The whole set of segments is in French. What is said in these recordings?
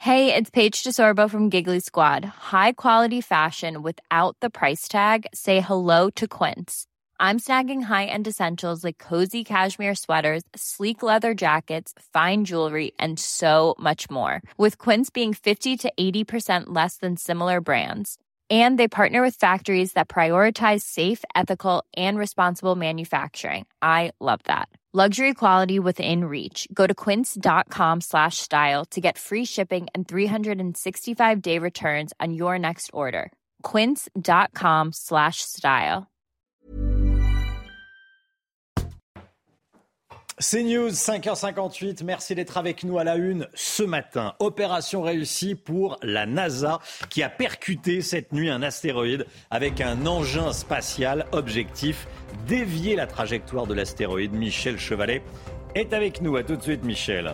Hey, it's Paige DeSorbo from Giggly Squad. High quality fashion without the price tag. Say hello to Quince. I'm snagging high-end essentials like cozy cashmere sweaters, sleek leather jackets, fine jewelry, and so much more. With Quince being 50 to 80% less than similar brands. And they partner with factories that prioritize safe, ethical, and responsible manufacturing. I love that. Luxury quality within reach. Go to quince.com/style to get free shipping and 365-day returns on your next order. Quince.com/style. CNews, 5h58, merci d'être avec nous à la une ce matin. Opération réussie pour la NASA qui a percuté cette nuit un astéroïde avec un engin spatial. Objectif, dévier la trajectoire de l'astéroïde. Michel Chevalet est avec nous. À tout de suite Michel.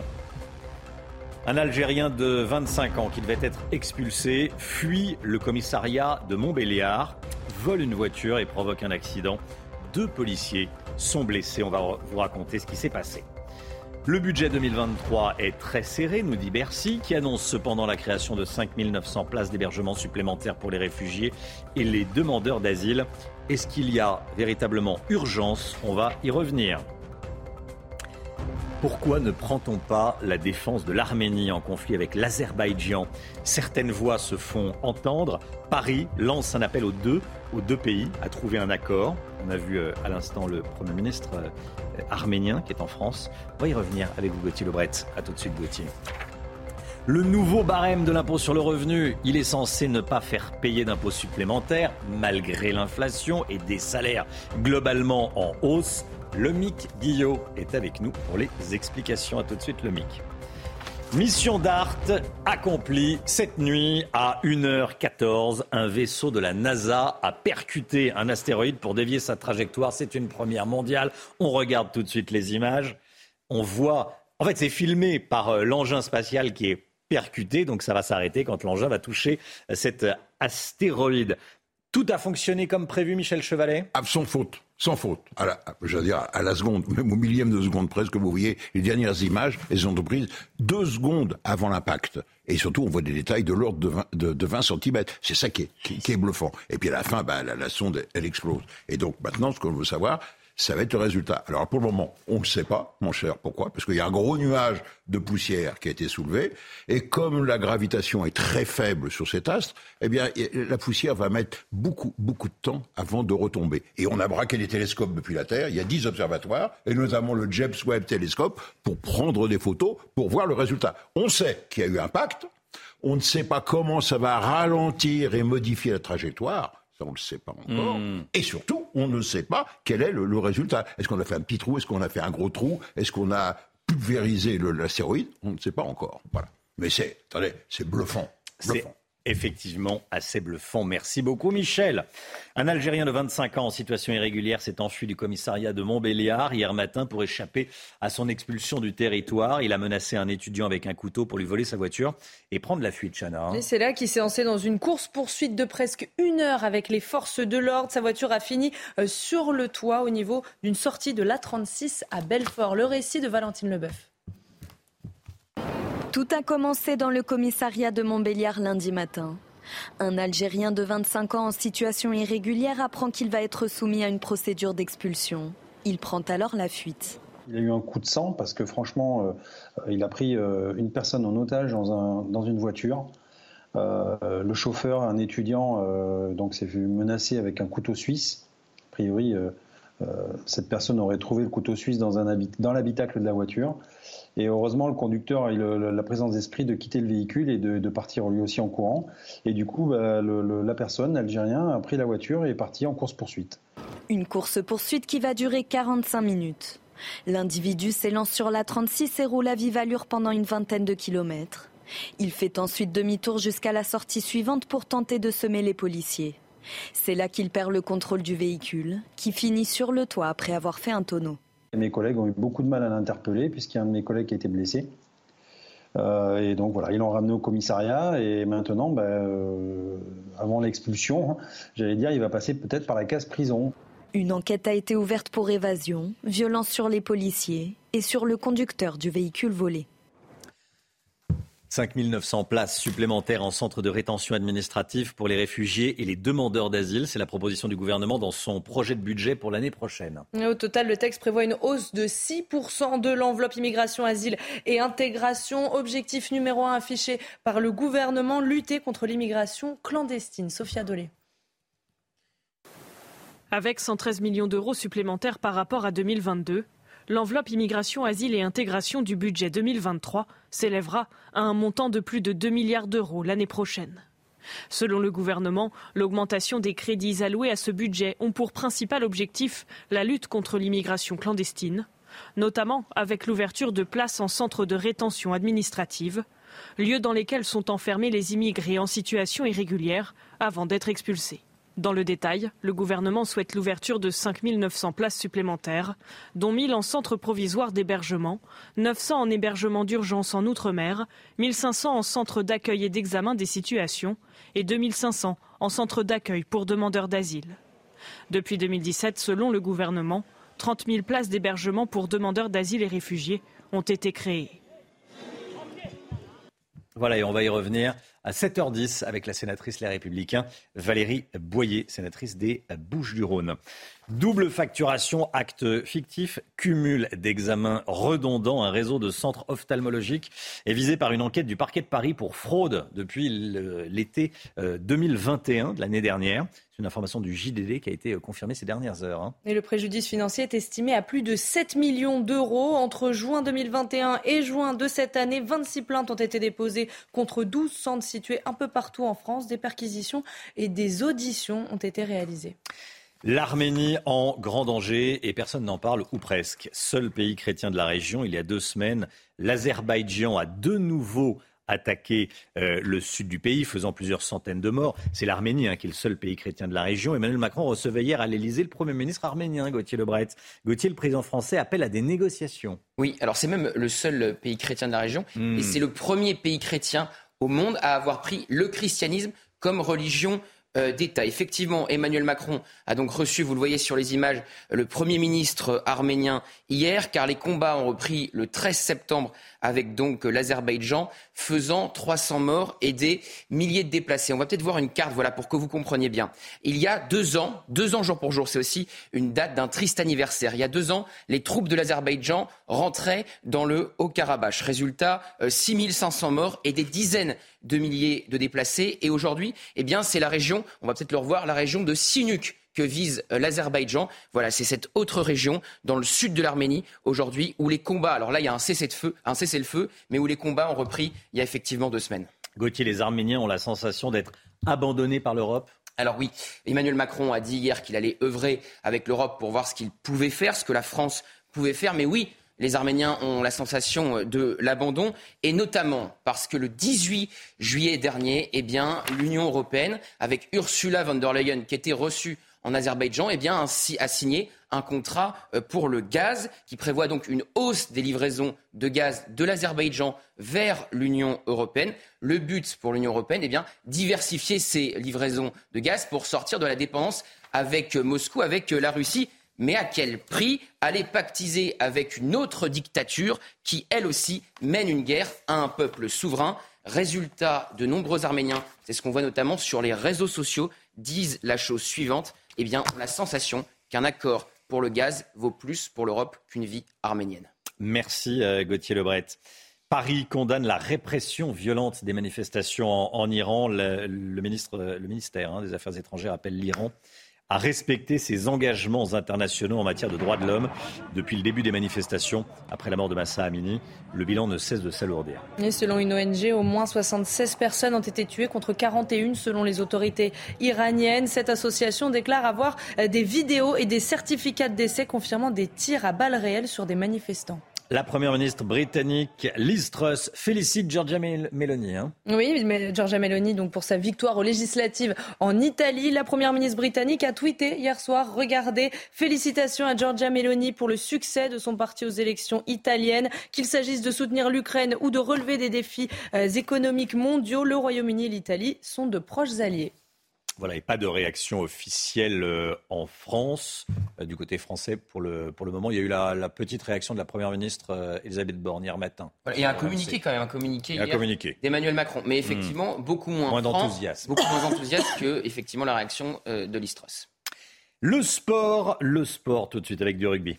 Un Algérien de 25 ans qui devait être expulsé fuit le commissariat de Montbéliard, vole une voiture et provoque un accident. 2 policiers sont blessés. On va vous raconter ce qui s'est passé. Le budget 2023 est très serré, nous dit Bercy, qui annonce cependant la création de 5 900 places d'hébergement supplémentaires pour les réfugiés et les demandeurs d'asile. Est-ce qu'il y a véritablement urgence ? On va y revenir. Pourquoi ne prend-on pas la défense de l'Arménie en conflit avec l'Azerbaïdjan ? Certaines voix se font entendre. Paris lance un appel aux deux pays à trouver un accord. On a vu à l'instant le Premier ministre arménien qui est en France. On va y revenir avec vous, Gauthier Lebret. A tout de suite, Gauthier. Le nouveau barème de l'impôt sur le revenu, il est censé ne pas faire payer d'impôts supplémentaires malgré l'inflation et des salaires globalement en hausse. Lomic Guillot est avec nous pour les explications. À tout de suite, Lomic. Mission DART accomplie cette nuit à 1h14. Un vaisseau de la NASA a percuté un astéroïde pour dévier sa trajectoire. C'est une première mondiale. On regarde tout de suite les images. On voit, en fait, c'est filmé par l'engin spatial qui est percuté. Donc ça va s'arrêter quand l'engin va toucher cet astéroïde. Tout a fonctionné comme prévu, Michel Chevalet ? Sans faute. Sans faute. À la seconde, même au millième de seconde presque, vous voyez les dernières images, elles ont prises 2 secondes avant l'impact. Et surtout, on voit des détails de l'ordre de 20 cm. C'est ça qui est bluffant. Et puis à la fin, la sonde, elle explose. Et donc maintenant, ce qu'on veut savoir, ça va être le résultat. Alors pour le moment, on ne sait pas, mon cher. Pourquoi ? Parce qu'il y a un gros nuage de poussière qui a été soulevé. Et comme la gravitation est très faible sur cet astre, eh bien, la poussière va mettre beaucoup de temps avant de retomber. Et on a braqué les télescopes depuis la Terre. Il y a 10 observatoires, et notamment le James Webb Telescope, pour prendre des photos, pour voir le résultat. On sait qu'il y a eu impact. On ne sait pas comment ça va ralentir et modifier la trajectoire. Ça, on ne le sait pas encore. Et surtout, on ne sait pas quel est le résultat. Est-ce qu'on a fait un petit trou ? Est-ce qu'on a fait un gros trou ? Est-ce qu'on a pulvérisé l'astéroïde ? On ne sait pas encore. Voilà. Mais c'est bluffant. C'est effectivement assez bluffant. Merci beaucoup, Michel. Un Algérien de 25 ans en situation irrégulière s'est enfui du commissariat de Montbéliard hier matin pour échapper à son expulsion du territoire. Il a menacé un étudiant avec un couteau pour lui voler sa voiture et prendre la fuite, Chana. Et c'est là qu'il s'est lancé dans une course-poursuite de presque 1 heure avec les forces de l'ordre. Sa voiture a fini sur le toit au niveau d'une sortie de l'A36 à Belfort. Le récit de Valentine Leboeuf. Tout a commencé dans le commissariat de Montbéliard lundi matin. Un Algérien de 25 ans en situation irrégulière apprend qu'il va être soumis à une procédure d'expulsion. Il prend alors la fuite. Il a eu un coup de sang parce que franchement, il a pris une personne en otage dans une voiture. Le chauffeur, un étudiant, donc s'est vu menacé avec un couteau suisse. A priori, cette personne aurait trouvé le couteau suisse dans l'habitacle de la voiture. Et heureusement, le conducteur a eu la présence d'esprit de quitter le véhicule et de partir lui aussi en courant. Et du coup, la personne, l'Algérien, a pris la voiture et est parti en course-poursuite. Une course-poursuite qui va durer 45 minutes. L'individu s'élance sur l'A36 et roule à vive allure pendant une vingtaine de kilomètres. Il fait ensuite demi-tour jusqu'à la sortie suivante pour tenter de semer les policiers. C'est là qu'il perd le contrôle du véhicule, qui finit sur le toit après avoir fait un tonneau. Mes collègues ont eu beaucoup de mal à l'interpeller puisqu'il y a un de mes collègues qui a été blessé. Et donc voilà, ils l'ont ramené au commissariat et maintenant, avant l'expulsion, j'allais dire, il va passer peut-être par la case prison. Une enquête a été ouverte pour évasion, violence sur les policiers et sur le conducteur du véhicule volé. 5 900 places supplémentaires en centre de rétention administrative pour les réfugiés et les demandeurs d'asile. C'est la proposition du gouvernement dans son projet de budget pour l'année prochaine. Et au total, le texte prévoit une hausse de 6% de l'enveloppe immigration, asile et intégration. Objectif numéro 1 affiché par le gouvernement, lutter contre l'immigration clandestine. Sophia Dolé. Avec 113 millions d'euros supplémentaires par rapport à 2022, l'enveloppe immigration, asile et intégration du budget 2023 s'élèvera à un montant de plus de 2 milliards d'euros l'année prochaine. Selon le gouvernement, l'augmentation des crédits alloués à ce budget ont pour principal objectif la lutte contre l'immigration clandestine, notamment avec l'ouverture de places en centre de rétention administrative, lieux dans lesquels sont enfermés les immigrés en situation irrégulière avant d'être expulsés. Dans le détail, le gouvernement souhaite l'ouverture de 5 900 places supplémentaires, dont 1 000 en centre provisoire d'hébergement, 900 en hébergement d'urgence en Outre-mer, 1 500 en centre d'accueil et d'examen des situations et 2 500 en centre d'accueil pour demandeurs d'asile. Depuis 2017, selon le gouvernement, 30 000 places d'hébergement pour demandeurs d'asile et réfugiés ont été créées. Voilà, et on va y revenir à 7h10 avec la sénatrice Les Républicains Valérie Boyer, sénatrice des Bouches-du-Rhône. Double facturation, acte fictif, cumul d'examens redondants. Un réseau de centres ophtalmologiques est visé par une enquête du parquet de Paris pour fraude depuis l'été 2021 de l'année dernière. C'est une information du JDD qui a été confirmée ces dernières heures. Et le préjudice financier est estimé à plus de 7 millions d'euros. Entre juin 2021 et juin de cette année, 26 plaintes ont été déposées contre 12 centres situés un peu partout en France. Des perquisitions et des auditions ont été réalisées. L'Arménie en grand danger et personne n'en parle, ou presque. Seul pays chrétien de la région, il y a 2 semaines, l'Azerbaïdjan a de nouveau attaqué le sud du pays, faisant plusieurs centaines de morts. C'est l'Arménie qui est le seul pays chrétien de la région. Emmanuel Macron recevait hier à l'Elysée le Premier ministre arménien, Gauthier Lebret. Gauthier, le président français, appelle à des négociations. Oui, alors c'est même le seul pays chrétien de la région. Et c'est le premier pays chrétien au monde à avoir pris le christianisme comme religion d'État. Effectivement, Emmanuel Macron a donc reçu, vous le voyez sur les images, le Premier ministre arménien hier, car les combats ont repris le 13 septembre avec donc l'Azerbaïdjan, faisant 300 morts et des milliers de déplacés. On va peut-être voir une carte, voilà, pour que vous compreniez bien. Il y a 2 ans jour pour jour, c'est aussi une date d'un triste anniversaire. Il y a 2 ans, les troupes de l'Azerbaïdjan rentraient dans le Haut-Karabakh. Résultat, 6500 morts et des dizaines de milliers de déplacés. Et aujourd'hui, eh bien, c'est la région, on va peut-être le revoir, la région de Sinuk que vise l'Azerbaïdjan. Voilà, c'est cette autre région dans le sud de l'Arménie aujourd'hui où les combats, alors là il y a un cessez-le-feu, mais où les combats ont repris il y a effectivement 2 semaines. Gauthier, les Arméniens ont la sensation d'être abandonnés par l'Europe ? Alors oui, Emmanuel Macron a dit hier qu'il allait œuvrer avec l'Europe pour voir ce qu'il pouvait faire, ce que la France pouvait faire, mais oui, les Arméniens ont la sensation de l'abandon, et notamment parce que le 18 juillet dernier, eh bien, l'Union européenne, avec Ursula von der Leyen, qui était reçue en Azerbaïdjan, eh bien, a signé un contrat pour le gaz qui prévoit donc une hausse des livraisons de gaz de l'Azerbaïdjan vers l'Union européenne. Le but pour l'Union européenne, eh bien, diversifier ses livraisons de gaz pour sortir de la dépendance avec Moscou, avec la Russie. Mais à quel prix ? Aller pactiser avec une autre dictature qui, elle aussi, mène une guerre à un peuple souverain. Résultat, de nombreux Arméniens, c'est ce qu'on voit notamment sur les réseaux sociaux, disent la chose suivante. Eh bien, on a la sensation qu'un accord pour le gaz vaut plus pour l'Europe qu'une vie arménienne. Merci Gauthier Lebret. Paris condamne la répression violente des manifestations en Iran. Le ministère des Affaires étrangères appelle l'Iran à respecter ses engagements internationaux en matière de droits de l'homme. Depuis le début des manifestations, après la mort de Mahsa Amini, le bilan ne cesse de s'alourdir. Et selon une ONG, au moins 76 personnes ont été tuées contre 41 selon les autorités iraniennes. Cette association déclare avoir des vidéos et des certificats de décès confirmant des tirs à balles réelles sur des manifestants. La première ministre britannique Liz Truss félicite Giorgia Meloni. Oui, mais Giorgia Meloni, donc pour sa victoire aux législatives en Italie. La première ministre britannique a tweeté hier soir, regardez, félicitations à Giorgia Meloni pour le succès de son parti aux élections italiennes. Qu'il s'agisse de soutenir l'Ukraine ou de relever des défis économiques mondiaux, le Royaume-Uni et l'Italie sont de proches alliés. Voilà, et pas de réaction officielle en France. Du côté français, pour le moment, il y a eu la petite réaction de la Première ministre Elisabeth Borne hier matin. Voilà, il y a un communiqué quand même, hier d'Emmanuel Macron. Mais effectivement, beaucoup moins d'enthousiasme que effectivement, la réaction de Liz Truss. Le sport tout de suite avec du rugby.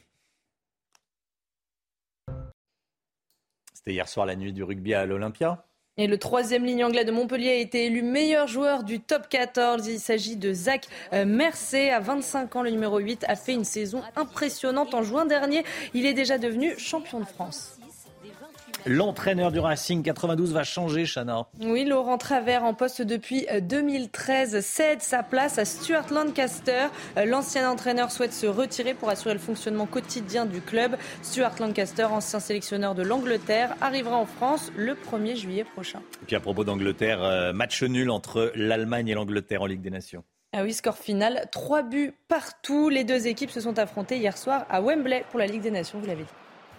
C'était hier soir la nuit du rugby à l'Olympia. Et le 3e ligne anglais de Montpellier a été élu meilleur joueur du top 14. Il s'agit de Zach Mercé. À 25 ans, le numéro 8 a fait une saison impressionnante. En juin dernier, il est déjà devenu champion de France. L'entraîneur du Racing 92 va changer, Chana. Oui, Laurent Travers, en poste depuis 2013, cède sa place à Stuart Lancaster. L'ancien entraîneur souhaite se retirer pour assurer le fonctionnement quotidien du club. Stuart Lancaster, ancien sélectionneur de l'Angleterre, arrivera en France le 1er juillet prochain. Et puis à propos d'Angleterre, match nul entre l'Allemagne et l'Angleterre en Ligue des Nations. Ah oui, score final, 3 buts partout. Les deux équipes se sont affrontées hier soir à Wembley pour la Ligue des Nations, vous l'avez dit.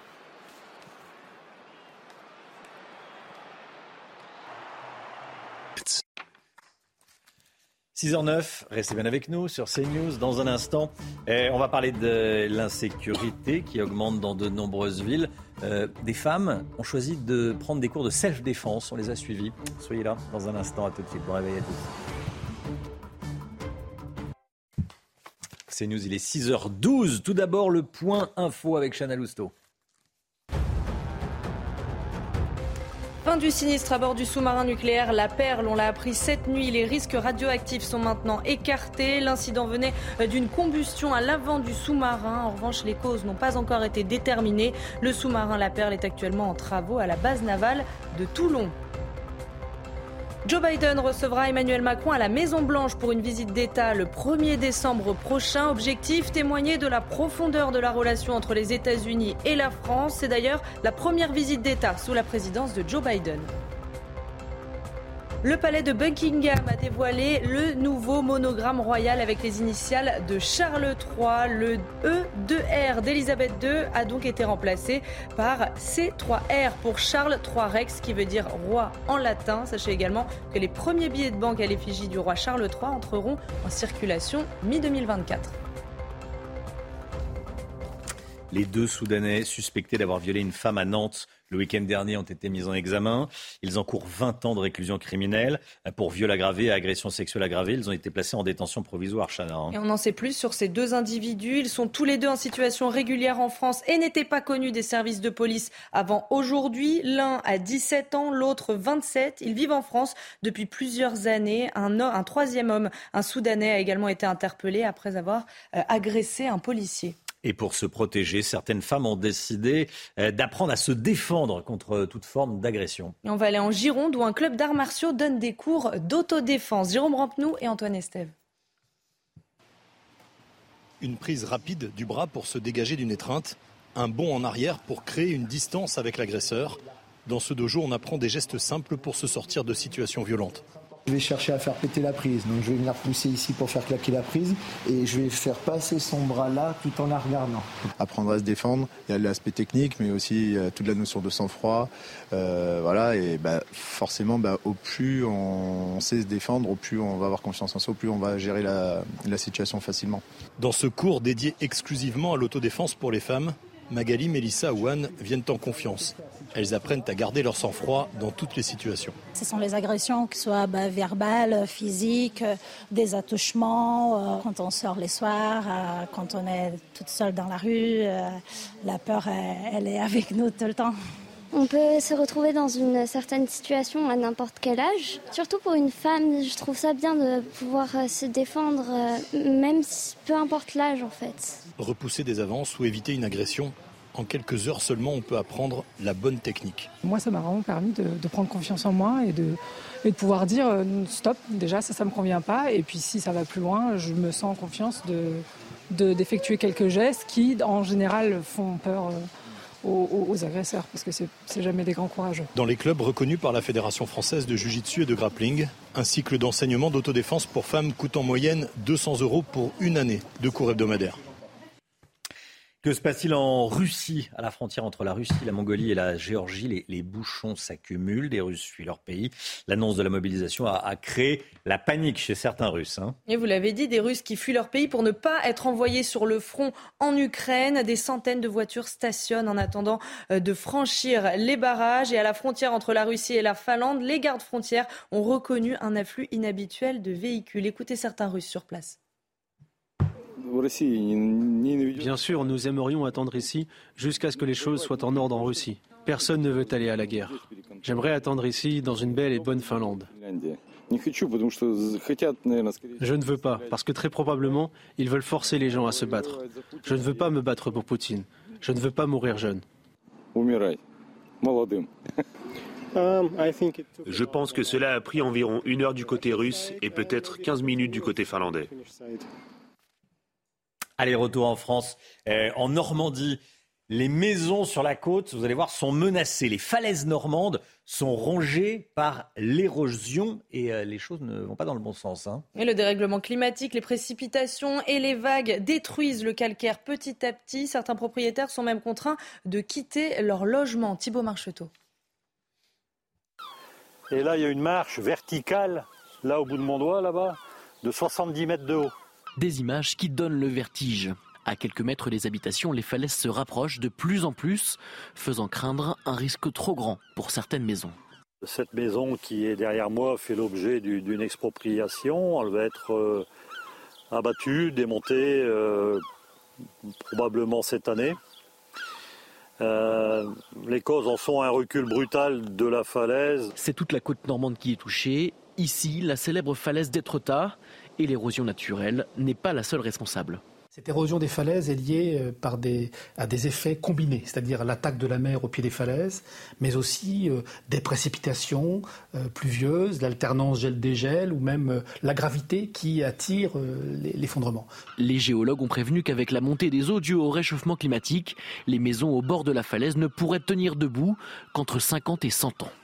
6h09, restez bien avec nous sur CNews. Dans un instant, on va parler de l'insécurité qui augmente dans de nombreuses villes. Des femmes ont choisi de prendre des cours de self-défense. On les a suivis. Soyez là dans un instant. À tout de suite. Bon réveil à tous. CNews, il est 6h12. Tout d'abord, le point info avec Chana Lousteau. Fin du sinistre à bord du sous-marin nucléaire La Perle. On l'a appris cette nuit. Les risques radioactifs sont maintenant écartés. L'incident venait d'une combustion à l'avant du sous-marin. En revanche, les causes n'ont pas encore été déterminées. Le sous-marin La Perle est actuellement en travaux à la base navale de Toulon. Joe Biden recevra Emmanuel Macron à la Maison-Blanche pour une visite d'État le 1er décembre prochain. Objectif, témoigner de la profondeur de la relation entre les États-Unis et la France. C'est d'ailleurs la première visite d'État sous la présidence de Joe Biden. Le palais de Buckingham a dévoilé le nouveau monogramme royal avec les initiales de Charles III. Le E2R d'Elisabeth II a donc été remplacé par C3R pour Charles III Rex, qui veut dire roi en latin. Sachez également que les premiers billets de banque à l'effigie du roi Charles III entreront en circulation mi-2024. Les 2 Soudanais suspectés d'avoir violé une femme à Nantes le week-end dernier ont été mis en examen. Ils encourent 20 ans de réclusion criminelle pour viol aggravé et agression sexuelle aggravée. Ils ont été placés en détention provisoire, Chana. Et on en sait plus sur ces 2 individus. Ils sont tous les 2 en situation régulière en France et n'étaient pas connus des services de police avant aujourd'hui. L'un a 17 ans, l'autre 27. Ils vivent en France depuis plusieurs années. Un 3e homme, un Soudanais, a également été interpellé après avoir agressé un policier. Et pour se protéger, certaines femmes ont décidé d'apprendre à se défendre contre toute forme d'agression. Et on va aller en Gironde où un club d'arts martiaux donne des cours d'autodéfense. Jérôme Rampenou et Antoine Estève. Une prise rapide du bras pour se dégager d'une étreinte. Un bond en arrière pour créer une distance avec l'agresseur. Dans ce dojo, on apprend des gestes simples pour se sortir de situations violentes. Je vais chercher à faire péter la prise, donc je vais venir pousser ici pour faire claquer la prise et je vais faire passer son bras là tout en la regardant. Apprendre à se défendre, il y a l'aspect technique mais aussi toute la notion de sang-froid. Voilà, et forcément au plus on sait se défendre, au plus on va avoir confiance en soi, au plus on va gérer la situation facilement. Dans ce cours dédié exclusivement à l'autodéfense pour les femmes, Magali, Mélissa ou Anne viennent en confiance. Elles apprennent à garder leur sang-froid dans toutes les situations. Ce sont les agressions, que ce soit verbales, physiques, des attouchements, quand on sort les soirs, quand on est toute seule dans la rue. La peur, elle est avec nous tout le temps. On peut se retrouver dans une certaine situation à n'importe quel âge. Surtout pour une femme, je trouve ça bien de pouvoir se défendre, même peu importe l'âge en fait. Repousser des avances ou éviter une agression, en quelques heures seulement, on peut apprendre la bonne technique. Moi, ça m'a vraiment permis de prendre confiance en moi et de pouvoir dire stop, déjà ça me convient pas. Et puis si ça va plus loin, je me sens en confiance d'effectuer quelques gestes qui, en général, font peur aux agresseurs, parce que c'est jamais des grands courageux. Dans les clubs reconnus par la Fédération française de Jiu-Jitsu et de grappling, un cycle d'enseignement d'autodéfense pour femmes coûte en moyenne 200 € pour une année de cours hebdomadaires. Que se passe-t-il en Russie, à la frontière entre la Russie, la Mongolie et la Géorgie? Les bouchons s'accumulent, des Russes fuient leur pays. L'annonce de la mobilisation a créé la panique chez certains Russes. Et vous l'avez dit, des Russes qui fuient leur pays pour ne pas être envoyés sur le front en Ukraine. Des centaines de voitures stationnent en attendant de franchir les barrages. Et à la frontière entre la Russie et la Finlande, les gardes frontières ont reconnu un afflux inhabituel de véhicules. Écoutez certains Russes sur place. Bien sûr, nous aimerions attendre ici jusqu'à ce que les choses soient en ordre en Russie. Personne ne veut aller à la guerre. J'aimerais attendre ici, dans une belle et bonne Finlande. Je ne veux pas, parce que très probablement, ils veulent forcer les gens à se battre. Je ne veux pas me battre pour Poutine. Je ne veux pas mourir jeune. Je pense que cela a pris environ 1 heure du côté russe et peut-être 15 minutes du côté finlandais. Allez, retour en France, en Normandie. Les maisons sur la côte, vous allez voir, sont menacées. Les falaises normandes sont rongées par l'érosion et les choses ne vont pas dans le bon sens. Et le dérèglement climatique, les précipitations et les vagues détruisent le calcaire petit à petit. Certains propriétaires sont même contraints de quitter leur logement. Thibaut Marcheteau. Et là, il y a une marche verticale, là au bout de mon doigt, là-bas, de 70 mètres de haut. Des images qui donnent le vertige. À quelques mètres des habitations, les falaises se rapprochent de plus en plus, faisant craindre un risque trop grand pour certaines maisons. Cette maison qui est derrière moi fait l'objet d'une expropriation. Elle va être abattue, démontée probablement cette année. Les causes en sont un recul brutal de la falaise. C'est toute la côte normande qui est touchée. Ici, la célèbre falaise d'Étretat. Et l'érosion naturelle n'est pas la seule responsable. Cette érosion des falaises est liée à des effets combinés, c'est-à-dire l'attaque de la mer au pied des falaises, mais aussi des précipitations pluvieuses, l'alternance gel-dégel ou même la gravité qui attire l'effondrement. Les géologues ont prévenu qu'avec la montée des eaux due au réchauffement climatique, les maisons au bord de la falaise ne pourraient tenir debout qu'entre 50 et 100 ans.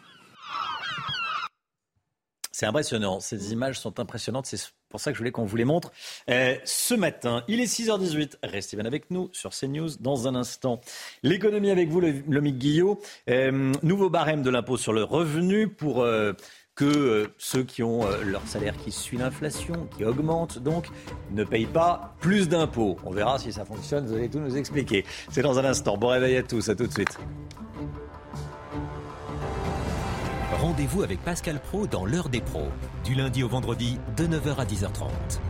C'est impressionnant, ces images sont impressionnantes, c'est pour ça que je voulais qu'on vous les montre ce matin. Il est 6h18, restez bien avec nous sur CNews dans un instant. L'économie avec vous, Lomique Guillot. Nouveau barème de l'impôt sur le revenu pour que ceux qui ont leur salaire qui suit l'inflation, qui augmente donc, ne payent pas plus d'impôts. On verra si ça fonctionne, vous allez tout nous expliquer. C'est dans un instant. Bon réveil à tous, à tout de suite. Rendez-vous avec Pascal Praud dans l'heure des pros, du lundi au vendredi de 9h à 10h30.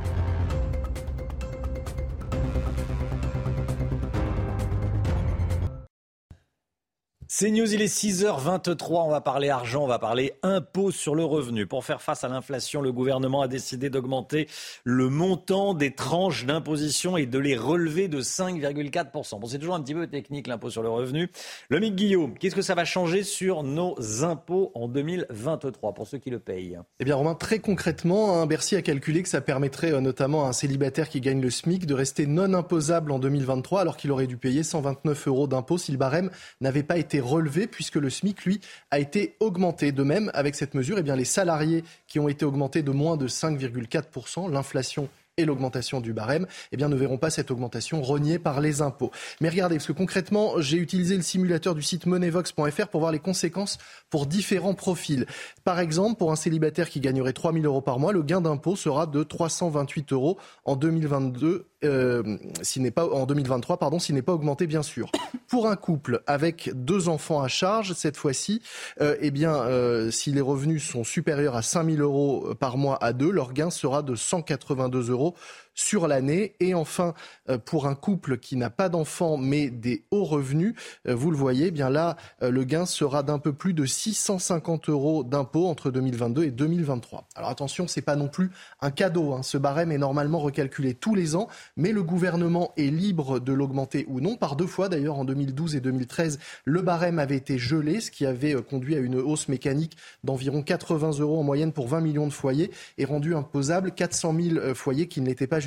CNews, il est 6h23, on va parler argent, on va parler impôt sur le revenu. Pour faire face à l'inflation, le gouvernement a décidé d'augmenter le montant des tranches d'imposition et de les relever de 5,4%. Bon, c'est toujours un petit peu technique l'impôt sur le revenu. Lomique Guillaume, qu'est-ce que ça va changer sur nos impôts en 2023 pour ceux qui le payent? Eh bien Romain, très concrètement, Bercy a calculé que ça permettrait notamment à un célibataire qui gagne le SMIC de rester non imposable en 2023 alors qu'il aurait dû payer 129 € d'impôt si le barème n'avait pas été relevé puisque le SMIC, lui, a été augmenté. De même, avec cette mesure, eh bien, les salariés qui ont été augmentés de moins de 5,4%, l'inflation et l'augmentation du barème, eh bien, ne verront pas cette augmentation rognée par les impôts. Mais regardez, parce que concrètement, j'ai utilisé le simulateur du site moneyvox.fr pour voir les conséquences pour différents profils. Par exemple, pour un célibataire qui gagnerait 3 000 € par mois, le gain d'impôt sera de 328 € en 2022. En 2023, s'il n'est pas augmenté, bien sûr. Pour un couple avec 2 enfants à charge, cette fois-ci, si les revenus sont supérieurs à 5 000 € par mois à 2, leur gain sera de 182 € sur l'année. Et enfin, pour un couple qui n'a pas d'enfants mais des hauts revenus, vous le voyez, eh bien là, le gain sera d'un peu plus de 650 € d'impôt entre 2022 et 2023. Alors attention, c'est pas non plus un cadeau. Ce barème est normalement recalculé tous les ans, mais le gouvernement est libre de l'augmenter ou non. Par 2 fois d'ailleurs, en 2012 et 2013, le barème avait été gelé, ce qui avait conduit à une hausse mécanique d'environ 80 € en moyenne pour 20 millions de foyers et rendu imposable 400 000 foyers qui ne l'étaient pas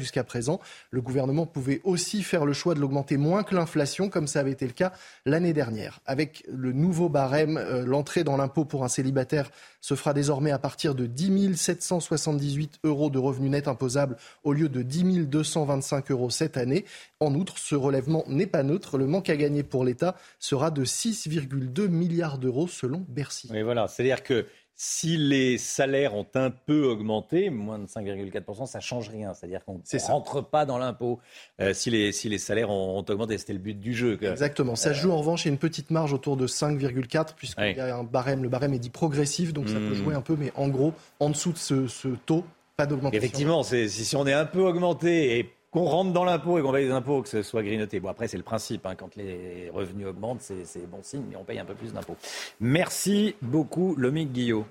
jusqu'à présent. Le gouvernement pouvait aussi faire le choix de l'augmenter moins que l'inflation, comme ça avait été le cas l'année dernière. Avec le nouveau barème, l'entrée dans l'impôt pour un célibataire se fera désormais à partir de 10 778 € de revenus nets imposables au lieu de 10 225 € cette année. En outre, ce relèvement n'est pas neutre. Le manque à gagner pour l'État sera de 6,2 milliards d'euros selon Bercy. Oui, voilà, c'est-à-dire que si les salaires ont un peu augmenté, moins de 5,4%, ça ne change rien. C'est-à-dire qu'on ne rentre pas dans l'impôt si les salaires ont augmenté. C'était le but du jeu. Exactement. Ça joue en revanche, il y a une petite marge autour de 5,4 puisqu'il y a un barème. Le barème est dit progressif, donc ça peut jouer un peu. Mais en gros, en dessous de ce taux, pas d'augmentation. Effectivement, si on est un peu augmenté et qu'on rentre dans l'impôt et qu'on paye des impôts, que ce soit grignoté. Bon, après, c'est le principe. Quand les revenus augmentent, c'est bon signe, mais on paye un peu plus d'impôts. Merci beaucoup, Lomique Guillot.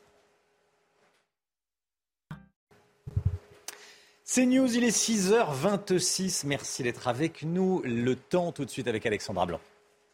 C'est News, il est 6h26. Merci d'être avec nous. Le temps tout de suite avec Alexandra Blanc.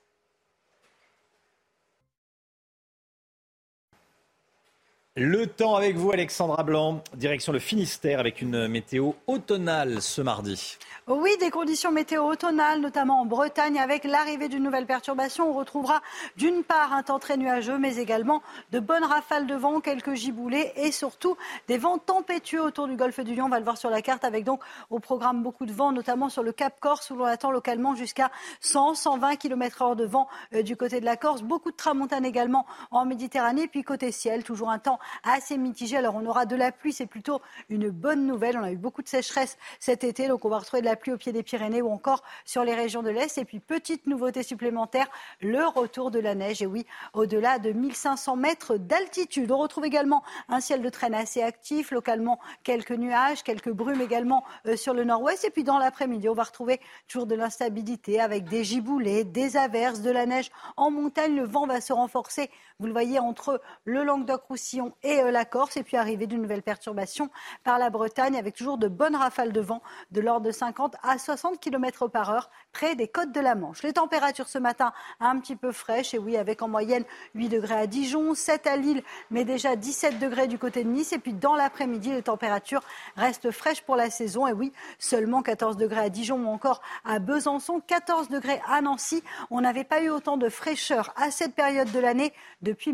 Le temps avec vous, Alexandra Blanc, direction le Finistère avec une météo automnale ce mardi. Oui, des conditions météo automnales, notamment en Bretagne, avec l'arrivée d'une nouvelle perturbation. On retrouvera d'une part un temps très nuageux, mais également de bonnes rafales de vent, quelques giboulées et surtout des vents tempétueux autour du golfe du Lion. On va le voir sur la carte avec donc au programme beaucoup de vent, notamment sur le Cap Corse où l'on attend localement jusqu'à 100-120 km/h de vent du côté de la Corse. Beaucoup de tramontane également en Méditerranée. Puis côté ciel, toujours un temps assez mitigé. Alors on aura de la pluie, c'est plutôt une bonne nouvelle. On a eu beaucoup de sécheresse cet été, donc on va retrouver de la pluie au pied des Pyrénées ou encore sur les régions de l'Est. Et puis petite nouveauté supplémentaire, le retour de la neige. Et oui, au-delà de 1500 mètres d'altitude. On retrouve également un ciel de traîne assez actif, localement quelques nuages, quelques brumes également sur le nord-ouest. Et puis dans l'après-midi, on va retrouver toujours de l'instabilité avec des giboulées, des averses, de la neige en montagne. Le vent va se renforcer, vous le voyez, entre le Languedoc-Roussillon et la Corse. Et puis arrivée d'une nouvelle perturbation par la Bretagne avec toujours de bonnes rafales de vent de l'ordre de 50 à 60 km/h près des côtes de la Manche. Les températures ce matin un petit peu fraîches. Et oui, avec en moyenne 8 degrés à Dijon, 7 à Lille, mais déjà 17 degrés du côté de Nice. Et puis dans l'après-midi, les températures restent fraîches pour la saison. Et oui, seulement 14 degrés à Dijon ou encore à Besançon, 14 degrés à Nancy. On n'avait pas eu autant de fraîcheur à cette période de l'année depuis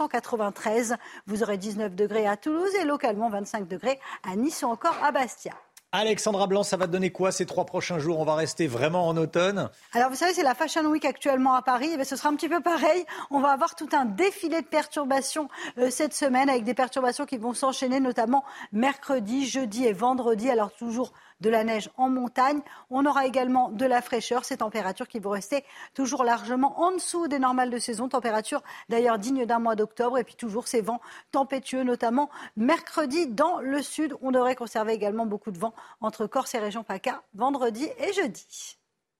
1993. Vous aurez 19 degrés à Toulouse et localement 25 degrés à Nice ou encore à Bastia. Alexandra Blanc, ça va te donner quoi ces 3 prochains jours? On va rester vraiment en automne? Alors vous savez, c'est la Fashion Week actuellement à Paris. Et ce sera un petit peu pareil. On va avoir tout un défilé de perturbations cette semaine avec des perturbations qui vont s'enchaîner notamment mercredi, jeudi et vendredi. Alors toujours de la neige en montagne. On aura également de la fraîcheur, ces températures qui vont rester toujours largement en dessous des normales de saison. Température d'ailleurs digne d'un mois d'octobre. Et puis toujours ces vents tempétueux, notamment mercredi dans le sud. On devrait conserver également beaucoup de vent entre Corse et région PACA, vendredi et jeudi.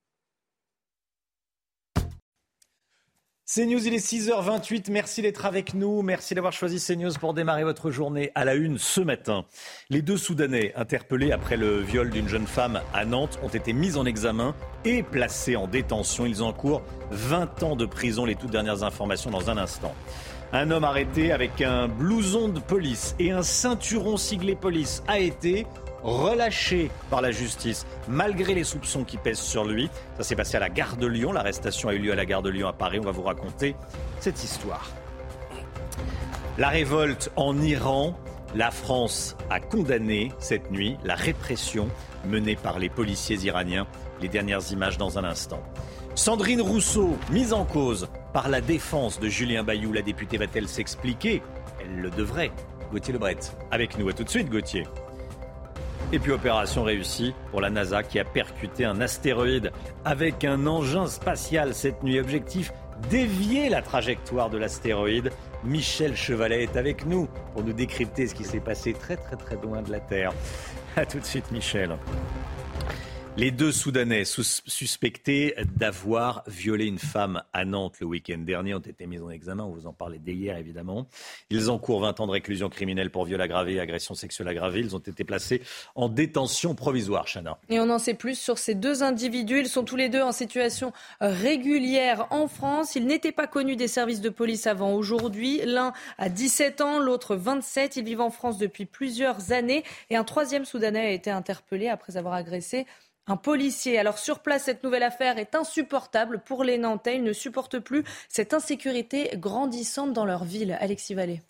CNews, il est 6h28. Merci d'être avec nous. Merci d'avoir choisi CNews pour démarrer votre journée à la une ce matin. Les 2 Soudanais interpellés après le viol d'une jeune femme à Nantes ont été mis en examen et placés en détention. Ils encourent 20 ans de prison. Les toutes dernières informations dans un instant. Un homme arrêté avec un blouson de police et un ceinturon siglé police a été relâché par la justice malgré les soupçons qui pèsent sur lui. Ça s'est passé à la gare de Lyon. L'arrestation a eu lieu à la gare de Lyon à Paris. On va vous raconter cette histoire. La révolte en Iran. La France a condamné cette nuit la répression menée par les policiers iraniens. Les dernières images dans un instant. Sandrine Rousseau, mise en cause par la défense de Julien Bayou. La députée va-t-elle s'expliquer? Elle le devrait. Gauthier Lebret avec nous. À tout de suite, Gauthier. Et puis opération réussie pour la NASA qui a percuté un astéroïde avec un engin spatial cette nuit. Objectif, dévier la trajectoire de l'astéroïde. Michel Chevalet est avec nous pour nous décrypter ce qui s'est passé très très très loin de la Terre. A tout de suite Michel. Les 2 Soudanais suspectés d'avoir violé une femme à Nantes le week-end dernier ont été mis en examen. On vous en parlait dès hier, évidemment. Ils encourent 20 ans de réclusion criminelle pour viol aggravé et agression sexuelle aggravée. Ils ont été placés en détention provisoire, Chana. Et on en sait plus sur ces 2 individus. Ils sont tous les 2 en situation régulière en France. Ils n'étaient pas connus des services de police avant aujourd'hui. L'un a 17 ans, l'autre 27. Ils vivent en France depuis plusieurs années. Et un 3e Soudanais a été interpellé après avoir agressé un policier. Alors sur place, cette nouvelle affaire est insupportable pour les Nantais. Ils ne supportent plus cette insécurité grandissante dans leur ville. Alexis Vallée.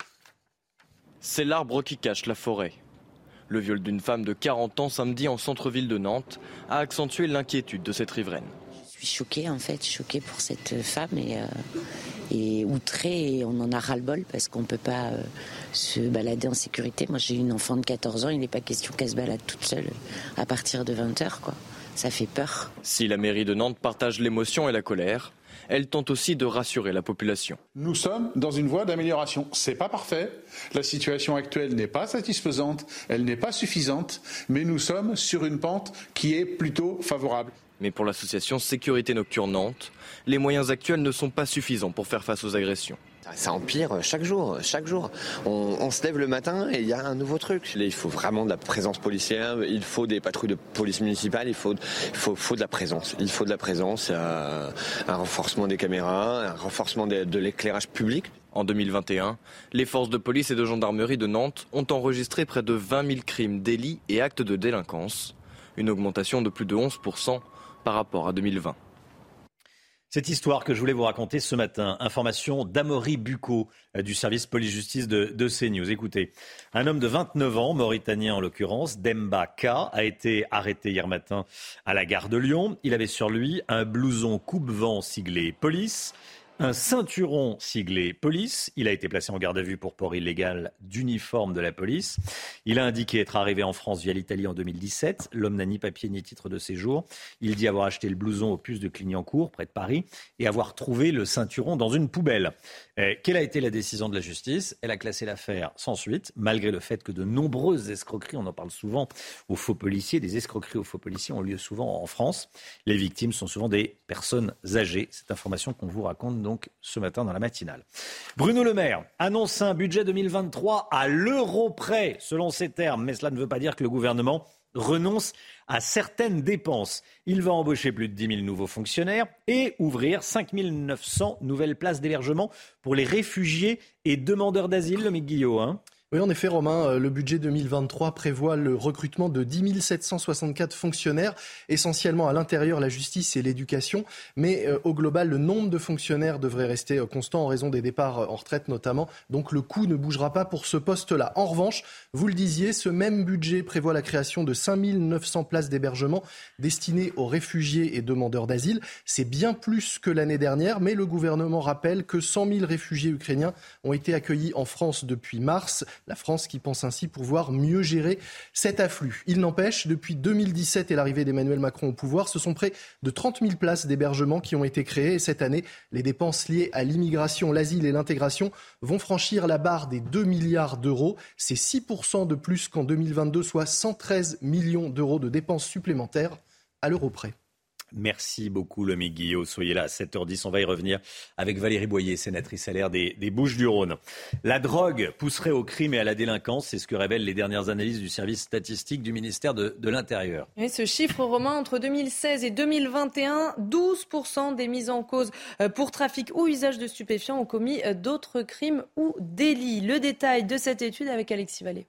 C'est l'arbre qui cache la forêt. Le viol d'une femme de 40 ans samedi en centre-ville de Nantes a accentué l'inquiétude de cette riveraine. Je suis choquée choquée pour cette femme et outrée, et on en a ras-le-bol parce qu'on ne peut pas se balader en sécurité. Moi j'ai une enfant de 14 ans, il n'est pas question qu'elle se balade toute seule à partir de 20h, quoi. Ça fait peur. Si la mairie de Nantes partage l'émotion et la colère, elle tente aussi de rassurer la population. Nous sommes dans une voie d'amélioration. C'est pas parfait. La situation actuelle n'est pas satisfaisante, elle n'est pas suffisante, mais nous sommes sur une pente qui est plutôt favorable. Mais pour l'association Sécurité Nocturne Nantes, les moyens actuels ne sont pas suffisants pour faire face aux agressions. Ça empire chaque jour. On se lève le matin et il y a un nouveau truc. Là, il faut vraiment de la présence policière, il faut des patrouilles de police municipale, il faut de la présence. Il faut de la présence, un renforcement des caméras, un renforcement de l'éclairage public. En 2021, les forces de police et de gendarmerie de Nantes ont enregistré près de 20 000 crimes, délits et actes de délinquance. Une augmentation de plus de 11% par rapport à 2020. Cette histoire que je voulais vous raconter ce matin, information d'Amaury Bucco du service police-justice de CNews. Écoutez, un homme de 29 ans, mauritanien en l'occurrence, Demba K, a été arrêté hier matin à la gare de Lyon. Il avait sur lui un blouson coupe-vent siglé police, un ceinturon siglé police. Il a été placé en garde à vue pour port illégal d'uniforme de la police. Il a indiqué être arrivé en France via l'Italie en 2017. L'homme n'a ni papier ni titre de séjour. Il dit avoir acheté le blouson au puce de Clignancourt, près de Paris, et avoir trouvé le ceinturon dans une poubelle. Quelle a été la décision de la justice ? Elle a classé l'affaire sans suite, malgré le fait que de nombreuses escroqueries, on en parle souvent aux faux policiers, des escroqueries aux faux policiers ont lieu souvent en France. Les victimes sont souvent des personnes âgées. Cette information qu'on vous raconte donc ce matin dans la matinale. Bruno Le Maire annonce un budget 2023 à l'euro près, selon ses termes, mais cela ne veut pas dire que le gouvernement renonce à certaines dépenses. Il va embaucher plus de 10 000 nouveaux fonctionnaires et ouvrir 5 900 nouvelles places d'hébergement pour les réfugiés et demandeurs d'asile, le Guillaume. Oui, en effet, Romain, le budget 2023 prévoit le recrutement de 10 764 fonctionnaires, essentiellement à l'intérieur, la justice et l'éducation. Mais au global, le nombre de fonctionnaires devrait rester constant en raison des départs en retraite notamment. Donc le coût ne bougera pas pour ce poste-là. En revanche, vous le disiez, ce même budget prévoit la création de 5 900 places d'hébergement destinées aux réfugiés et demandeurs d'asile. C'est bien plus que l'année dernière, mais le gouvernement rappelle que 100 000 réfugiés ukrainiens ont été accueillis en France depuis mars. La France qui pense ainsi pouvoir mieux gérer cet afflux. Il n'empêche, depuis 2017 et l'arrivée d'Emmanuel Macron au pouvoir, ce sont près de 30 000 places d'hébergement qui ont été créées. Et cette année, les dépenses liées à l'immigration, l'asile et l'intégration vont franchir la barre des 2 milliards d'euros. C'est 6% de plus qu'en 2022, soit 113 millions d'euros de dépenses supplémentaires à l'euro près. Merci beaucoup, Lomi Guillot. Soyez là à 7h10. On va y revenir avec Valérie Boyer, sénatrice LR des Bouches-du-Rhône. La drogue pousserait au crime et à la délinquance. C'est ce que révèlent les dernières analyses du service statistique du ministère de l'Intérieur. Et ce chiffre, Romain, entre 2016 et 2021, 12% des mises en cause pour trafic ou usage de stupéfiants ont commis d'autres crimes ou délits. Le détail de cette étude avec Alexis Vallée.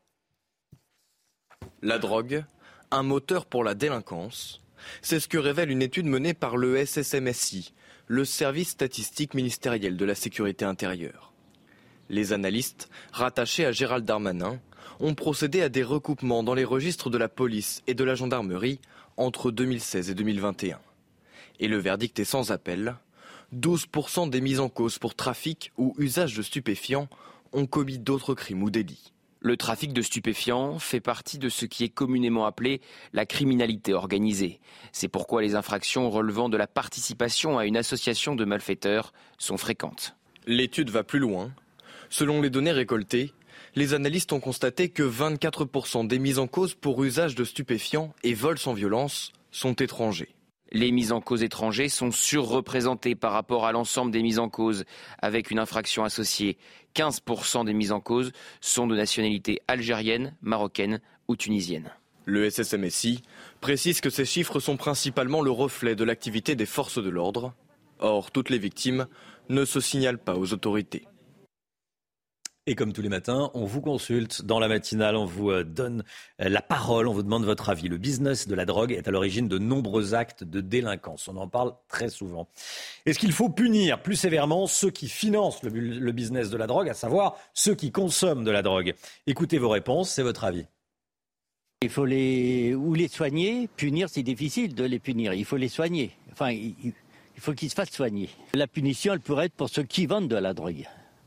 La drogue, un moteur pour la délinquance. C'est ce que révèle une étude menée par le SSMSI, le service statistique ministériel de la sécurité intérieure. Les analystes, rattachés à Gérald Darmanin, ont procédé à des recoupements dans les registres de la police et de la gendarmerie entre 2016 et 2021. Et le verdict est sans appel. 12% des mises en cause pour trafic ou usage de stupéfiants ont commis d'autres crimes ou délits. Le trafic de stupéfiants fait partie de ce qui est communément appelé la criminalité organisée. C'est pourquoi les infractions relevant de la participation à une association de malfaiteurs sont fréquentes. L'étude va plus loin. Selon les données récoltées, les analystes ont constaté que 24% des mises en cause pour usage de stupéfiants et vols sans violence sont étrangers. Les mis en cause étrangers sont surreprésentés par rapport à l'ensemble des mis en cause avec une infraction associée. 15% des mis en cause sont de nationalité algérienne, marocaine ou tunisienne. Le SSMSI précise que ces chiffres sont principalement le reflet de l'activité des forces de l'ordre. Or, toutes les victimes ne se signalent pas aux autorités. Et comme tous les matins, on vous consulte dans la matinale, on vous donne la parole, on vous demande votre avis. Le business de la drogue est à l'origine de nombreux actes de délinquance. On en parle très souvent. Est-ce qu'il faut punir plus sévèrement ceux qui financent le business de la drogue, à savoir ceux qui consomment de la drogue? Écoutez vos réponses, c'est votre avis. Il faut les soigner. Punir, c'est difficile de les punir. Il faut les soigner. Enfin, il faut qu'ils se fassent soigner. La punition, elle pourrait être pour ceux qui vendent de la drogue.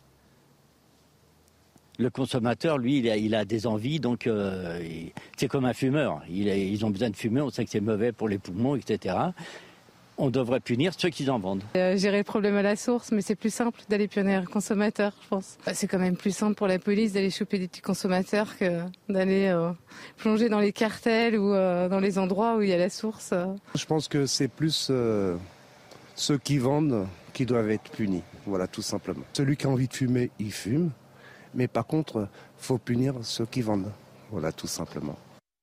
Le consommateur, lui, il a des envies, donc c'est comme un fumeur. Ils ont besoin de fumer, on sait que c'est mauvais pour les poumons, etc. On devrait punir ceux qui en vendent. Gérer le problème à la source, mais c'est plus simple d'aller punir le consommateur, je pense. C'est quand même plus simple pour la police d'aller choper des petits consommateurs que d'aller plonger dans les cartels ou dans les endroits où il y a la source. Je pense que c'est plus ceux qui vendent qui doivent être punis, voilà, tout simplement. Celui qui a envie de fumer, il fume. Mais par contre, il faut punir ceux qui vendent. Voilà, tout simplement.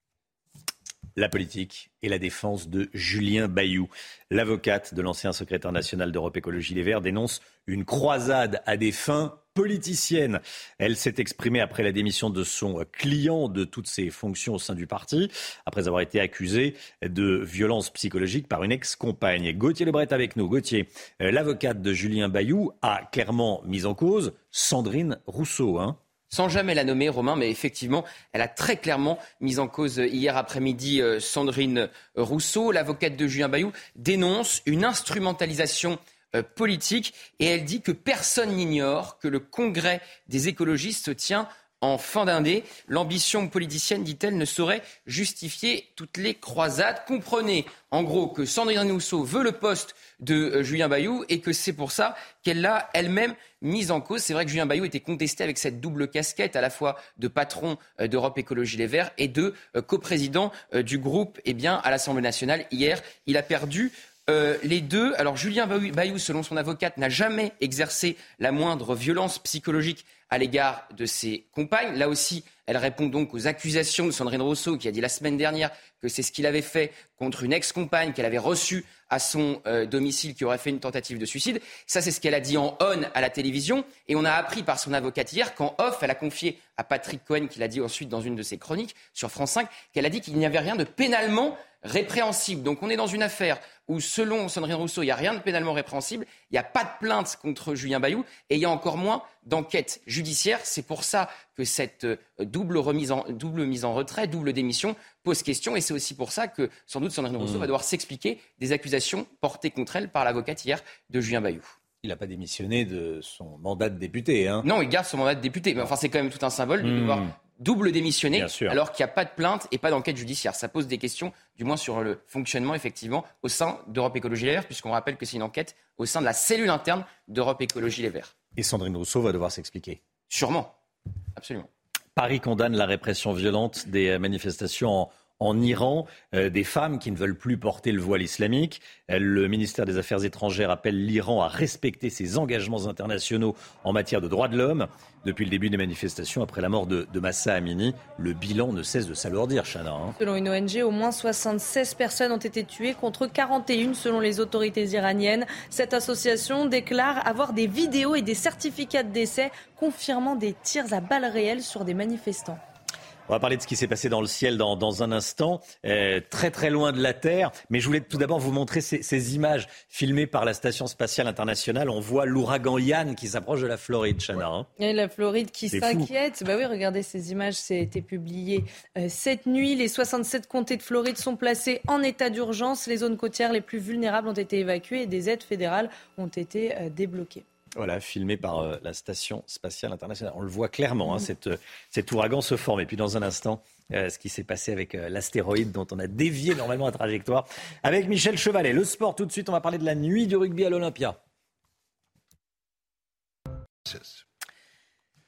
La politique et la défense de Julien Bayou. L'avocate de l'ancien secrétaire national d'Europe Écologie Les Verts dénonce une croisade à des fins politiciennes. Elle s'est exprimée après la démission de son client de toutes ses fonctions au sein du parti, après avoir été accusé de violence psychologique par une ex-compagne. Gauthier Lebret avec nous. Gauthier, l'avocate de Julien Bayou a clairement mis en cause Sandrine Rousseau, Sans jamais la nommer, Romain, mais effectivement, elle a très clairement mis en cause hier après-midi Sandrine Rousseau. L'avocate de Julien Bayou dénonce une instrumentalisation politique et elle dit que personne n'ignore que le congrès des écologistes se tient en fin d'année. L'ambition politicienne, dit-elle, ne saurait justifier toutes les croisades. Comprenez en gros que Sandrine Rousseau veut le poste de Julien Bayou et que c'est pour ça qu'elle l'a elle-même mise en cause. C'est vrai que Julien Bayou était contesté avec cette double casquette à la fois de patron d'Europe Écologie Les Verts et de coprésident du groupe à l'Assemblée nationale. Hier, il a perdu les deux. Alors Julien Bayou, selon son avocate, n'a jamais exercé la moindre violence psychologique à l'égard de ses compagnes. Là aussi, elle répond donc aux accusations de Sandrine Rousseau qui a dit la semaine dernière que c'est ce qu'il avait fait contre une ex-compagne qu'elle avait reçue à son domicile qui aurait fait une tentative de suicide. Ça, c'est ce qu'elle a dit en on à la télévision. Et on a appris par son avocate hier qu'en off, elle a confié à Patrick Cohen, qui l'a dit ensuite dans une de ses chroniques sur France 5, qu'elle a dit qu'il n'y avait rien de pénalement répréhensible. Donc on est dans une affaire où, selon Sandrine Rousseau, il n'y a rien de pénalement répréhensible, il n'y a pas de plainte contre Julien Bayou et il y a encore moins d'enquête judiciaire. C'est pour ça que cette double mise en retrait, double démission pose question et c'est aussi pour ça que sans doute Sandrine Rousseau va devoir s'expliquer des accusations portées contre elle par l'avocate hier de Julien Bayou. Il n'a pas démissionné de son mandat de député. Non, il garde son mandat de député. Mais enfin, c'est quand même tout un symbole de devoir double démissionner alors qu'il n'y a pas de plainte et pas d'enquête judiciaire. Ça pose des questions, du moins sur le fonctionnement, effectivement, au sein d'Europe Écologie Les Verts, puisqu'on rappelle que c'est une enquête au sein de la cellule interne d'Europe Écologie Les Verts. Et Sandrine Rousseau va devoir s'expliquer. Sûrement. Absolument. Paris condamne la répression violente des manifestations en Iran, des femmes qui ne veulent plus porter le voile islamique. Le ministère des Affaires étrangères appelle l'Iran à respecter ses engagements internationaux en matière de droits de l'homme. Depuis le début des manifestations, après la mort de Mahsa Amini, le bilan ne cesse de s'alourdir, Chana. Selon une ONG, au moins 76 personnes ont été tuées contre 41 selon les autorités iraniennes. Cette association déclare avoir des vidéos et des certificats de décès confirmant des tirs à balles réelles sur des manifestants. On va parler de ce qui s'est passé dans le ciel dans un instant, très très loin de la Terre. Mais je voulais tout d'abord vous montrer ces images filmées par la Station Spatiale Internationale. On voit l'ouragan Yann qui s'approche de la Floride, Chana. Et la Floride qui s'inquiète. Bah oui, regardez ces images, c'est été publié cette nuit. Les 67 comtés de Floride sont placés en état d'urgence. Les zones côtières les plus vulnérables ont été évacuées et des aides fédérales ont été débloquées. Voilà, filmé par la Station Spatiale Internationale. On le voit clairement, cet ouragan se forme. Et puis dans un instant, ce qui s'est passé avec l'astéroïde dont on a dévié normalement la trajectoire. Avec Michel Chevalet, le sport tout de suite, on va parler de la nuit du rugby à l'Olympia.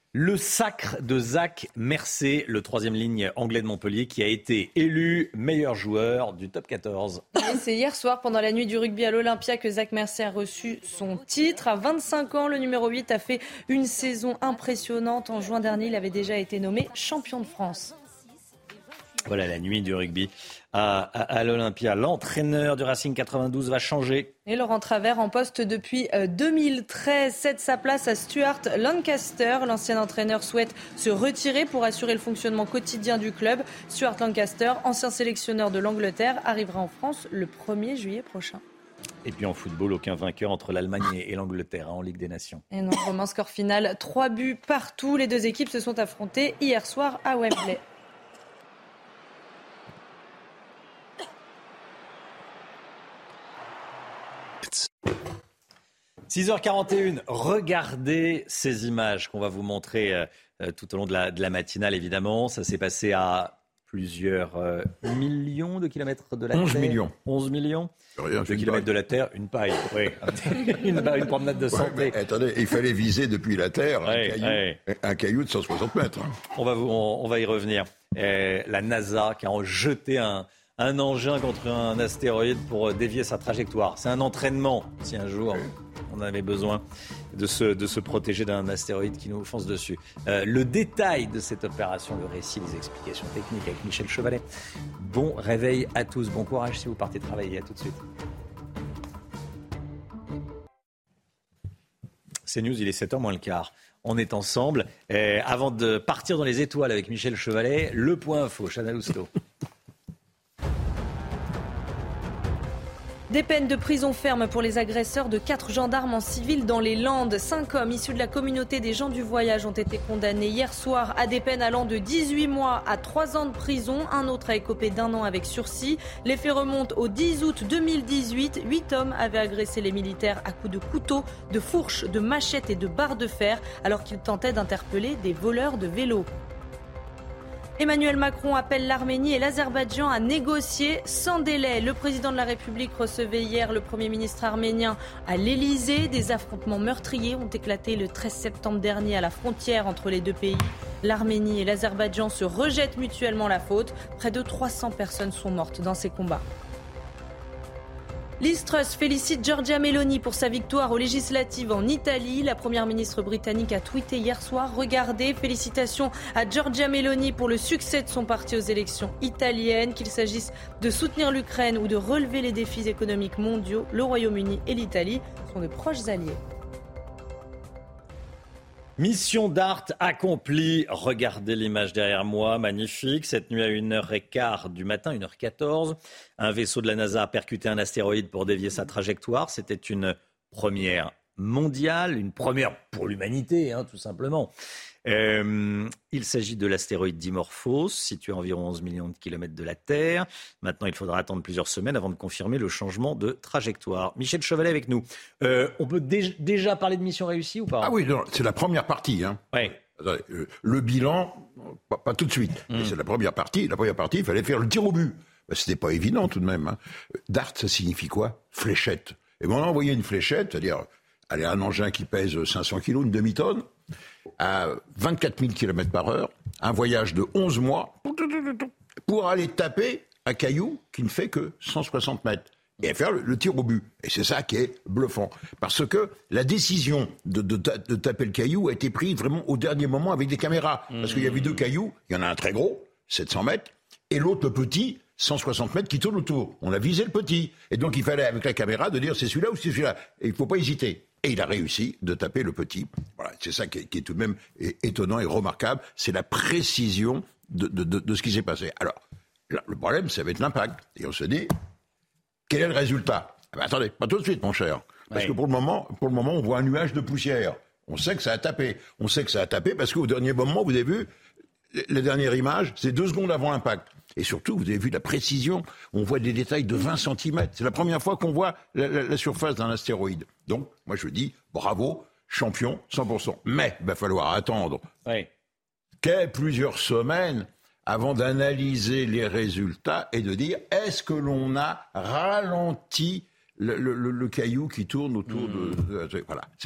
Le sacre de Zach Mercé, le 3e ligne anglais de Montpellier, qui a été élu meilleur joueur du top 14. Et c'est hier soir, pendant la nuit du rugby à l'Olympia, que Zach Mercé a reçu son titre. À 25 ans, le numéro 8 a fait une saison impressionnante. En juin dernier, il avait déjà été nommé champion de France. Voilà la nuit du rugby à l'Olympia. L'entraîneur du Racing 92 va changer. Et Laurent Travers en poste depuis 2013 cède sa place à Stuart Lancaster. L'ancien entraîneur souhaite se retirer pour assurer le fonctionnement quotidien du club. Stuart Lancaster, ancien sélectionneur de l'Angleterre, arrivera en France le 1er juillet prochain. Et puis en football, aucun vainqueur entre l'Allemagne et l'Angleterre en Ligue des Nations. Et non, Romain, score final, 3 buts partout. Les deux équipes se sont affrontées hier soir à Wembley. 6h41, regardez ces images qu'on va vous montrer tout au long de la matinale, évidemment. Ça s'est passé à plusieurs millions de kilomètres de la Terre. 11 millions. 11 millions de kilomètres de la Terre, une paille. Oui. une promenade de santé. Ouais, attendez, il fallait viser depuis la Terre un caillou de 160 mètres. On va y revenir. La NASA qui a jeté un engin contre un astéroïde pour dévier sa trajectoire. C'est un entraînement, si un jour on avait besoin de se protéger d'un astéroïde qui nous fonce dessus. Le détail de cette opération, le récit, les explications techniques avec Michel Chevalet. Bon réveil à tous, bon courage si vous partez travailler. À tout de suite. CNews, il est 7h moins le quart. On est ensemble. Avant de partir dans les étoiles avec Michel Chevalet, le point info, Chana Lousteau. Des peines de prison ferme pour les agresseurs de 4 gendarmes en civil dans les Landes. 5 hommes issus de la communauté des gens du voyage ont été condamnés hier soir à des peines allant de 18 mois à 3 ans de prison. Un autre a écopé d'1 an avec sursis. Les faits remontent au 10 août 2018. 8 hommes avaient agressé les militaires à coups de couteau, de fourches, de machettes et de barres de fer alors qu'ils tentaient d'interpeller des voleurs de vélos. Emmanuel Macron appelle l'Arménie et l'Azerbaïdjan à négocier sans délai. Le président de la République recevait hier le Premier ministre arménien à l'Elysée. Des affrontements meurtriers ont éclaté le 13 septembre dernier à la frontière entre les deux pays. L'Arménie et l'Azerbaïdjan se rejettent mutuellement la faute. Près de 300 personnes sont mortes dans ces combats. Liz Truss félicite Giorgia Meloni pour sa victoire aux législatives en Italie. La première ministre britannique a tweeté hier soir « Regardez, félicitations à Giorgia Meloni pour le succès de son parti aux élections italiennes. Qu'il s'agisse de soutenir l'Ukraine ou de relever les défis économiques mondiaux, le Royaume-Uni et l'Italie sont de proches alliés. » Mission DART accomplie. Regardez l'image derrière moi, magnifique. Cette nuit à 1h15 du matin, 1h14, un vaisseau de la NASA a percuté un astéroïde pour dévier sa trajectoire. C'était une première mondiale, une première pour l'humanité, tout simplement. Il s'agit de l'astéroïde Dimorphos, situé à environ 11 millions de kilomètres de la Terre. Maintenant, il faudra attendre plusieurs semaines avant de confirmer le changement de trajectoire. Michel Chevalet avec nous. On peut déjà parler de mission réussie ou pas ? Ah oui, non, c'est la première partie. Ouais. Attendez, le bilan, pas tout de suite. Mais c'est la première partie. La première partie, il fallait faire le tir au but. C'était pas évident tout de même. DART, ça signifie quoi ? Fléchette. Et on a envoyé une fléchette, c'est-à-dire un engin qui pèse 500 kilos, une demi-tonne, à 24 000 km par heure, un voyage de 11 mois, pour aller taper un caillou qui ne fait que 160 mètres et faire le tir au but. Et c'est ça qui est bluffant. Parce que la décision de taper le caillou a été prise vraiment au dernier moment avec des caméras. Parce qu'il y avait 2 cailloux, il y en a un très gros, 700 mètres, et l'autre le petit, 160 mètres, qui tourne autour. On a visé le petit. Et donc il fallait, avec la caméra, de dire c'est celui-là ou c'est celui-là. Et il ne faut pas hésiter. Et il a réussi de taper le petit. Voilà, c'est ça qui est tout de même étonnant et remarquable. C'est la précision de ce qui s'est passé. Alors, là, le problème, ça va être l'impact. Et on se dit, quel est le résultat ? Attendez, pas tout de suite, mon cher. Parce que pour le moment, on voit un nuage de poussière. On sait que ça a tapé. On sait que ça a tapé parce qu'au dernier moment, vous avez vu, la dernière image, c'est 2 secondes avant l'impact. Et surtout, vous avez vu la précision, on voit des détails de 20 cm. C'est la première fois qu'on voit la surface d'un astéroïde. Donc, moi je dis, bravo, champion, 100%. Mais il va falloir attendre plusieurs semaines avant d'analyser les résultats et de dire, est-ce que l'on a ralenti le caillou qui tourne autour de... Voilà, c'est ça.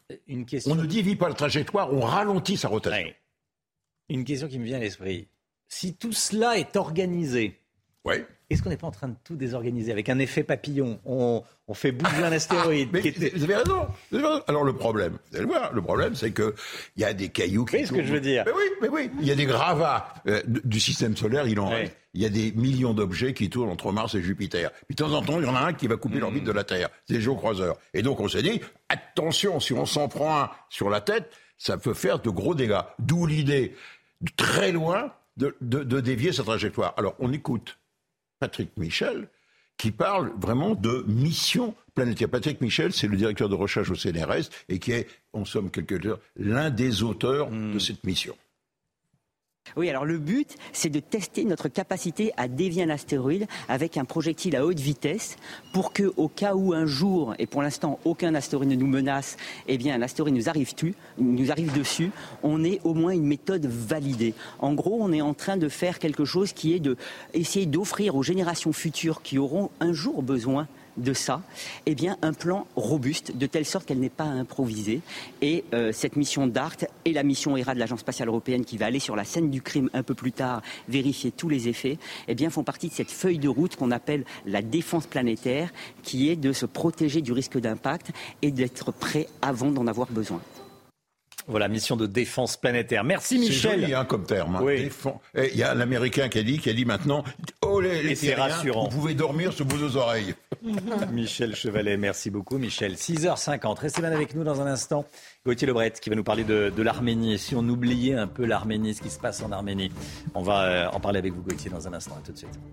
Une question... On ne dévie pas la trajectoire, on ralentit sa rotation. Ouais. Une question qui me vient à l'esprit. Si tout cela est organisé, est-ce qu'on n'est pas en train de tout désorganiser avec un effet papillon ? On fait bouger un astéroïde. Vous avez raison. Alors le problème, vous allez voir, c'est que il y a des cailloux qui tournent. C'est ce que je veux dire. Mais oui. Il y a des gravats du système solaire, il en reste. Il y a des millions d'objets qui tournent entre Mars et Jupiter. Puis de temps en temps, il y en a un qui va couper l'orbite de la Terre. C'est les géocroiseurs. Et donc on s'est dit, attention, si on s'en prend un sur la tête, ça peut faire de gros dégâts. D'où l'idée, très loin, de dévier sa trajectoire. Alors on écoute Patrick Michel, qui parle vraiment de mission planétaire. Patrick Michel, c'est le directeur de recherche au CNRS et qui est, en somme, l'un des auteurs de cette mission. Oui, alors le but, c'est de tester notre capacité à dévier un astéroïde avec un projectile à haute vitesse pour que, au cas où un jour, et pour l'instant aucun astéroïde ne nous menace, eh bien un astéroïde nous arrive dessus, on ait au moins une méthode validée. En gros, on est en train de faire quelque chose qui est de essayer d'offrir aux générations futures qui auront un jour besoin de ça, eh bien un plan robuste, de telle sorte qu'elle n'est pas à improviser. Et cette mission DART et la mission ERA de l'Agence spatiale européenne qui va aller sur la scène du crime un peu plus tard, vérifier tous les effets, eh bien font partie de cette feuille de route qu'on appelle la défense planétaire, qui est de se protéger du risque d'impact et d'être prêt avant d'en avoir besoin. Voilà, mission de défense planétaire. Merci Michel. C'est joli comme terme. Oui. Il y a l'Américain qui a dit maintenant, les c'est rassurant. Vous pouvez dormir sous vos oreilles. Michel Chevalet, merci beaucoup Michel. 6h50, restez bien avec nous dans un instant. Gauthier Lebret qui va nous parler de l'Arménie. Et si on oubliait un peu l'Arménie, ce qui se passe en Arménie, on va en parler avec vous Gauthier dans un instant. À tout de suite.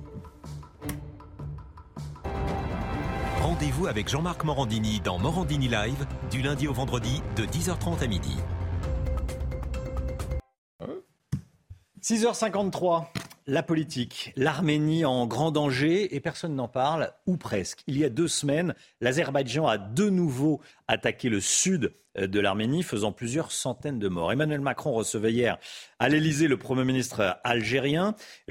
Rendez-vous avec Jean-Marc Morandini dans Morandini Live, du lundi au vendredi, de 10h30 à midi. 6h53, la politique, l'Arménie en grand danger et personne n'en parle, ou presque. Il y a 2 semaines, l'Azerbaïdjan a de nouveau attaqué le sud de l'Arménie, faisant plusieurs centaines de morts. Emmanuel Macron recevait hier à l'Elysée le Premier ministre arménien.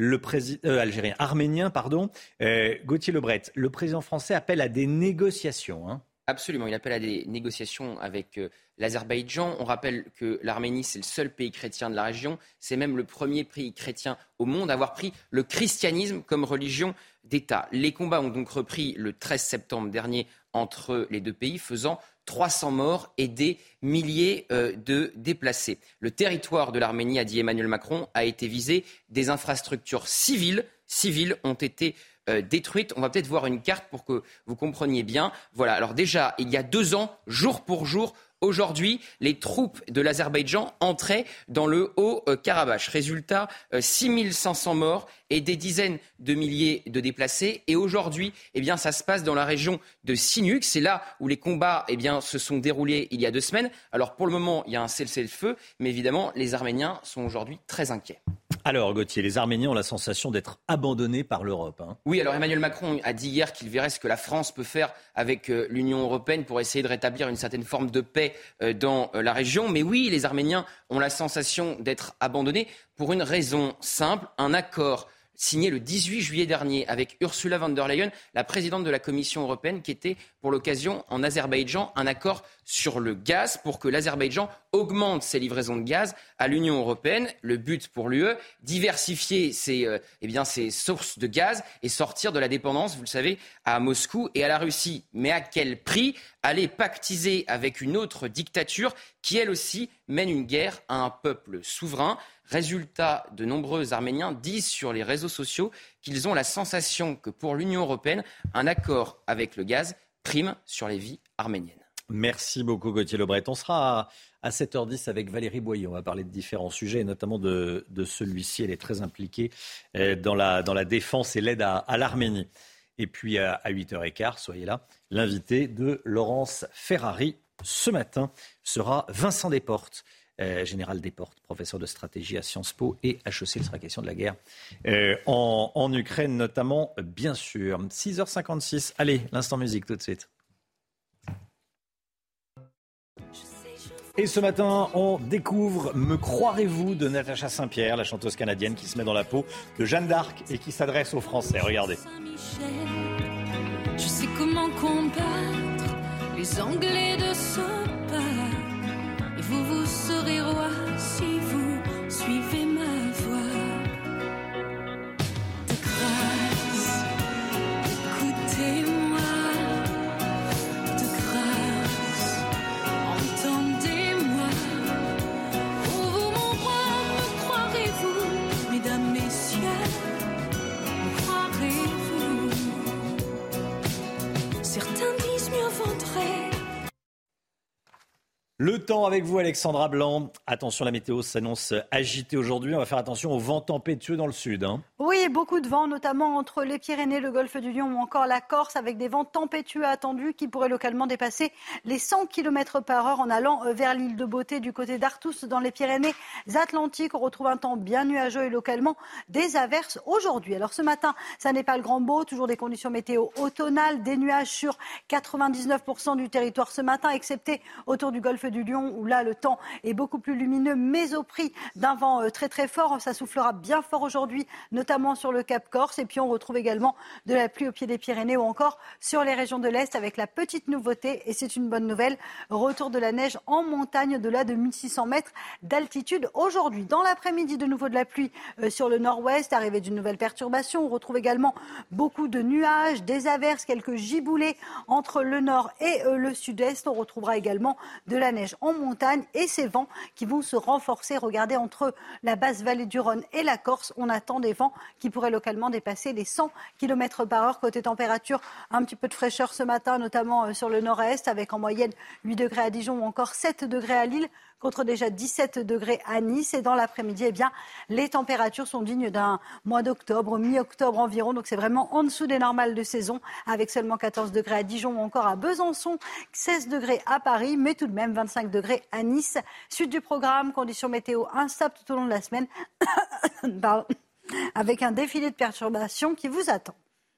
Gauthier Lebret, le président français appelle à des négociations. Absolument, il appelle à des négociations avec l'Azerbaïdjan. On rappelle que l'Arménie, c'est le seul pays chrétien de la région. C'est même le premier pays chrétien au monde à avoir pris le christianisme comme religion d'État. Les combats ont donc repris le 13 septembre dernier entre les deux pays, faisant 300 morts et des milliers de déplacés. Le territoire de l'Arménie, a dit Emmanuel Macron, a été visé. Des infrastructures civiles ont été détruites. On va peut-être voir une carte pour que vous compreniez bien. Voilà, alors déjà, il y a 2 ans, jour pour jour, aujourd'hui, les troupes de l'Azerbaïdjan entraient dans le Haut-Karabakh. Résultat, 6500 morts et des dizaines de milliers de déplacés. Et aujourd'hui, ça se passe dans la région de Sinuk. C'est là où les combats se sont déroulés il y a 2 semaines. Alors pour le moment, il y a un cessez-le-feu, mais évidemment, les Arméniens sont aujourd'hui très inquiets. Alors Gauthier, les Arméniens ont la sensation d'être abandonnés par l'Europe. Oui, alors Emmanuel Macron a dit hier qu'il verrait ce que la France peut faire avec l'Union européenne pour essayer de rétablir une certaine forme de paix dans la région. Mais oui, les Arméniens ont la sensation d'être abandonnés pour une raison simple, un accord signé le 18 juillet dernier avec Ursula von der Leyen, la présidente de la Commission européenne, qui était pour l'occasion en Azerbaïdjan, un accord sur le gaz pour que l'Azerbaïdjan augmente ses livraisons de gaz à l'Union européenne. Le but pour l'UE, diversifier ses sources de gaz et sortir de la dépendance, vous le savez, à Moscou et à la Russie. Mais à quel prix ? Aller pactiser avec une autre dictature qui, elle aussi, mène une guerre à un peuple souverain. Résultat, de nombreux Arméniens disent sur les réseaux sociaux qu'ils ont la sensation que pour l'Union européenne, un accord avec le gaz prime sur les vies arméniennes. Merci beaucoup Gauthier Lebret. On sera à 7h10 avec Valérie Boyer. On va parler de différents sujets, et notamment de celui-ci. Elle est très impliquée dans la défense et l'aide à l'Arménie. Et puis à 8h15, soyez là, l'invité de Laurence Ferrari ce matin sera Vincent Desportes. Général Desportes, professeur de stratégie à Sciences Po et HEC. Il sera question de la guerre en Ukraine notamment, bien sûr. 6h56, allez, l'instant musique tout de suite. Et ce matin, on découvre Me croirez-vous de Natacha Saint-Pierre, la chanteuse canadienne qui se met dans la peau de Jeanne d'Arc et qui s'adresse aux Français. Regardez. Je sais comment combattre les Anglais de ce pas. serez roi si vous suivez ma voix. De grâce, écoutez-moi. De grâce, entendez-moi. Pour vous, mon roi, me croirez-vous? Mesdames, messieurs, me croirez-vous? Certains disent mieux vaudrait. Le temps avec vous, Alexandra Blanc. Attention, la météo s'annonce agitée aujourd'hui. On va faire attention aux vents tempétueux dans le sud. Oui, beaucoup de vent, notamment entre les Pyrénées, le golfe du Lion ou encore la Corse, avec des vents tempétueux attendus qui pourraient localement dépasser les 100 km/h en allant vers l'île de Beauté du côté d'Artous dans les Pyrénées-Atlantiques. On retrouve un temps bien nuageux et localement des averses aujourd'hui. Alors ce matin, ça n'est pas le grand beau, toujours des conditions météo automnales, des nuages sur 99% du territoire ce matin, excepté autour du golfe du Lion où là le temps est beaucoup plus lumineux, mais au prix d'un vent très très fort. Ça soufflera bien fort aujourd'hui, notamment sur le Cap Corse. Et puis on retrouve également de la pluie au pied des Pyrénées ou encore sur les régions de l'Est avec la petite nouveauté, et c'est une bonne nouvelle, retour de la neige en montagne au-delà de 1600 mètres d'altitude aujourd'hui. Dans l'après-midi, de nouveau de la pluie sur le nord-ouest, arrivée d'une nouvelle perturbation. On retrouve également beaucoup de nuages, des averses, quelques giboulées entre le nord et le sud-est. On retrouvera également de la neige en montagne et ces vents qui vont se renforcer. Regardez, entre la basse vallée du Rhône et la Corse, on attend des vents qui pourraient localement dépasser les 100 km/h. Côté température, un petit peu de fraîcheur ce matin, notamment sur le nord-est, avec en moyenne 8 degrés à Dijon ou encore 7 degrés à Lille, contre déjà 17 degrés à Nice. Et dans l'après-midi, eh bien, les températures sont dignes d'un mois d'octobre, mi-octobre environ. Donc c'est vraiment en dessous des normales de saison, avec seulement 14 degrés à Dijon ou encore à Besançon, 16 degrés à Paris, mais tout de même 25 degrés à Nice. Suite du programme, conditions météo instables tout au long de la semaine, avec un défilé de perturbations qui vous attend.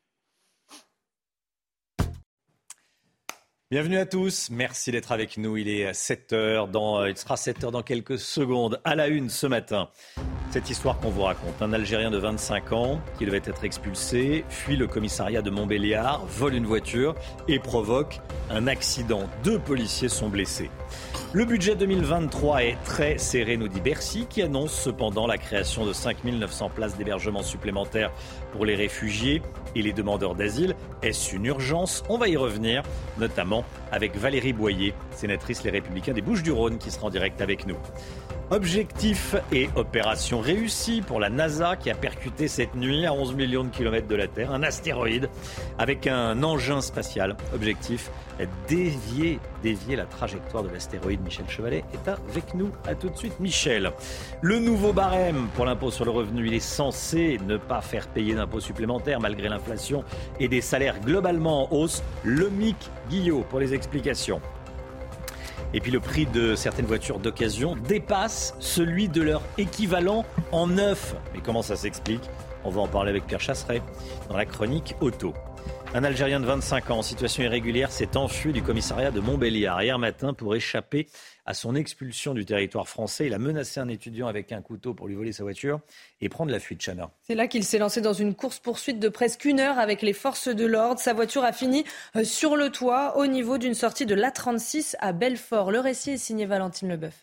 Bienvenue à tous, merci d'être avec nous. Il est 7h, il sera 7h dans quelques secondes. À la une ce matin, cette histoire qu'on vous raconte. Un Algérien de 25 ans qui devait être expulsé, fuit le commissariat de Montbéliard, vole une voiture et provoque un accident. 2 policiers sont blessés. Le budget 2023 est très serré, nous dit Bercy, qui annonce cependant la création de 5 900 places d'hébergement supplémentaires pour les réfugiés et les demandeurs d'asile. Est-ce une urgence? On va y revenir, notamment avec Valérie Boyer, sénatrice Les Républicains des Bouches-du-Rhône, qui sera en direct avec nous. Objectif et opération réussie pour la NASA qui a percuté cette nuit à 11 millions de kilomètres de la Terre un astéroïde avec un engin spatial. Objectif, dévier la trajectoire de l'astéroïde. Michel Chevalet est avec nous. À tout de suite, Michel. Le nouveau barème pour l'impôt sur le revenu, il est censé ne pas faire payer d'impôts supplémentaires malgré l'inflation et des salaires globalement en hausse. Lomic Guillot pour les explications. Et puis le prix de certaines voitures d'occasion dépasse celui de leur équivalent en neuf. Mais comment ça s'explique? On va en parler avec Pierre Chasseret dans la chronique auto. Un Algérien de 25 ans en situation irrégulière s'est enfui du commissariat de Montbéliard hier matin pour échapper à son expulsion du territoire français. Il a menacé un étudiant avec un couteau pour lui voler sa voiture et prendre la fuite, Chana. C'est là qu'il s'est lancé dans une course-poursuite de presque 1 heure avec les forces de l'ordre. Sa voiture a fini sur le toit au niveau d'une sortie de l'A36 à Belfort. Le récit est signé Valentine Leboeuf.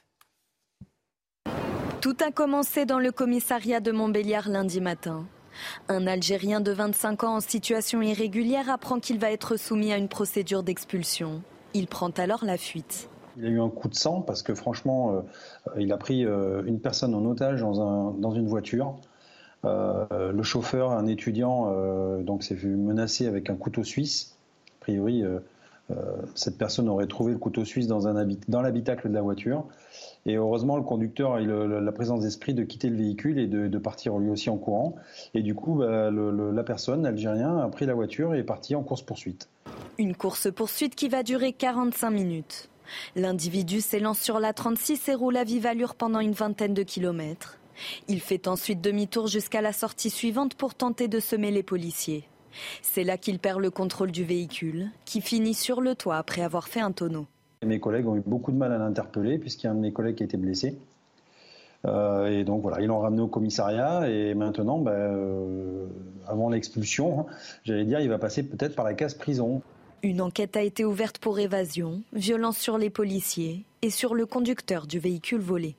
Tout a commencé dans le commissariat de Montbéliard lundi matin. Un Algérien de 25 ans en situation irrégulière apprend qu'il va être soumis à une procédure d'expulsion. Il prend alors la fuite. Il a eu un coup de sang parce que franchement, il a pris une personne en otage dans une voiture. Le chauffeur, un étudiant, donc s'est vu menacé avec un couteau suisse. A priori, cette personne aurait trouvé le couteau suisse dans l'habitacle de la voiture. Et heureusement, le conducteur a eu la présence d'esprit de quitter le véhicule et de partir lui aussi en courant. Et du coup, la personne, l'Algérien, a pris la voiture et est parti en course-poursuite. Une course-poursuite qui va durer 45 minutes. L'individu s'élance sur l'A36 et roule à vive allure pendant une vingtaine de kilomètres. Il fait ensuite demi-tour jusqu'à la sortie suivante pour tenter de semer les policiers. C'est là qu'il perd le contrôle du véhicule, qui finit sur le toit après avoir fait un tonneau. Mes collègues ont eu beaucoup de mal à l'interpeller puisqu'il y a un de mes collègues qui a été blessé. Et donc voilà, ils l'ont ramené au commissariat et maintenant, avant l'expulsion, j'allais dire, il va passer peut-être par la case prison. Une enquête a été ouverte pour évasion, violence sur les policiers et sur le conducteur du véhicule volé.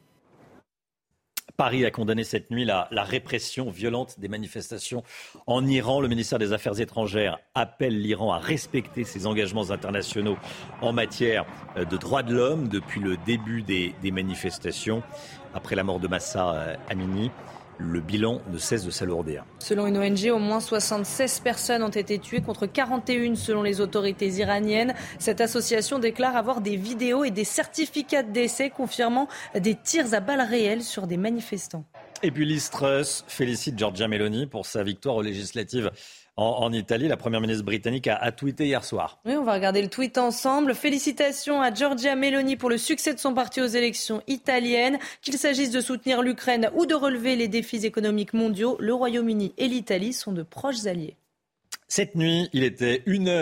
Paris a condamné cette nuit la répression violente des manifestations en Iran. Le ministère des Affaires étrangères appelle l'Iran à respecter ses engagements internationaux en matière de droits de l'homme depuis le début des manifestations. Après la mort de Mahsa Amini, le bilan ne cesse de s'alourdir. Selon une ONG, au moins 76 personnes ont été tuées contre 41 selon les autorités iraniennes. Cette association déclare avoir des vidéos et des certificats de décès confirmant des tirs à balles réelles sur des manifestants. Et puis Liz Truss félicite Giorgia Meloni pour sa victoire aux législatives en Italie. La première ministre britannique a tweeté hier soir. Oui, on va regarder le tweet ensemble. Félicitations à Giorgia Meloni pour le succès de son parti aux élections italiennes. Qu'il s'agisse de soutenir l'Ukraine ou de relever les défis économiques mondiaux, le Royaume-Uni et l'Italie sont de proches alliés. Cette nuit, il était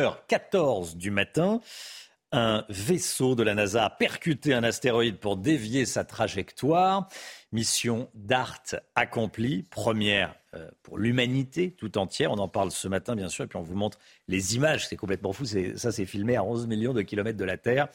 1h14 du matin. Un vaisseau de la NASA a percuté un astéroïde pour dévier sa trajectoire. Mission DART accomplie, première pour l'humanité tout entière. On en parle ce matin, bien sûr, et puis on vous montre les images. C'est complètement fou. Ça, c'est filmé à 11 millions de kilomètres de la Terre.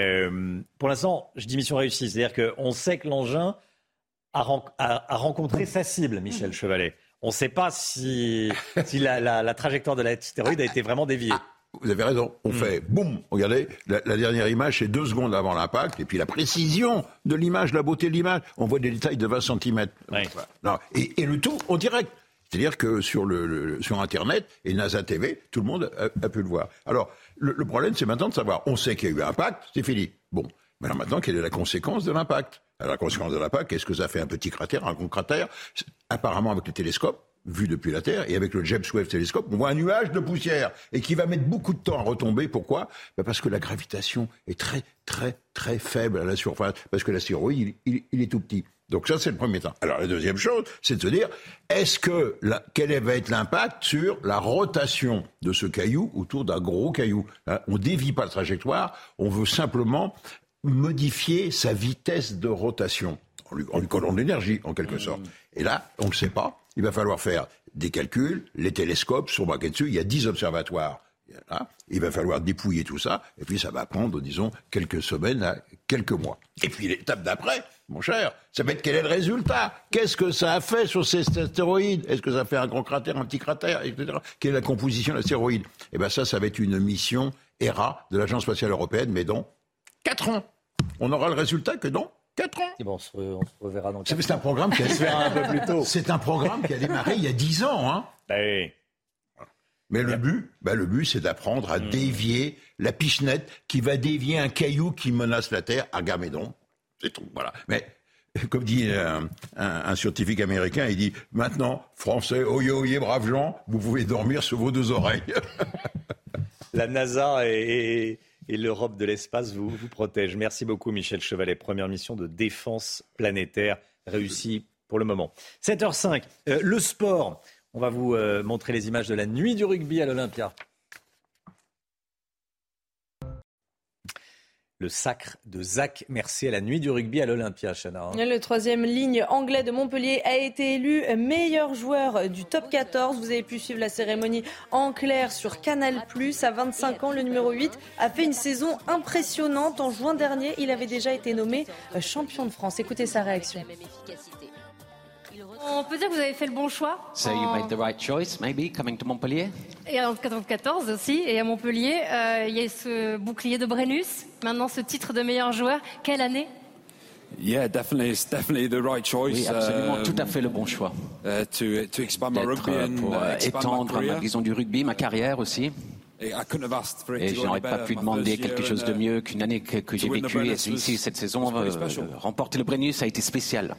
Pour l'instant, je dis mission réussie. C'est-à-dire qu'on sait que l'engin a rencontré sa cible, Michel Chevalet. On ne sait pas si la trajectoire de l'astéroïde a été vraiment déviée. Vous avez raison. On fait boum. Regardez, la dernière image, c'est 2 secondes avant l'impact. Et puis la précision de l'image, la beauté de l'image. On voit des détails de 20 cm. Oui. Non, et le tout en direct. C'est-à-dire que sur Internet et NASA TV, tout le monde a pu le voir. Alors, le problème, c'est maintenant de savoir. On sait qu'il y a eu un impact, c'est fini. Bon. Mais alors maintenant, quelle est la conséquence de l'impact ? Alors, la conséquence de l'impact, qu'est-ce que ça fait ? Un petit cratère, un gros cratère ? Apparemment, avec le télescope, vu depuis la Terre, et avec le James Webb télescope, on voit un nuage de poussière, et qui va mettre beaucoup de temps à retomber. Pourquoi ? Parce que la gravitation est très, très, très faible à la surface, parce que l'astéroïde, il est tout petit. Donc ça, c'est le premier temps. Alors la deuxième chose, c'est de se dire, quel va être l'impact sur la rotation de ce caillou autour d'un gros caillou ? On dévie pas la trajectoire, on veut simplement modifier sa vitesse de rotation, en lui collant de l'énergie, en quelque sorte. Et là, on ne le sait pas. Il va falloir faire des calculs, les télescopes sont braqués dessus, il y a 10 observatoires. Il va falloir dépouiller tout ça, et puis ça va prendre, disons, quelques semaines à quelques mois. Et puis l'étape d'après, mon cher, ça va être quel est le résultat ? Qu'est-ce que ça a fait sur ces astéroïdes ? Est-ce que ça fait un grand cratère, un petit cratère, etc. Quelle est la composition de l'astéroïde ? Eh bien ça va être une mission ERA de l'Agence spatiale européenne, mais dans 4 ans. On aura le résultat que dans 4 ans. Et bon, on se reverra dans 4 ans. C'est un programme qui a un peu plus tôt. C'est un programme qui a démarré il y a 10 ans. Hein. Oui. Mais le but, c'est d'apprendre à dévier la pichenette qui va dévier un caillou qui menace la Terre, Agamemnon. C'est tout, voilà. Mais, comme dit un scientifique américain, il dit, maintenant, Français, oyez, oyez, braves gens, vous pouvez dormir sur vos 2 oreilles. La NASA et l'Europe de l'espace vous protègent. Merci beaucoup, Michel Chevalet. Première mission de défense planétaire réussie pour le moment. 7h05, le sport. On va vous montrer les images de la nuit du rugby à l'Olympia. Le sacre de Zach Mercier à la nuit du rugby à l'Olympia, Chana. Le 3e ligne anglais de Montpellier a été élu meilleur joueur du top 14. Vous avez pu suivre la cérémonie en clair sur Canal+. À 25 ans, le numéro 8 a fait une saison impressionnante. En juin dernier, il avait déjà été nommé champion de France. Écoutez sa réaction. On peut dire que vous avez fait le bon choix. So you made the right choice, maybe, coming to Montpellier. Et en 94 aussi, et à Montpellier, il y a ce bouclier de Brennus. Maintenant, ce titre de meilleur joueur. Quelle année? Yeah, definitely, it's definitely the right choice. Oui, absolument, tout à fait le bon choix. To expand my rugby pour étendre ma vision du rugby, ma carrière aussi. Et je n'aurais pas pu demander quelque chose de mieux qu'une année que j'ai vécue. Et ici, cette saison, remporter le Brennus a été spécial.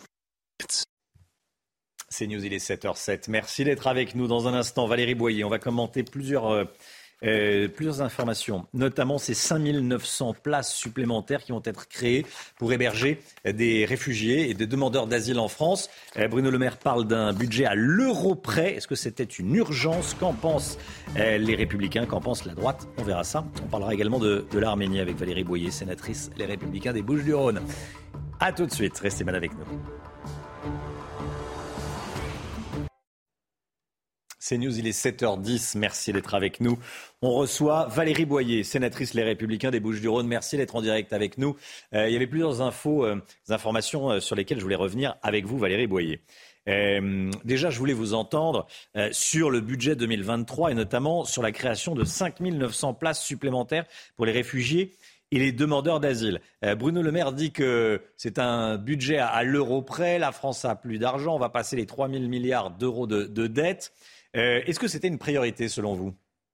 C'est News, il est 7h07. Merci d'être avec nous. Dans un instant, Valérie Boyer, on va commenter plusieurs informations, notamment ces 5900 places supplémentaires qui vont être créées pour héberger des réfugiés et des demandeurs d'asile en France. Bruno Le Maire parle d'un budget à l'euro près. Est-ce que c'était une urgence? Qu'en pensent les Républicains? Qu'en pense la droite? On verra ça. On parlera également de l'Arménie avec Valérie Boyer, sénatrice Les Républicains des Bouches-du-Rhône. A tout de suite, restez bien avec nous. CNews, il est 7h10. Merci d'être avec nous. On reçoit Valérie Boyer, sénatrice Les Républicains des Bouches-du-Rhône. Merci d'être en direct avec nous. Il y avait plusieurs informations sur lesquelles je voulais revenir avec vous, Valérie Boyer. Déjà, je voulais vous entendre sur le budget 2023 et notamment sur la création de 5 900 places supplémentaires pour les réfugiés et les demandeurs d'asile. Bruno Le Maire dit que c'est un budget à l'euro près. La France a plus d'argent. On va passer les 3 000 milliards d'euros de dettes. Est-ce que c'était une priorité selon vous ?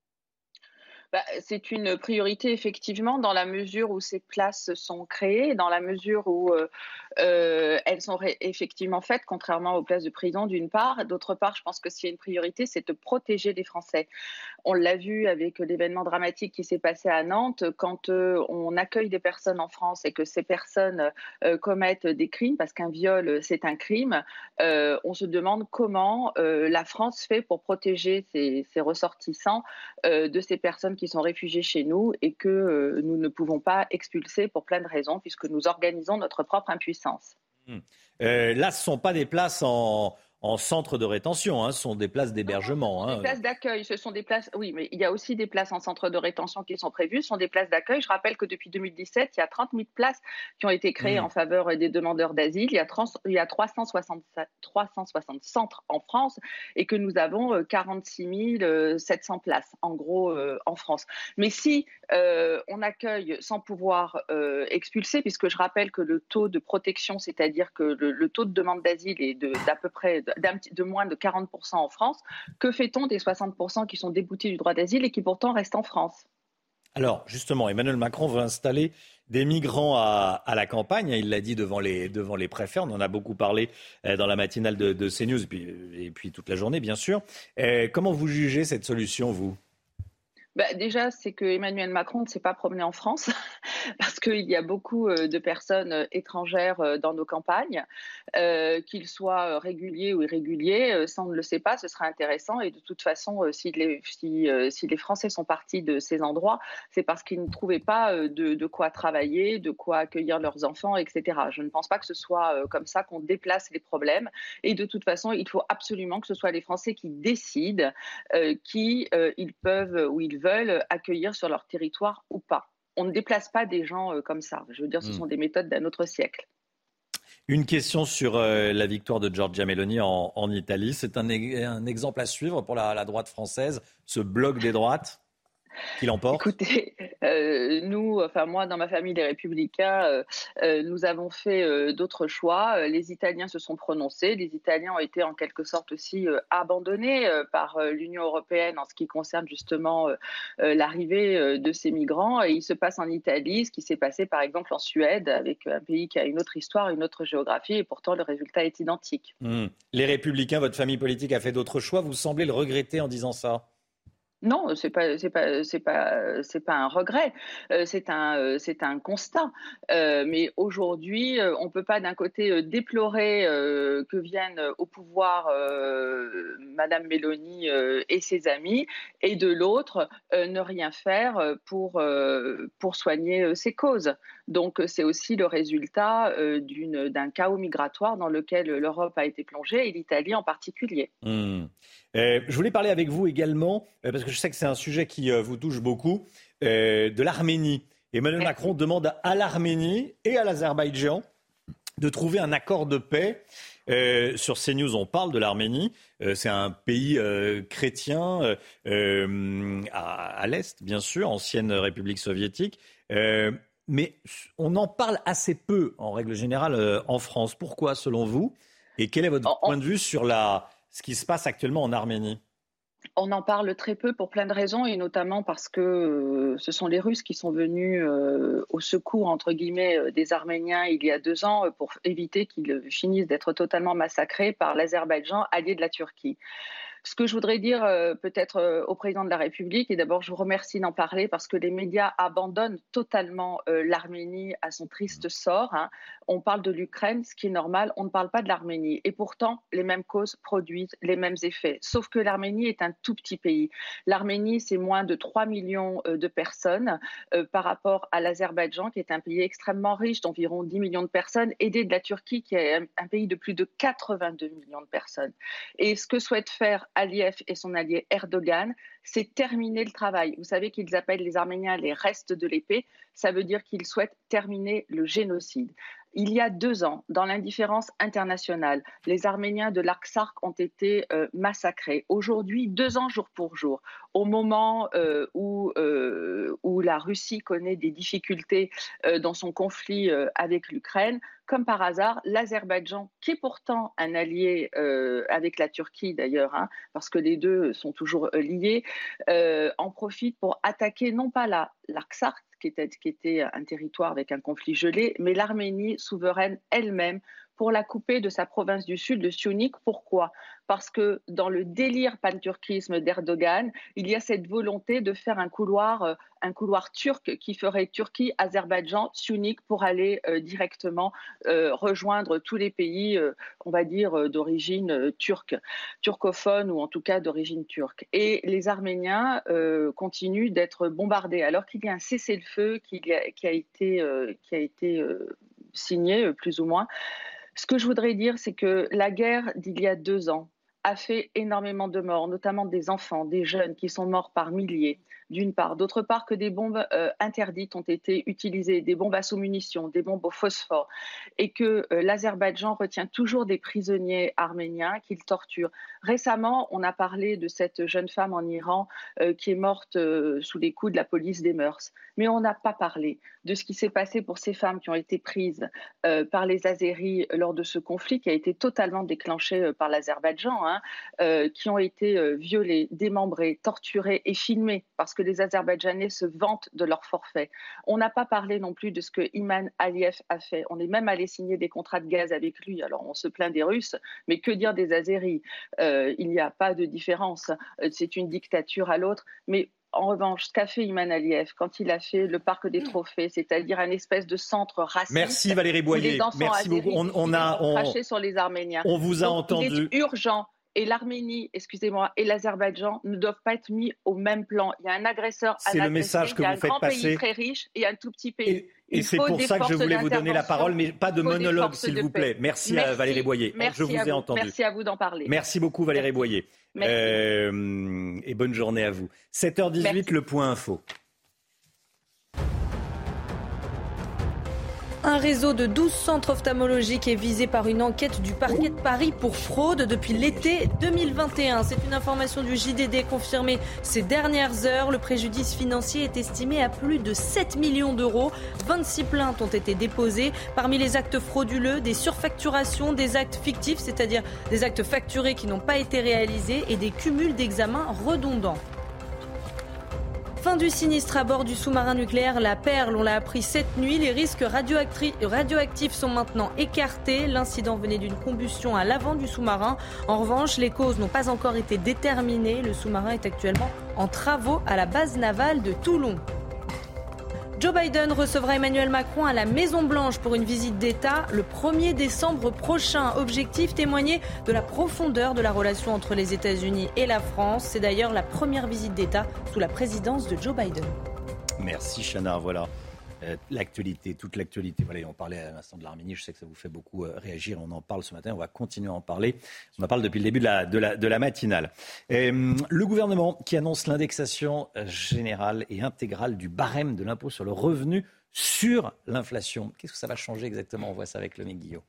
C'est une priorité effectivement dans la mesure où ces places sont créées, dans la mesure où elles sont effectivement faites, contrairement aux places de prison d'une part. D'autre part, je pense que s'il y a une priorité, c'est de protéger les Français. On l'a vu avec l'événement dramatique qui s'est passé à Nantes, quand on accueille des personnes en France et que ces personnes commettent des crimes, parce qu'un viol c'est un crime, on se demande comment la France fait pour protéger ses ressortissants de ces personnes qui sont réfugiés chez nous et que nous ne pouvons pas expulser pour plein de raisons puisque nous organisons notre propre impuissance. Là, ce ne sont pas des places en centre de rétention, ce sont des places d'hébergement. Des places d'accueil, ce sont des places, oui, mais il y a aussi des places en centre de rétention qui sont prévues, ce sont des places d'accueil. Je rappelle que depuis 2017, il y a 30 000 places qui ont été créées en faveur des demandeurs d'asile. Il y a 360 centres en France et que nous avons 46 700 places, en gros, en France. Mais si on accueille sans pouvoir expulser, puisque je rappelle que le taux de protection, c'est-à-dire que le taux de demande d'asile est d'à peu près de moins de 40% en France, que fait-on des 60% qui sont déboutés du droit d'asile et qui pourtant restent en France ? Alors, justement, Emmanuel Macron veut installer des migrants à la campagne. Il l'a dit devant les préfets. On en a beaucoup parlé dans la matinale de CNews et puis toute la journée, bien sûr. Comment vous jugez cette solution, vous ? Déjà, c'est que Emmanuel Macron ne s'est pas promené en France parce qu'il y a beaucoup de personnes étrangères dans nos campagnes, qu'ils soient réguliers ou irréguliers. Ça, on ne le sait pas, ce sera intéressant. Et de toute façon, si les Français sont partis de ces endroits, c'est parce qu'ils ne trouvaient pas de quoi travailler, de quoi accueillir leurs enfants, etc. Je ne pense pas que ce soit comme ça qu'on déplace les problèmes. Et de toute façon, il faut absolument que ce soit les Français qui décident qui ils peuvent ou ils veulent accueillir sur leur territoire ou pas. On ne déplace pas des gens comme ça. Je veux dire, ce sont des méthodes d'un autre siècle. Une question sur la victoire de Giorgia Meloni en Italie. C'est un exemple à suivre pour la droite française, ce bloc des droites qui l'emporte. Écoutez, moi, dans ma famille, les Républicains, nous avons fait d'autres choix. Les Italiens se sont prononcés. Les Italiens ont été en quelque sorte aussi abandonnés par l'Union européenne en ce qui concerne justement l'arrivée de ces migrants. Et il se passe en Italie ce qui s'est passé par exemple en Suède, avec un pays qui a une autre histoire, une autre géographie, et pourtant le résultat est identique. Les Républicains, votre famille politique a fait d'autres choix. Vous semblez le regretter en disant ça ? Non, c'est pas un regret, c'est un constat. Mais aujourd'hui, on peut pas d'un côté déplorer que viennent au pouvoir Madame Meloni et ses amis, et de l'autre ne rien faire pour soigner ses causes. Donc c'est aussi le résultat d'un chaos migratoire dans lequel l'Europe a été plongée et l'Italie en particulier. Je voulais parler avec vous également, parce que je sais que c'est un sujet qui vous touche beaucoup, de l'Arménie. Emmanuel Macron demande à l'Arménie et à l'Azerbaïdjan de trouver un accord de paix. Sur CNews, on parle de l'Arménie. C'est un pays chrétien à l'Est, bien sûr, ancienne République soviétique. Mais on en parle assez peu, en règle générale, en France. Pourquoi, selon vous ? Et quel est votre point de vue sur ce qui se passe actuellement en Arménie ? On en parle très peu pour plein de raisons, et notamment parce que ce sont les Russes qui sont venus au secours, entre guillemets, des Arméniens il y a 2 ans pour éviter qu'ils finissent d'être totalement massacrés par l'Azerbaïdjan, allié de la Turquie. Ce que je voudrais dire peut-être au président de la République, et d'abord je vous remercie d'en parler parce que les médias abandonnent totalement l'Arménie à son triste sort. On parle de l'Ukraine, ce qui est normal, on ne parle pas de l'Arménie. Et pourtant, les mêmes causes produisent les mêmes effets. Sauf que l'Arménie est un tout petit pays. L'Arménie, c'est moins de 3 millions de personnes par rapport à l'Azerbaïdjan, qui est un pays extrêmement riche, d'environ 10 millions de personnes, aidé de la Turquie, qui est un pays de plus de 82 millions de personnes. Et ce que souhaite faire Aliyev et son allié Erdogan, c'est terminer le travail. Vous savez qu'ils appellent les Arméniens les restes de l'épée. Ça veut dire qu'ils souhaitent terminer le génocide. Il y a 2 ans, dans l'indifférence internationale, les Arméniens de l'Artsakh ont été massacrés. Aujourd'hui, 2 ans jour pour jour, au moment où la Russie connaît des difficultés dans son conflit avec l'Ukraine, comme par hasard, l'Azerbaïdjan, qui est pourtant un allié avec la Turquie d'ailleurs, parce que les deux sont toujours liés, en profite pour attaquer non pas l'Artsakh, qui était un territoire avec un conflit gelé, mais l'Arménie souveraine elle-même, pour la couper de sa province du sud, le Syunik. Pourquoi ? Parce que dans le délire panturquisme d'Erdogan, il y a cette volonté de faire un couloir turc qui ferait Turquie, Azerbaïdjan, Syunik pour aller directement rejoindre tous les pays, on va dire, d'origine turcophone ou en tout cas d'origine turque. Et les Arméniens continuent d'être bombardés alors qu'il y a un cessez-le-feu qui a été signé plus ou moins. Ce que je voudrais dire, c'est que la guerre d'il y a 2 ans a fait énormément de morts, notamment des enfants, des jeunes qui sont morts par milliers, d'une part. D'autre part, que des bombes interdites ont été utilisées, des bombes à sous-munitions, des bombes au phosphore, et que l'Azerbaïdjan retient toujours des prisonniers arméniens qu'il torture. Récemment, on a parlé de cette jeune femme en Iran qui est morte sous les coups de la police des mœurs. Mais on n'a pas parlé de ce qui s'est passé pour ces femmes qui ont été prises par les Azéris lors de ce conflit qui a été totalement déclenché par l'Azerbaïdjan, qui ont été violées, démembrées, torturées et filmées parce que les Azerbaïdjanais se vantent de leur forfait. On n'a pas parlé non plus de ce que Ilham Aliyev a fait. On est même allé signer des contrats de gaz avec lui. Alors on se plaint des Russes, mais que dire des Azéris ? Il n'y a pas de différence. C'est une dictature à l'autre. Mais en revanche, ce qu'a fait Ilham Aliyev quand il a fait le parc des trophées, c'est-à-dire un espèce de centre raciste. Merci Valérie Boyer. Merci beaucoup. On a craché sur les Arméniens. On vous a entendu. Il est urgent. Et l'Arménie, et l'Azerbaïdjan ne doivent pas être mis au même plan. Il y a un agresseur à C'est le message que vous faites passer. Il y a un grand pays très riche et un tout petit pays. Et c'est pour ça que je voulais vous donner la parole, mais pas de monologue, s'il vous plaît. Merci à Valérie Boyer. Je vous ai entendu. Merci à vous d'en parler. Merci beaucoup Valérie Boyer. Et bonne journée à vous. 7h18, merci. Le point info. Un réseau de 12 centres ophtalmologiques est visé par une enquête du parquet de Paris pour fraude depuis l'été 2021. C'est une information du JDD confirmée ces dernières heures. Le préjudice financier est estimé à plus de 7 millions d'euros. 26 plaintes ont été déposées. Parmi les actes frauduleux, des surfacturations, des actes fictifs, c'est-à-dire des actes facturés qui n'ont pas été réalisés et des cumuls d'examens redondants. Fin du sinistre à bord du sous-marin nucléaire La Perle. On l'a appris cette nuit. Les risques radioactifs sont maintenant écartés. L'incident venait d'une combustion à l'avant du sous-marin. En revanche, les causes n'ont pas encore été déterminées. Le sous-marin est actuellement en travaux à la base navale de Toulon. Joe Biden recevra Emmanuel Macron à la Maison-Blanche pour une visite d'État le 1er décembre prochain. Objectif, témoigner de la profondeur de la relation entre les États-Unis et la France. C'est d'ailleurs la première visite d'État sous la présidence de Joe Biden. Merci Chana, voilà. L'actualité, toute l'actualité. Voilà, on parlait à l'instant de l'Arménie, je sais que ça vous fait beaucoup réagir, on en parle ce matin, on va continuer à en parler. On en parle depuis le début de la matinale. Le gouvernement qui annonce l'indexation générale et intégrale du barème de l'impôt sur le revenu sur l'inflation. Qu'est-ce que ça va changer exactement ? On voit ça avec Lomique Guillot.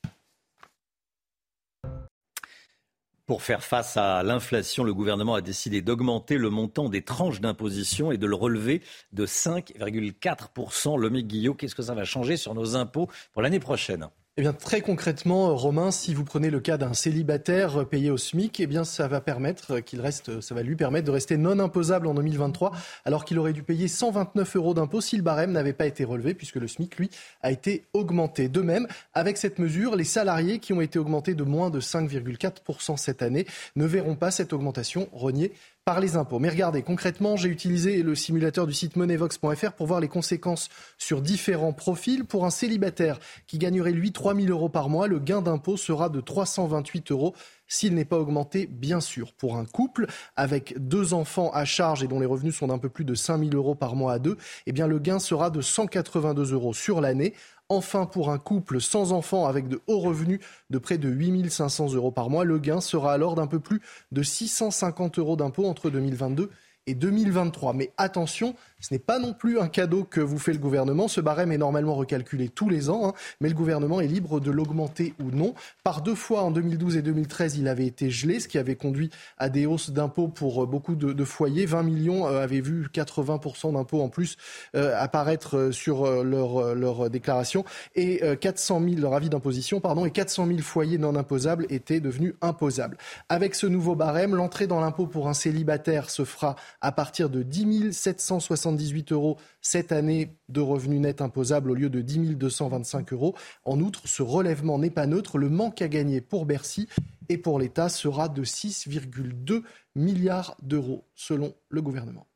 Pour faire face à l'inflation, le gouvernement a décidé d'augmenter le montant des tranches d'imposition et de le relever de 5,4%. Lomique Guillot, qu'est-ce que ça va changer sur nos impôts pour l'année prochaine ? Eh bien, très concrètement, Romain, si vous prenez le cas d'un célibataire payé au SMIC, eh bien, ça va lui permettre de rester non imposable en 2023, alors qu'il aurait dû payer 129 € d'impôt si le barème n'avait pas été relevé, puisque le SMIC, lui, a été augmenté. De même, avec cette mesure, les salariés qui ont été augmentés de moins de 5,4% cette année ne verront pas cette augmentation rogner par les impôts. Mais regardez, concrètement, j'ai utilisé le simulateur du site moneyvox.fr pour voir les conséquences sur différents profils. Pour un célibataire qui gagnerait, lui, 3 000 € par mois, le gain d'impôt sera de 328 € s'il n'est pas augmenté, bien sûr. Pour un couple avec 2 enfants à charge et dont les revenus sont d'un peu plus de 5 000 € par mois à deux, eh bien, le gain sera de 182 € sur l'année. Enfin, pour un couple sans enfant avec de hauts revenus de près de 8 500 € par mois, le gain sera alors d'un peu plus de 650 € d'impôt entre 2022 et 2023. Mais attention, ce n'est pas non plus un cadeau que vous fait le gouvernement. Ce barème est normalement recalculé tous les ans, mais le gouvernement est libre de l'augmenter ou non. Par 2 fois, en 2012 et 2013, il avait été gelé, ce qui avait conduit à des hausses d'impôts pour beaucoup de foyers. 20 millions avaient vu 80% d'impôts en plus apparaître sur leur déclaration. Et 400 000, leur avis d'imposition, et 400 000 foyers non imposables étaient devenus imposables. Avec ce nouveau barème, l'entrée dans l'impôt pour un célibataire se fera à partir de 10 778 € cette année de revenus nets imposables au lieu de 10 225 €. En outre, ce relèvement n'est pas neutre. Le manque à gagner pour Bercy et pour l'État sera de 6,2 milliards d'euros selon le gouvernement.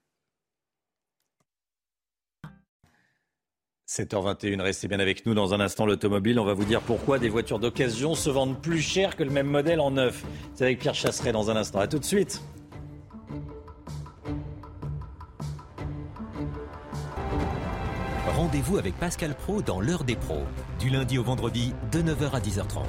7h21, restez bien avec nous. Dans un instant, l'automobile, on va vous dire pourquoi des voitures d'occasion se vendent plus cher que le même modèle en neuf. C'est avec Pierre Chasseret dans un instant. À tout de suite. Rendez-vous avec Pascal Praud dans l'heure des pros, du lundi au vendredi de 9h à 10h30.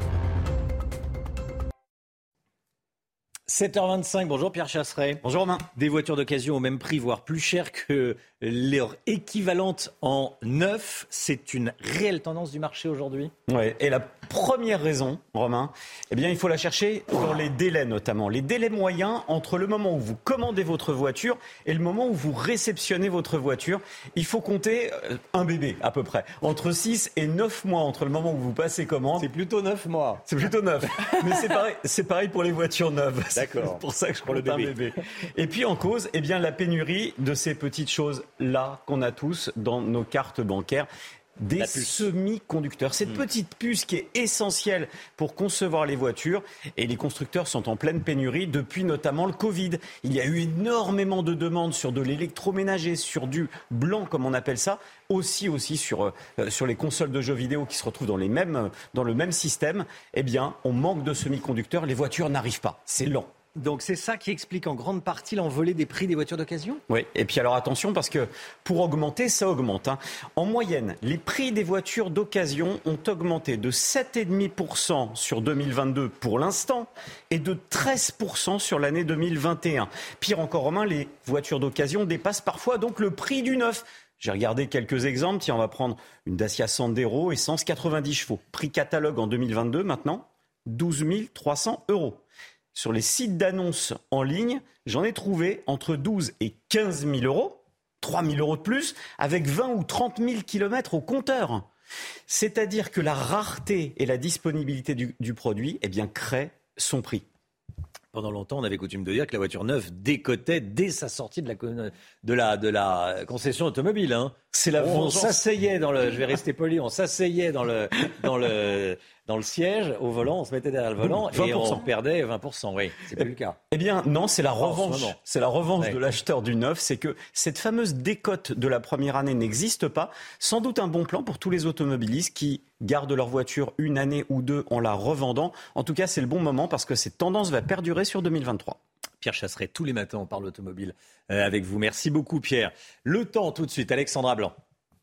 7h25, bonjour Pierre Chasseret. Bonjour Romain. Des voitures d'occasion au même prix, voire plus cher que leur équivalente en neuf. C'est une réelle tendance du marché aujourd'hui ? Oui, et la première raison, Romain, eh bien, il faut la chercher dans les délais notamment. Les délais moyens entre le moment où vous commandez votre voiture et le moment où vous réceptionnez votre voiture. Il faut compter un bébé à peu près. Entre 6 et 9 mois entre le moment où vous passez commande. C'est plutôt 9 mois. C'est plutôt 9. Mais c'est pareil pour les voitures neuves. D'accord. C'est pour ça que je prends le bébé. Et puis en cause, eh bien, la pénurie de ces petites choses-là qu'on a tous dans nos cartes bancaires. Des semi-conducteurs. Cette petite puce qui est essentielle pour concevoir les voitures. Et les constructeurs sont en pleine pénurie depuis notamment le Covid. Il y a eu énormément de demandes sur de l'électroménager, sur du blanc comme on appelle ça. Aussi sur les consoles de jeux vidéo qui se retrouvent dans le même système. Eh bien, on manque de semi-conducteurs. Les voitures n'arrivent pas. C'est lent. Donc c'est ça qui explique en grande partie l'envolée des prix des voitures d'occasion ? Oui, et puis alors attention parce que pour augmenter, ça augmente. En moyenne, les prix des voitures d'occasion ont augmenté de 7,5% sur 2022 pour l'instant et de 13% sur l'année 2021. Pire encore, Romain, les voitures d'occasion dépassent parfois donc le prix du neuf. J'ai regardé quelques exemples. Tiens, on va prendre une Dacia Sandero, essence 90 chevaux. Prix catalogue en 2022 maintenant, 12 300 €. Sur les sites d'annonces en ligne, j'en ai trouvé entre 12 et 15 000 €, 3 000 € de plus, avec 20 ou 30 000 kilomètres au compteur. C'est-à-dire que la rareté et la disponibilité du produit créent son prix. Pendant longtemps, on avait coutume de dire que la voiture neuve décotait dès sa sortie de la concession automobile. On s'asseyait je vais rester poli, on s'asseyait dans le siège, au volant, on se mettait derrière le volant 20%. Et on perdait 20%. Oui, c'est plus le cas. Eh bien, non, c'est la revanche. C'est la revanche de l'acheteur du neuf. C'est que cette fameuse décote de la première année n'existe pas. Sans doute un bon plan pour tous les automobilistes qui gardent leur voiture une année ou deux en la revendant. En tout cas, c'est le bon moment parce que cette tendance va perdurer sur 2023. Pierre Chasseret, tous les matins, on parle automobile avec vous. Merci beaucoup, Pierre. Le temps, tout de suite, Alexandra Blanc.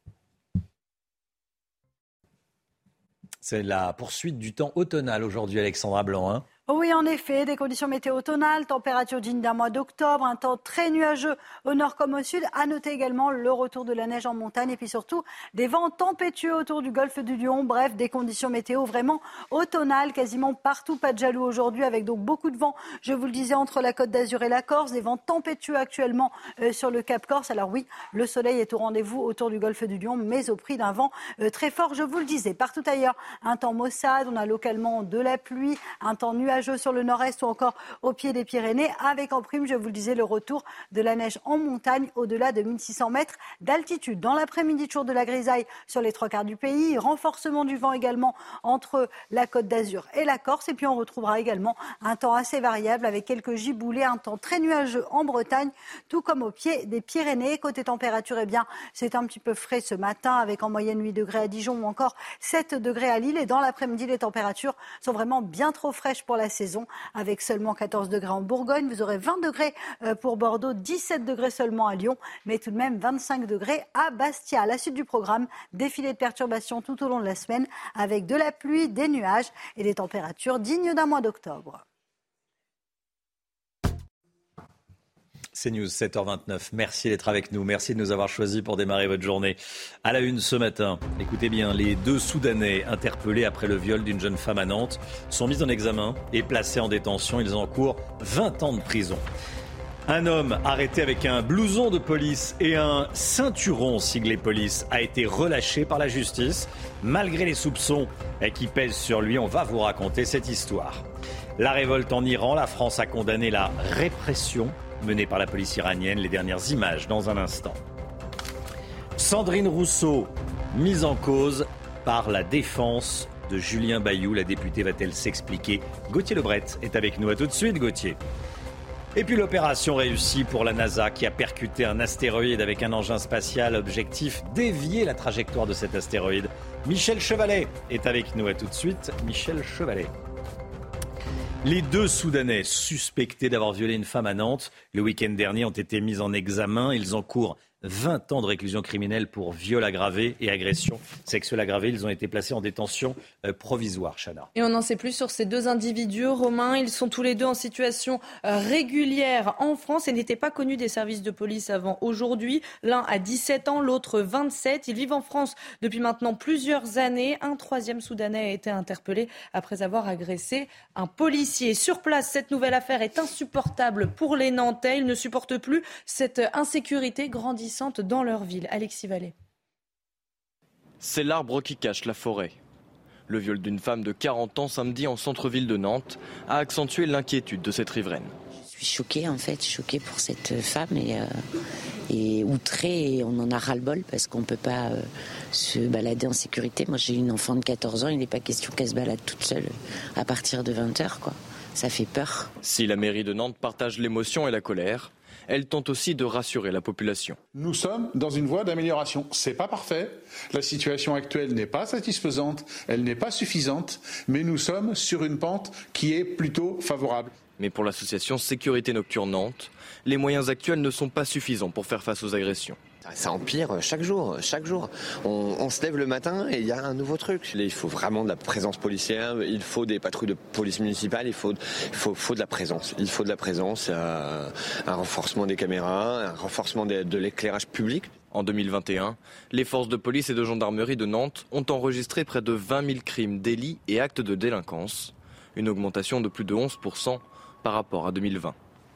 C'est la poursuite du temps automnal aujourd'hui, Alexandra Blanc. Oui, en effet, des conditions météo automnales, température digne d'un mois d'octobre, un temps très nuageux au nord comme au sud. À noter également le retour de la neige en montagne et puis surtout des vents tempétueux autour du golfe du Lion. Bref, des conditions météo vraiment automnales, quasiment partout. Pas de jaloux aujourd'hui avec donc beaucoup de vent, je vous le disais, entre la Côte d'Azur et la Corse. Des vents tempétueux actuellement sur le Cap Corse. Alors oui, le soleil est au rendez-vous autour du golfe du Lion, mais au prix d'un vent très fort, je vous le disais. Partout ailleurs, un temps maussade, on a localement de la pluie, un temps nuageux sur le nord-est ou encore au pied des Pyrénées, avec en prime, je vous le disais, le retour de la neige en montagne au-delà de 1600 mètres d'altitude. Dans l'après-midi, toujours de la grisaille sur les 3/4 du pays, renforcement du vent également entre la Côte d'Azur et la Corse, et puis on retrouvera également un temps assez variable avec quelques giboulées, un temps très nuageux en Bretagne, tout comme au pied des Pyrénées. Côté température, eh bien, c'est un petit peu frais ce matin, avec en moyenne 8 degrés à Dijon ou encore 7 degrés à Lille, et dans l'après-midi, les températures sont vraiment bien trop fraîches pour la la saison, avec seulement 14 degrés en Bourgogne. Vous aurez 20 degrés pour Bordeaux, 17 degrés seulement à Lyon, mais tout de même 25 degrés à Bastia. À la suite du programme, défilé de perturbations tout au long de la semaine, avec de la pluie, des nuages et des températures dignes d'un mois d'octobre. C'est News, 7h29. Merci d'être avec nous. Merci de nous avoir choisis pour démarrer votre journée. À la une ce matin, écoutez bien, les 2 Soudanais interpellés après le viol d'une jeune femme à Nantes sont mis en examen et placés en détention. Ils encourent 20 ans de prison. Un homme arrêté avec un blouson de police et un ceinturon siglé police a été relâché par la justice. Malgré les soupçons qui pèsent sur lui, on va vous raconter cette histoire. La révolte en Iran, la France a condamné la répression menée par la police iranienne. Les dernières images dans un instant. Sandrine Rousseau, mise en cause par la défense de Julien Bayou. La députée va-t-elle s'expliquer? Gauthier Lebret est avec nous. À tout de suite, Gauthier. Et puis l'opération réussie pour la NASA qui a percuté un astéroïde avec un engin spatial. Objectif, dévier la trajectoire de cet astéroïde. Michel Chevalet est avec nous. À tout de suite, Michel Chevalet. Les 2 Soudanais suspectés d'avoir violé une femme à Nantes le week-end dernier ont été mis en examen. Ils encourent 20 ans de réclusion criminelle pour viol aggravé et agression sexuelle aggravée. Ils ont été placés en détention provisoire, Chana. Et on n'en sait plus sur ces 2 individus, Romain. Ils sont tous les 2 en situation régulière en France et n'étaient pas connus des services de police avant aujourd'hui. L'un a 17 ans, l'autre 27. Ils vivent en France depuis maintenant plusieurs années. Un 3e Soudanais a été interpellé après avoir agressé un policier. Sur place, cette nouvelle affaire est insupportable pour les Nantais. Ils ne supportent plus cette insécurité grandissante dans leur ville. Alexis Vallée. C'est l'arbre qui cache la forêt. Le viol d'une femme de 40 ans samedi en centre-ville de Nantes a accentué l'inquiétude de cette riveraine. Je suis choquée choquée pour cette femme et outrée, et on en a ras-le-bol parce qu'on ne peut pas se balader en sécurité. Moi j'ai une enfant de 14 ans, il n'est pas question qu'elle se balade toute seule à partir de 20h, quoi. Ça fait peur. Si la mairie de Nantes partage l'émotion et la colère, elle tente aussi de rassurer la population. Nous sommes dans une voie d'amélioration. C'est pas parfait. La situation actuelle n'est pas satisfaisante, elle n'est pas suffisante, mais nous sommes sur une pente qui est plutôt favorable. Mais pour l'association Sécurité Nocturne Nantes, les moyens actuels ne sont pas suffisants pour faire face aux agressions. Ça empire chaque jour. On se lève le matin et il y a un nouveau truc. Il faut vraiment de la présence policière, il faut des patrouilles de police municipale, il faut de la présence. Il faut de la présence, un renforcement des caméras, un renforcement de l'éclairage public. En 2021, les forces de police et de gendarmerie de Nantes ont enregistré près de 20 000 crimes, délits et actes de délinquance. Une augmentation de plus de 11% par rapport à 2020.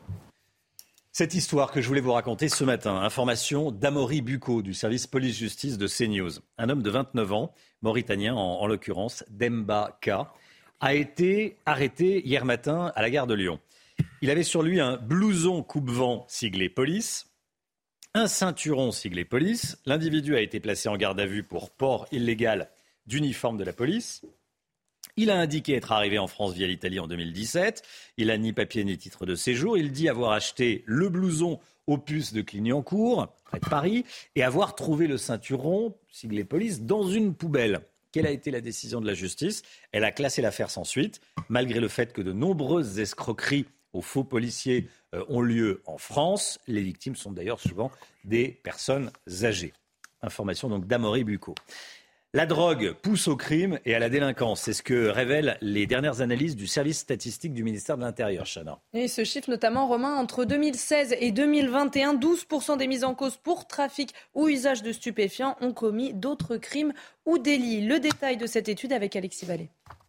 Cette histoire que je voulais vous raconter ce matin, information d'Amaury Bucco du service police-justice de CNews. Un homme de 29 ans, mauritanien en l'occurrence, Demba K, a été arrêté hier matin à la gare de Lyon. Il avait sur lui un blouson coupe-vent siglé police, un ceinturon siglé police. L'individu a été placé en garde à vue pour port illégal d'uniforme de la police. Il a indiqué être arrivé en France via l'Italie en 2017. Il n'a ni papier ni titre de séjour. Il dit avoir acheté le blouson au puce de Clignancourt, près de Paris, et avoir trouvé le ceinturon, siglé police, dans une poubelle. Quelle a été la décision de la justice? Elle a classé l'affaire sans suite, malgré le fait que de nombreuses escroqueries aux faux policiers ont lieu en France. Les victimes sont d'ailleurs souvent des personnes âgées. Information donc d'Amaury Bucco. La drogue pousse au crime et à la délinquance. C'est ce que révèlent les dernières analyses du service statistique du ministère de l'Intérieur, Chana. Et ce chiffre notamment, Romain, entre 2016 et 2021, 12% des mises en cause pour trafic ou usage de stupéfiants ont commis d'autres crimes ou délits. Le détail de cette étude avec Alexis Vallée.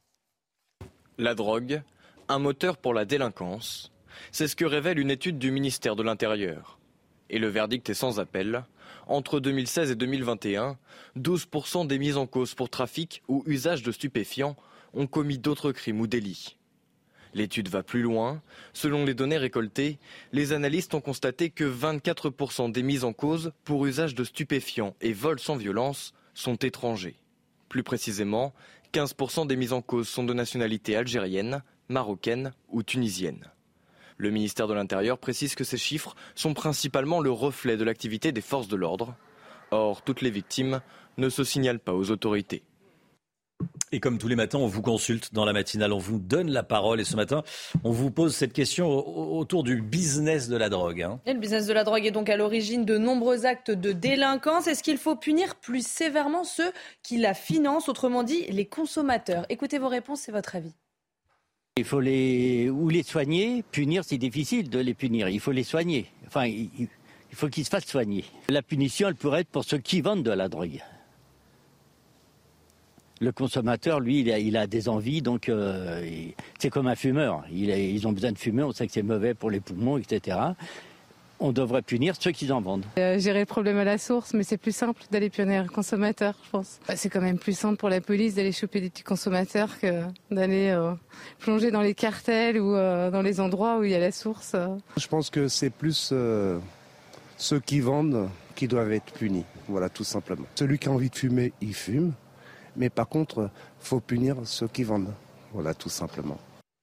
La drogue, un moteur pour la délinquance, c'est ce que révèle une étude du ministère de l'Intérieur. Et le verdict est sans appel. Entre 2016 et 2021, 12% des mises en cause pour trafic ou usage de stupéfiants ont commis d'autres crimes ou délits. L'étude va plus loin. Selon les données récoltées, les analystes ont constaté que 24% des mises en cause pour usage de stupéfiants et vol sans violence sont étrangers. Plus précisément, 15% des mises en cause sont de nationalité algérienne, marocaine ou tunisienne. Le ministère de l'Intérieur précise que ces chiffres sont principalement le reflet de l'activité des forces de l'ordre. Or, toutes les victimes ne se signalent pas aux autorités. Et comme tous les matins, on vous consulte dans la matinale, on vous donne la parole. Et ce matin, on vous pose cette question autour du business de la drogue. Et le business de la drogue est donc à l'origine de nombreux actes de délinquance. Est-ce qu'il faut punir plus sévèrement ceux qui la financent, autrement dit les consommateurs? Écoutez vos réponses, c'est votre avis. Il faut les soigner. Punir, c'est difficile de les punir. Il faut les soigner. Enfin, il faut qu'ils se fassent soigner. La punition, elle pourrait être pour ceux qui vendent de la drogue. Le consommateur, lui, il a des envies, donc c'est comme un fumeur. Ils ont besoin de fumer, on sait que c'est mauvais pour les poumons, etc. On devrait punir ceux qui en vendent. Gérer le problème à la source, mais c'est plus simple d'aller punir un consommateur, je pense. C'est quand même plus simple pour la police d'aller choper des petits consommateurs que d'aller plonger dans les cartels ou dans les endroits où il y a la source. Je pense que c'est plus ceux qui vendent qui doivent être punis, voilà, tout simplement. Celui qui a envie de fumer, il fume. Mais par contre, il faut punir ceux qui vendent. Voilà, tout simplement.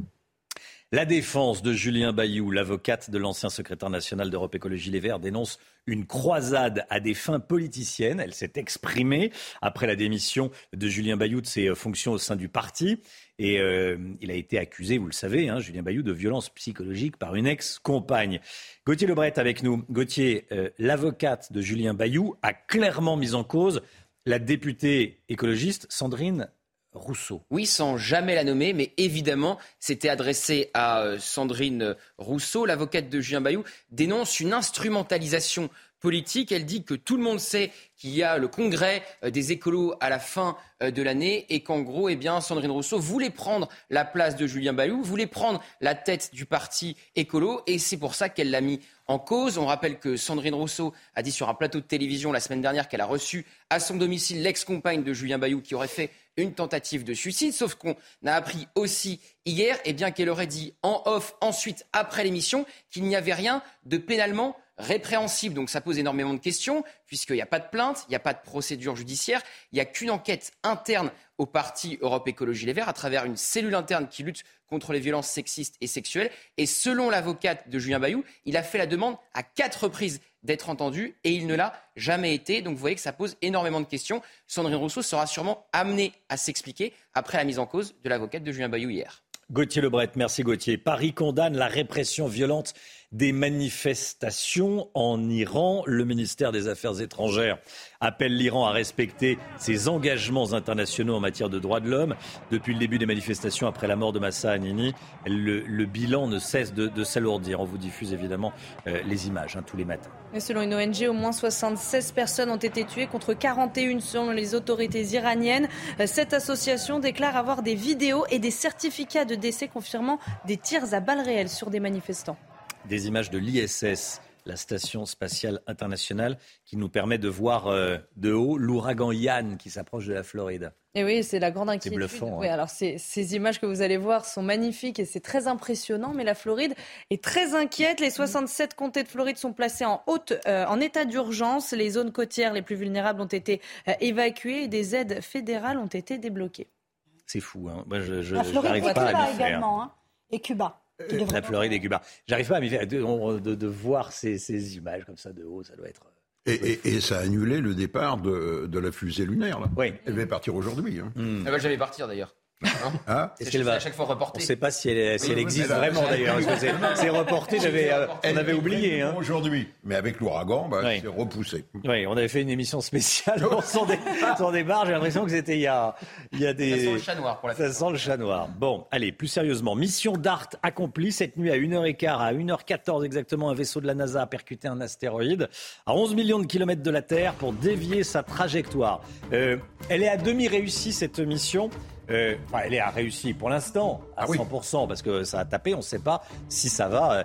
La défense de Julien Bayou, l'avocate de l'ancien secrétaire national d'Europe Écologie Les Verts, dénonce une croisade à des fins politiciennes. Elle s'est exprimée après la démission de Julien Bayou de ses fonctions au sein du parti. Et il a été accusé, vous le savez, Julien Bayou, de violence psychologique par une ex-compagne. Gauthier Lebret avec nous. Gauthier, l'avocate de Julien Bayou a clairement mis en cause la députée écologiste Sandrine Rousseau. Oui, sans jamais la nommer, mais évidemment, c'était adressé à Sandrine Rousseau. L'avocate de Julien Bayou dénonce une instrumentalisation politique. Elle dit que tout le monde sait qu'il y a le congrès des écolos à la fin de l'année et qu'en gros, Sandrine Rousseau voulait prendre la place de Julien Bayou, voulait prendre la tête du parti écolo et c'est pour ça qu'elle l'a mis en cause. On rappelle que Sandrine Rousseau a dit sur un plateau de télévision la semaine dernière qu'elle a reçu à son domicile l'ex-compagne de Julien Bayou qui aurait fait une tentative de suicide, sauf qu'on a appris aussi hier qu'elle aurait dit en off, ensuite, après l'émission, qu'il n'y avait rien de pénalement répréhensible. Donc ça pose énormément de questions, puisqu'il n'y a pas de plainte, il n'y a pas de procédure judiciaire, il n'y a qu'une enquête interne au parti Europe Écologie Les Verts, à travers une cellule interne qui lutte contre les violences sexistes et sexuelles. Et selon l'avocate de Julien Bayou, il a fait la demande à 4 reprises d'être entendu et il ne l'a jamais été. Donc vous voyez que ça pose énormément de questions. Sandrine Rousseau sera sûrement amenée à s'expliquer après la mise en cause de l'avocate de Julien Bayou hier. Gauthier Lebret, merci Gauthier. Paris condamne la répression violente des manifestations en Iran. Le ministère des Affaires étrangères appelle l'Iran à respecter ses engagements internationaux en matière de droits de l'homme. Depuis le début des manifestations après la mort de Mahsa Amini, le bilan ne cesse de s'alourdir. On vous diffuse évidemment les images tous les matins. Et selon une ONG, au moins 76 personnes ont été tuées contre 41 selon les autorités iraniennes. Cette association déclare avoir des vidéos et des certificats de décès confirmant des tirs à balles réelles sur des manifestants. Des images de l'ISS, la station spatiale internationale, qui nous permet de voir de haut l'ouragan Yann qui s'approche de la Floride. Et oui, c'est la grande inquiétude. C'est bluffant. Oui, alors ces images que vous allez voir sont magnifiques et c'est très impressionnant, mais la Floride est très inquiète. Les 67 comtés de Floride sont placés en état d'urgence. Les zones côtières les plus vulnérables ont été évacuées et des aides fédérales ont été débloquées. C'est fou, Moi, la Floride, j'arrive pas à m'y faire. également, et Cuba. La Floride et Cuba. J'arrive pas à m'y faire. De voir ces images comme ça de haut, ça doit être... Et ça a annulé le départ de la fusée lunaire. Là. Oui. Elle devait partir aujourd'hui. Elle va jamais partir d'ailleurs. Est-ce qu'elle va à chaque fois reportée? On ne sait pas si elle existe vraiment d'ailleurs. Parce que c'est reporté, on avait oublié. Aujourd'hui, mais avec l'ouragan, c'est repoussé. Oui, on avait fait une émission spéciale sans débarre. J'ai l'impression que c'était il y a des... Ça sent le chat noir pour la Ça sent le chat noir. Bon, allez, plus sérieusement. Mission DART accomplie cette nuit à 1h15, à 1h14 exactement. Un vaisseau de la NASA a percuté un astéroïde à 11 millions de kilomètres de la Terre pour dévier sa trajectoire. Elle est à demi réussie cette mission. Elle est réussie pour l'instant à 100% parce que ça a tapé. On ne sait pas si ça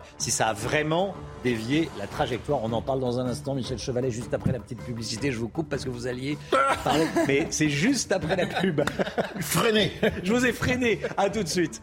a vraiment dévié la trajectoire. On en parle dans un instant. Michel Chevalet, juste après la petite publicité. Je vous coupe parce que vous alliez parler. Mais c'est juste après la pub. Freiné. Je vous ai freiné. À tout de suite.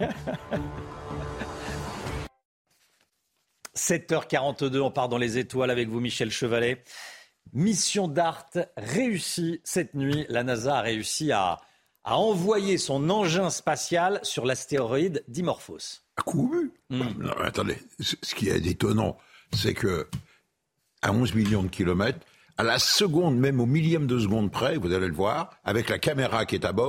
7h42, on part dans les étoiles avec vous, Michel Chevalet. Mission DART réussie cette nuit. La NASA a réussi à envoyer son engin spatial sur l'astéroïde Dimorphos. À coup Non, attendez, ce qui est étonnant, c'est que à 11 millions de kilomètres, à la seconde, même au millième de seconde près, vous allez le voir, avec la caméra qui est à bord,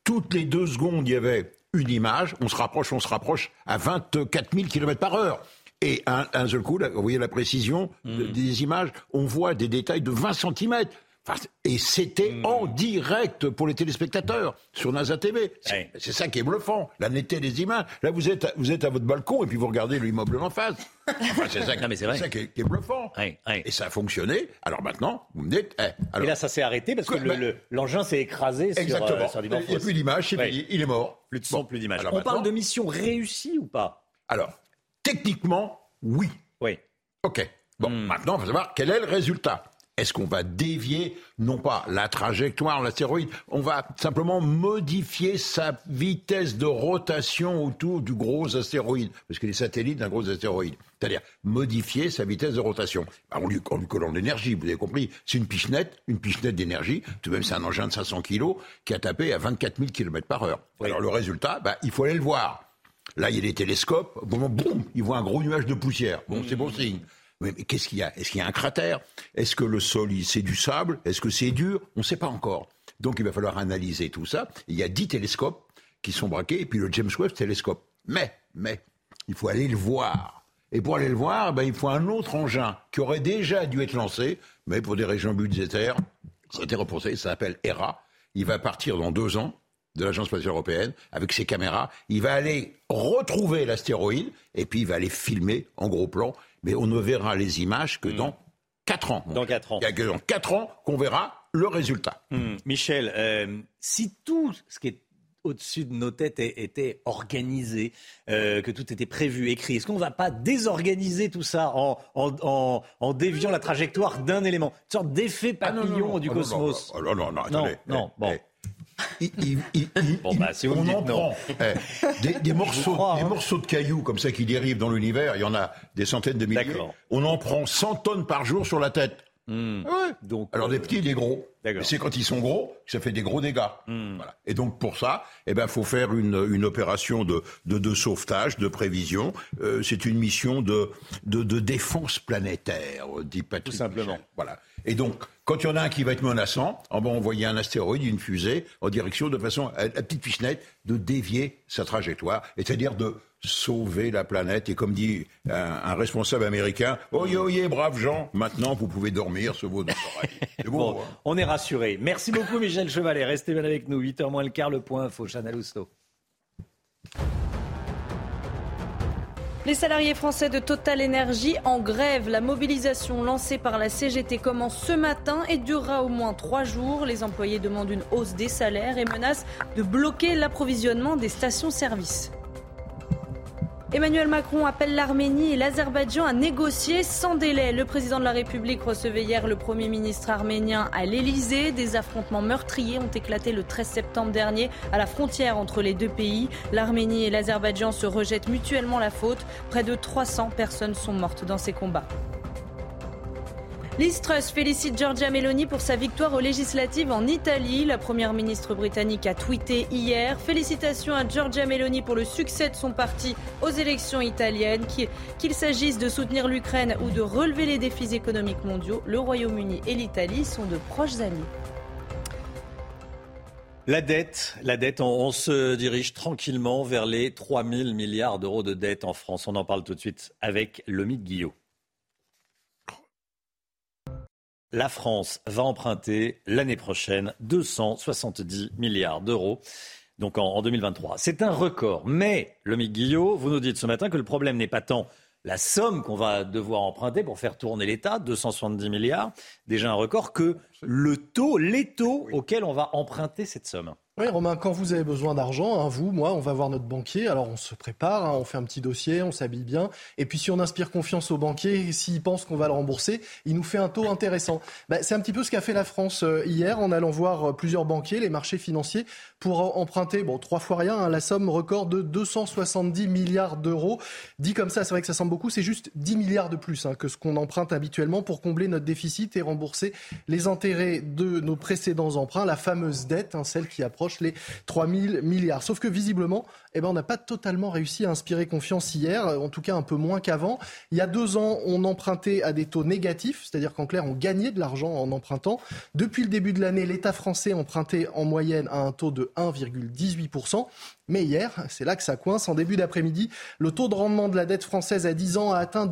toutes les 2 secondes, il y avait une image, on se rapproche à 24 000 km par heure. Et un seul coup, là, vous voyez la précision des images, on voit des détails de 20 cm. Et c'était en direct pour les téléspectateurs sur NASA TV. C'est ça qui est bluffant, la netteté des images. Là, vous êtes à votre balcon et puis vous regardez l'immeuble en face. C'est ça, qui est bluffant. Et ça a fonctionné. Alors maintenant, vous me dites... Et là, ça s'est arrêté parce que l'engin s'est écrasé sur l'image. Il n'y a plus d'image, c'est fini, il est mort. Plus de son, plus d'image. On parle de mission réussie ou pas? Alors, techniquement, oui. OK. Bon, maintenant, il faut savoir quel est le résultat. Est-ce qu'on va dévier, non pas la trajectoire de l'astéroïde, on va simplement modifier sa vitesse de rotation autour du gros astéroïde, parce que les satellites d'un gros astéroïde, c'est-à-dire modifier sa vitesse de rotation. En lui collant de l'énergie, vous avez compris, c'est une pichenette d'énergie, tout de même c'est un engin de 500 kg qui a tapé à 24 000 km par heure. Alors le résultat, il faut aller le voir. Là, il y a des télescopes, boum, il voit un gros nuage de poussière. Bon, c'est bon signe. Mais qu'est-ce qu'il y a? Est-ce qu'il y a un cratère? Est-ce que le sol, c'est du sable? Est-ce que c'est dur? On ne sait pas encore. Donc, il va falloir analyser tout ça. Il y a 10 télescopes qui sont braqués, et puis le James Webb télescope. Mais, il faut aller le voir. Et pour aller le voir, il faut un autre engin qui aurait déjà dû être lancé, mais pour des raisons budgétaires, ça a été repoussé. Ça s'appelle Hera. Il va partir dans 2 ans de l'Agence spatiale européenne, avec ses caméras. Il va aller retrouver l'astéroïde, et puis il va aller filmer en gros plan. Mais on ne verra les images que dans 4 ans. Dans 4 ans. Il n'y a que dans 4 ans qu'on verra le résultat. Michel, si tout ce qui est au-dessus de nos têtes était organisé, que tout était prévu, écrit, est-ce qu'on ne va pas désorganiser tout ça en déviant la trajectoire d'un élément? Une sorte d'effet papillon du cosmos. Non, attendez. Non, bon. Si on en prend des morceaux de cailloux comme ça qui dérivent dans l'univers, il y en a des centaines de milliers. D'accord. On en prend 100 tonnes par jour sur la tête. Donc, alors des petits et des gros. Et c'est quand ils sont gros que ça fait des gros dégâts. Voilà. Et donc pour ça, faut faire une opération de sauvetage, de prévision. C'est une mission de défense planétaire, dit Patrick. Tout simplement. Michel. Voilà. Et donc, quand il y en a un qui va être menaçant, on va envoyer un astéroïde, une fusée, en direction de façon, à la petite pichenette, de dévier sa trajectoire, c'est-à-dire de sauver la planète. Et comme dit un responsable américain, oyez, braves gens, maintenant vous pouvez dormir sur vos deux oreilles. C'est beau, bon, on est rassurés. Merci beaucoup Michel Chevalet. Restez bien avec nous. 8h moins le quart, le point info. Chana Lousteau. Les salariés français de Total Energy en grève. La mobilisation lancée par la CGT commence ce matin et durera au moins 3 jours. Les employés demandent une hausse des salaires et menacent de bloquer l'approvisionnement des stations-service. Emmanuel Macron appelle l'Arménie et l'Azerbaïdjan à négocier sans délai. Le président de la République recevait hier le Premier ministre arménien à l'Elysée. Des affrontements meurtriers ont éclaté le 13 septembre dernier à la frontière entre les deux pays. L'Arménie et l'Azerbaïdjan se rejettent mutuellement la faute. Près de 300 personnes sont mortes dans ces combats. Liz Truss félicite Giorgia Meloni pour sa victoire aux législatives en Italie. La première ministre britannique a tweeté hier. Félicitations à Giorgia Meloni pour le succès de son parti aux élections italiennes. Qu'il s'agisse de soutenir l'Ukraine ou de relever les défis économiques mondiaux, le Royaume-Uni et l'Italie sont de proches amis. La dette, on se dirige tranquillement vers les 3 000 milliards d'euros de dette en France. On en parle tout de suite avec Lomi Guillot. La France va emprunter l'année prochaine 270 milliards d'euros, donc en 2023. C'est un record. Mais, Lomi Guillot, vous nous dites ce matin que le problème n'est pas tant la somme qu'on va devoir emprunter pour faire tourner l'État, 270 milliards, déjà un record, que les taux auxquels on va emprunter cette somme. Oui, Romain, quand vous avez besoin d'argent, vous, moi, on va voir notre banquier. Alors, on se prépare, on fait un petit dossier, on s'habille bien. Et puis, si on inspire confiance au banquier, s'il pense qu'on va le rembourser, il nous fait un taux intéressant. C'est un petit peu ce qu'a fait la France hier en allant voir plusieurs banquiers, les marchés financiers, pour emprunter, 3 fois rien, la somme record de 270 milliards d'euros. Dit comme ça, c'est vrai que ça semble beaucoup, c'est juste 10 milliards de plus que ce qu'on emprunte habituellement pour combler notre déficit et rembourser les intérêts de nos précédents emprunts, la fameuse dette, celle qui approche approche les 3 000 milliards. Sauf que visiblement, on n'a pas totalement réussi à inspirer confiance hier, en tout cas un peu moins qu'avant. Il y a 2 ans, on empruntait à des taux négatifs, c'est-à-dire qu'en clair, on gagnait de l'argent en empruntant. Depuis le début de l'année, l'État français empruntait en moyenne à un taux de 1,18%. Mais hier, c'est là que ça coince. En début d'après-midi, le taux de rendement de la dette française à 10 ans a atteint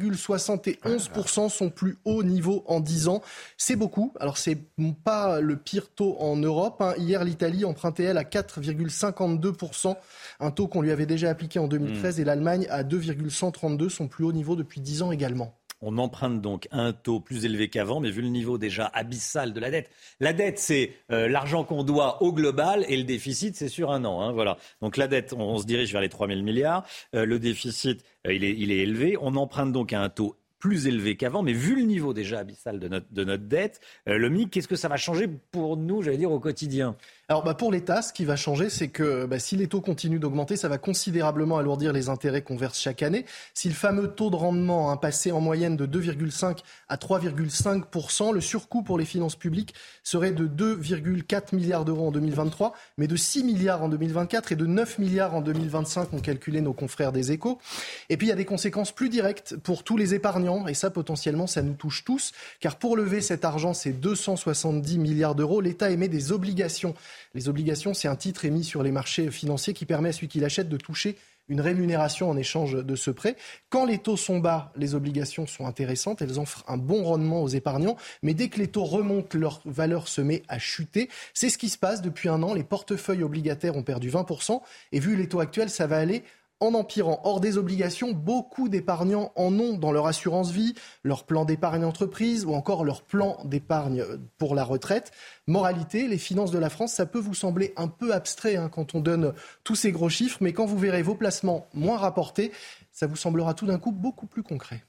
2,71%, son plus haut niveau en 10 ans. C'est beaucoup. Alors, c'est pas le pire taux en Europe. Hier, l'Italie empruntait, elle, à 4,52%, un taux qu'on lui avait déjà appliqué en 2013, et l'Allemagne à 2,132%, son plus haut niveau depuis 10 ans également. On emprunte donc à un taux plus élevé qu'avant, mais vu le niveau déjà abyssal de la dette. La dette, c'est l'argent qu'on doit au global, et le déficit, c'est sur un an. Voilà. Donc la dette, on se dirige vers les 3 000 milliards. Le déficit, il est élevé. On emprunte donc à un taux plus élevé qu'avant, mais vu le niveau déjà abyssal de notre dette, le MIC, qu'est-ce que ça va changer pour nous, au quotidien ? Alors pour l'État, ce qui va changer, c'est que si les taux continuent d'augmenter, ça va considérablement alourdir les intérêts qu'on verse chaque année. Si le fameux taux de rendement passé en moyenne de 2,5 à 3,5%, le surcoût pour les finances publiques serait de 2,4 milliards d'euros en 2023, mais de 6 milliards en 2024 et de 9 milliards en 2025, ont calculé nos confrères des Échos. Et puis il y a des conséquences plus directes pour tous les épargnants, et ça potentiellement ça nous touche tous, car pour lever cet argent, c'est 270 milliards d'euros, l'État émet des obligations. Les obligations, c'est un titre émis sur les marchés financiers qui permet à celui qui l'achète de toucher une rémunération en échange de ce prêt. Quand les taux sont bas, les obligations sont intéressantes, elles offrent un bon rendement aux épargnants, mais dès que les taux remontent, leur valeur se met à chuter. C'est ce qui se passe depuis un an, les portefeuilles obligataires ont perdu 20%, et vu les taux actuels, ça va aller en empirant. Hors des obligations, beaucoup d'épargnants en ont dans leur assurance vie, leur plan d'épargne entreprise ou encore leur plan d'épargne pour la retraite. Moralité, les finances de la France, ça peut vous sembler un peu abstrait quand on donne tous ces gros chiffres, mais quand vous verrez vos placements moins rapportés, ça vous semblera tout d'un coup beaucoup plus concret.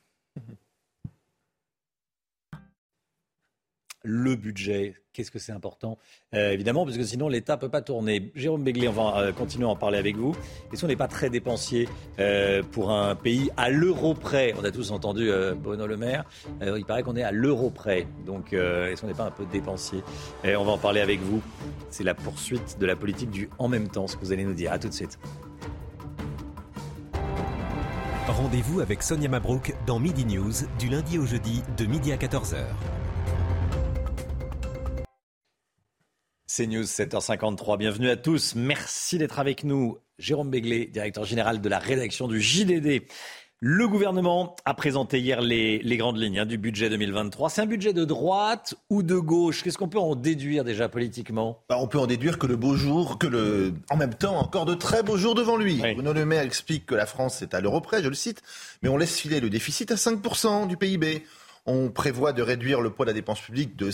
Le budget, qu'est-ce que c'est important ? Évidemment, parce que sinon l'État ne peut pas tourner. Jérôme Béglé, on va continuer à en parler avec vous. Et si on n'est pas très dépensier pour un pays à l'euro près, on a tous entendu Bruno Le Maire, il paraît qu'on est à l'euro près. Donc, est-ce qu'on n'est pas un peu dépensier ? On va en parler avec vous. C'est la poursuite de la politique du en même temps, ce que vous allez nous dire. À tout de suite. Rendez-vous avec Sonia Mabrouk dans Midi News, du lundi au jeudi, de midi à 14h. CNews, 7h53. Bienvenue à tous. Merci d'être avec nous. Jérôme Béglé, directeur général de la rédaction du JDD. Le gouvernement a présenté hier les grandes lignes du budget 2023. C'est un budget de droite ou de gauche ? Qu'est-ce qu'on peut en déduire déjà politiquement ? On peut en déduire que en même temps, encore de très beaux jours devant lui. Oui. Bruno Le Maire explique que la France est à l'euro près, je le cite, mais on laisse filer le déficit à 5% du PIB. On prévoit de réduire le poids de la dépense publique de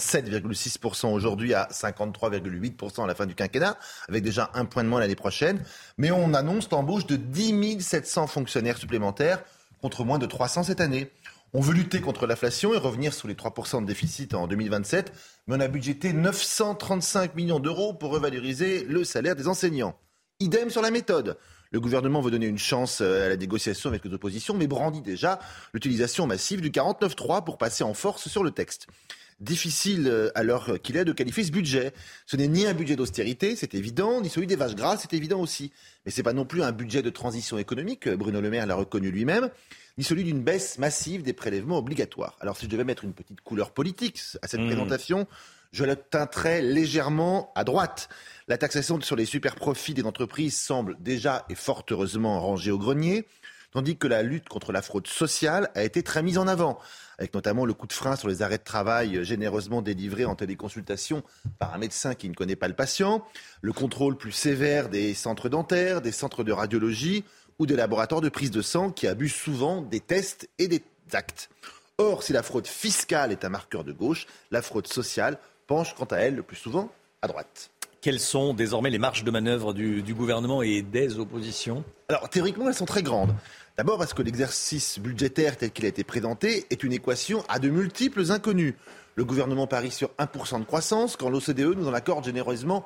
57,6% aujourd'hui à 53,8% à la fin du quinquennat, avec déjà un point de moins l'année prochaine. Mais on annonce l'embauche de 10 700 fonctionnaires supplémentaires contre moins de 300 cette année. On veut lutter contre l'inflation et revenir sous les 3% de déficit en 2027, mais on a budgété 935 millions d'euros pour revaloriser le salaire des enseignants. Idem sur la méthode. Le gouvernement veut donner une chance à la négociation avec les oppositions, mais brandit déjà l'utilisation massive du 49.3 pour passer en force sur le texte. Difficile, à l'heure qu'il est, de qualifier ce budget. Ce n'est ni un budget d'austérité, c'est évident, ni celui des vaches grasses, c'est évident aussi. Mais ce n'est pas non plus un budget de transition économique, Bruno Le Maire l'a reconnu lui-même, ni celui d'une baisse massive des prélèvements obligatoires. Alors si je devais mettre une petite couleur politique à cette présentation, je la teinterais légèrement à droite. La taxation sur les super-profits des entreprises semble déjà et fort heureusement rangée au grenier, tandis que la lutte contre la fraude sociale a été très mise en avant, avec notamment le coup de frein sur les arrêts de travail généreusement délivrés en téléconsultation par un médecin qui ne connaît pas le patient, le contrôle plus sévère des centres dentaires, des centres de radiologie ou des laboratoires de prise de sang qui abusent souvent des tests et des actes. Or, si la fraude fiscale est un marqueur de gauche, la fraude sociale penche quant à elle le plus souvent à droite. Quelles sont désormais les marges de manœuvre du gouvernement et des oppositions ? Alors théoriquement, elles sont très grandes. D'abord parce que l'exercice budgétaire tel qu'il a été présenté est une équation à de multiples inconnus. Le gouvernement parie sur 1% de croissance quand l'OCDE nous en accorde généreusement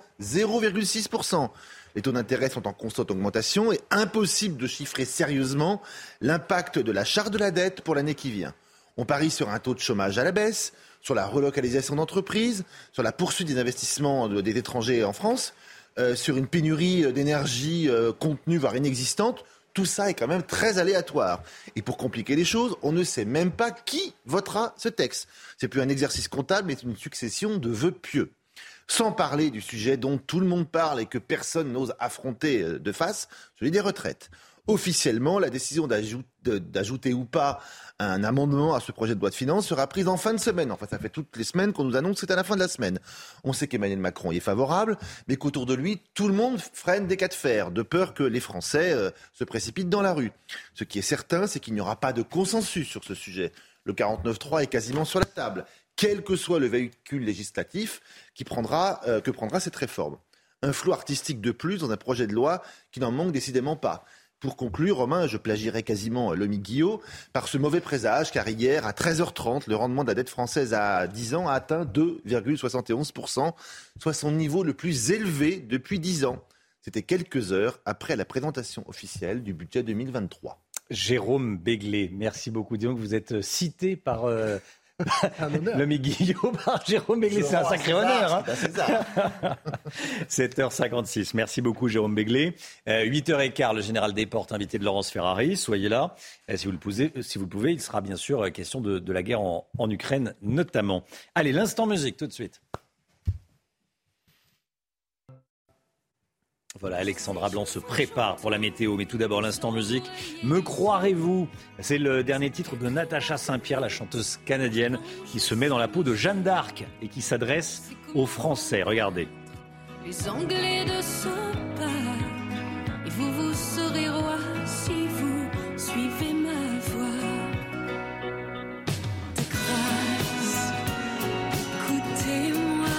0,6%. Les taux d'intérêt sont en constante augmentation et impossible de chiffrer sérieusement l'impact de la charte de la dette pour l'année qui vient. On parie sur un taux de chômage à la baisse, sur la relocalisation d'entreprises, sur la poursuite des investissements des étrangers en France, sur une pénurie d'énergie contenue, voire inexistante. Tout ça est quand même très aléatoire. Et pour compliquer les choses, on ne sait même pas qui votera ce texte. C'est plus un exercice comptable, mais une succession de vœux pieux. Sans parler du sujet dont tout le monde parle et que personne n'ose affronter de face, celui des retraites. Officiellement, la décision d'ajouter ou pas un amendement à ce projet de loi de finances sera prise en fin de semaine. Enfin, ça fait toutes les semaines qu'on nous annonce que c'est à la fin de la semaine. On sait qu'Emmanuel Macron y est favorable, mais qu'autour de lui, tout le monde freine des cas de fer, de peur que les Français se précipitent dans la rue. Ce qui est certain, c'est qu'il n'y aura pas de consensus sur ce sujet. Le 49.3 est quasiment sur la table, quel que soit le véhicule législatif que prendra cette réforme. Un flou artistique de plus dans un projet de loi qui n'en manque décidément pas. Pour conclure, Romain, je plagierai quasiment Lomi Guillot par ce mauvais présage, car hier, à 13h30, le rendement de la dette française à 10 ans a atteint 2,71%, soit son niveau le plus élevé depuis 10 ans. C'était quelques heures après la présentation officielle du budget 2023. Jérôme Béglé, merci beaucoup. Disons que vous êtes cité par... Lomi Guillot par Jérôme Béglé, c'est un sacré honneur. Hein. C'est ça. 7h56, merci beaucoup Jérôme Béglé. 8h15, le général Desportes, invité de Laurence Ferrari, soyez là. Si vous le pouvez, il sera bien sûr question de la guerre en Ukraine notamment. Allez, l'instant musique tout de suite. Voilà, Alexandra Blanc se prépare pour la météo, mais tout d'abord l'instant musique. Me croirez-vous ? C'est le dernier titre de Natacha Saint-Pierre, la chanteuse canadienne, qui se met dans la peau de Jeanne d'Arc et qui s'adresse aux Français. Regardez. Les Anglais de ce pas, et vous serez roi si vous suivez ma voix. De grâce, écoutez-moi.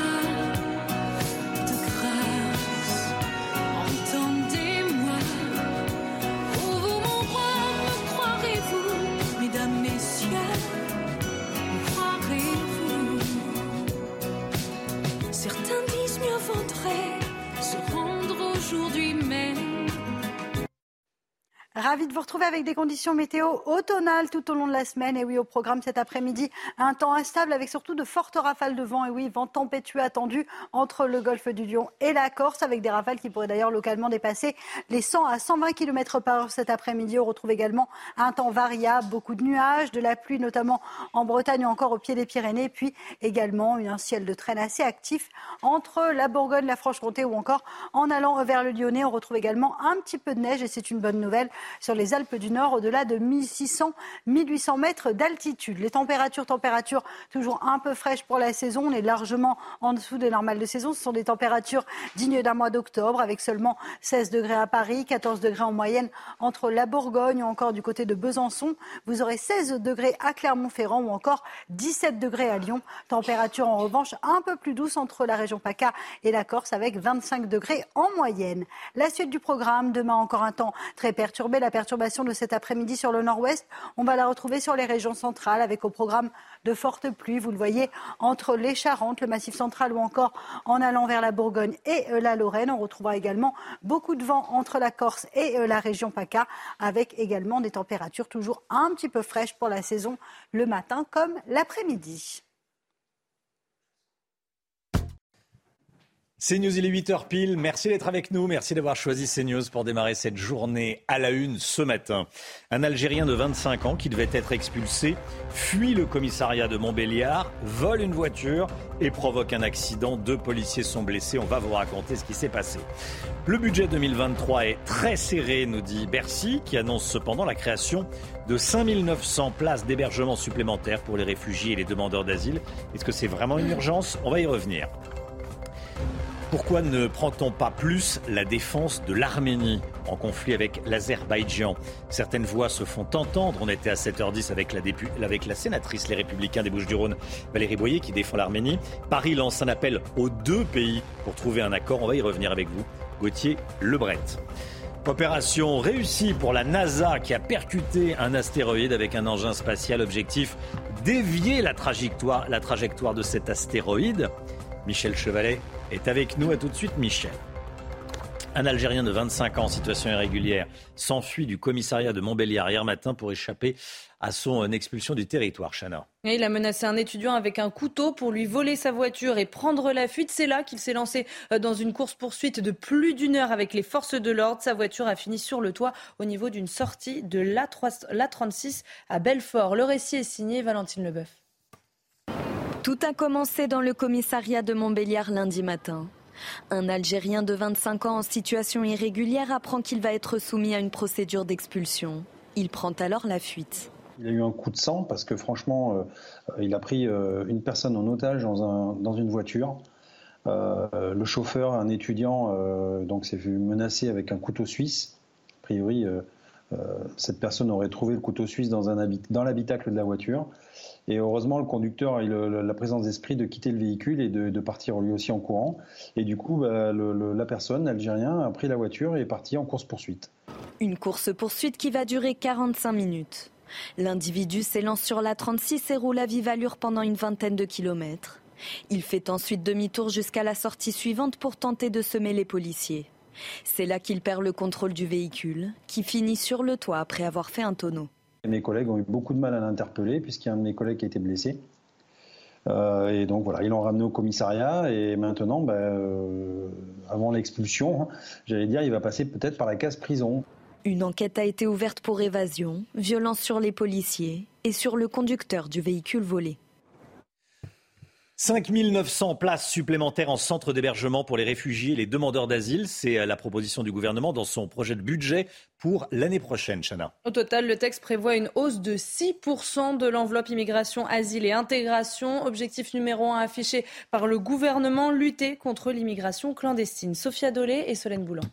Ravi de vous retrouver avec des conditions météo automnales tout au long de la semaine. Et oui, au programme cet après-midi, un temps instable avec surtout de fortes rafales de vent. Et oui, vent tempétueux attendu entre le golfe du Lion et la Corse, avec des rafales qui pourraient d'ailleurs localement dépasser les 100 à 120 km/h cet après-midi. On retrouve également un temps variable, beaucoup de nuages, de la pluie notamment en Bretagne ou encore au pied des Pyrénées. Puis également un ciel de traîne assez actif entre la Bourgogne, la Franche-Comté ou encore en allant vers le Lyonnais. On retrouve également un petit peu de neige et c'est une bonne nouvelle sur les Alpes du Nord, au-delà de 1600-1800 mètres d'altitude. Les températures toujours un peu fraîches pour la saison. On est largement en dessous des normales de saison. Ce sont des températures dignes d'un mois d'octobre, avec seulement 16 degrés à Paris, 14 degrés en moyenne entre la Bourgogne ou encore du côté de Besançon. Vous aurez 16 degrés à Clermont-Ferrand ou encore 17 degrés à Lyon. Température en revanche un peu plus douce entre la région PACA et la Corse, avec 25 degrés en moyenne. La suite du programme, demain encore un temps très perturbé. La perturbation de cet après-midi sur le nord-ouest, on va la retrouver sur les régions centrales avec au programme de fortes pluies. Vous le voyez entre les Charentes, le Massif central ou encore en allant vers la Bourgogne et la Lorraine. On retrouvera également beaucoup de vent entre la Corse et la région PACA, avec également des températures toujours un petit peu fraîches pour la saison le matin comme l'après-midi. CNews, il est 8h pile. Merci d'être avec nous. Merci d'avoir choisi CNews pour démarrer cette journée à la une ce matin. Un Algérien de 25 ans qui devait être expulsé fuit le commissariat de Montbéliard, vole une voiture et provoque un accident. 2 policiers sont blessés. On va vous raconter ce qui s'est passé. Le budget 2023 est très serré, nous dit Bercy, qui annonce cependant la création de 5900 places d'hébergement supplémentaires pour les réfugiés et les demandeurs d'asile. Est-ce que c'est vraiment une urgence ? On va y revenir. Pourquoi ne prend-on pas plus la défense de l'Arménie en conflit avec l'Azerbaïdjan ? Certaines voix se font entendre. On était à 7h10 avec la sénatrice Les Républicains des Bouches-du-Rhône, Valérie Boyer, qui défend l'Arménie. Paris lance un appel aux 2 pays pour trouver un accord. On va y revenir avec vous, Gauthier Lebret. Opération réussie pour la NASA qui a percuté un astéroïde avec un engin spatial. Objectif, dévier la trajectoire de cet astéroïde. Michel Chevalet est avec nous. À tout de suite, Michel. Un Algérien de 25 ans en situation irrégulière s'enfuit du commissariat de Montbéliard hier matin pour échapper à son expulsion du territoire. Chana. Et il a menacé un étudiant avec un couteau pour lui voler sa voiture et prendre la fuite. C'est là qu'il s'est lancé dans une course-poursuite de plus d'1 heure avec les forces de l'ordre. Sa voiture a fini sur le toit au niveau d'une sortie de l'A36 à Belfort. Le récit est signé Valentine Leboeuf. Tout a commencé dans le commissariat de Montbéliard lundi matin. Un Algérien de 25 ans en situation irrégulière apprend qu'il va être soumis à une procédure d'expulsion. Il prend alors la fuite. Il a eu un coup de sang parce que franchement, il a pris une personne en otage dans une voiture. Le chauffeur, un étudiant, donc s'est vu menacé avec un couteau suisse. A priori, cette personne aurait trouvé le couteau suisse dans l'habitacle de la voiture. Et heureusement, le conducteur a eu la présence d'esprit de quitter le véhicule et de partir lui aussi en courant. Et du coup, la personne, l'Algérien, a pris la voiture et est parti en course-poursuite. Une course-poursuite qui va durer 45 minutes. L'individu s'élance sur l'A36 et roule à vive allure pendant une vingtaine de kilomètres. Il fait ensuite demi-tour jusqu'à la sortie suivante pour tenter de semer les policiers. C'est là qu'il perd le contrôle du véhicule, qui finit sur le toit après avoir fait un tonneau. Mes collègues ont eu beaucoup de mal à l'interpeller puisqu'il y a un de mes collègues qui a été blessé. Et donc voilà, ils l'ont ramené au commissariat et maintenant, avant l'expulsion, j'allais dire, il va passer peut-être par la case prison. Une enquête a été ouverte pour évasion, violence sur les policiers et sur le conducteur du véhicule volé. 5 900 places supplémentaires en centre d'hébergement pour les réfugiés et les demandeurs d'asile. C'est la proposition du gouvernement dans son projet de budget pour l'année prochaine, Chana. Au total, le texte prévoit une hausse de 6% de l'enveloppe immigration, asile et intégration. Objectif numéro 1 affiché par le gouvernement, lutter contre l'immigration clandestine. Sophia Dolé et Solène Boulan.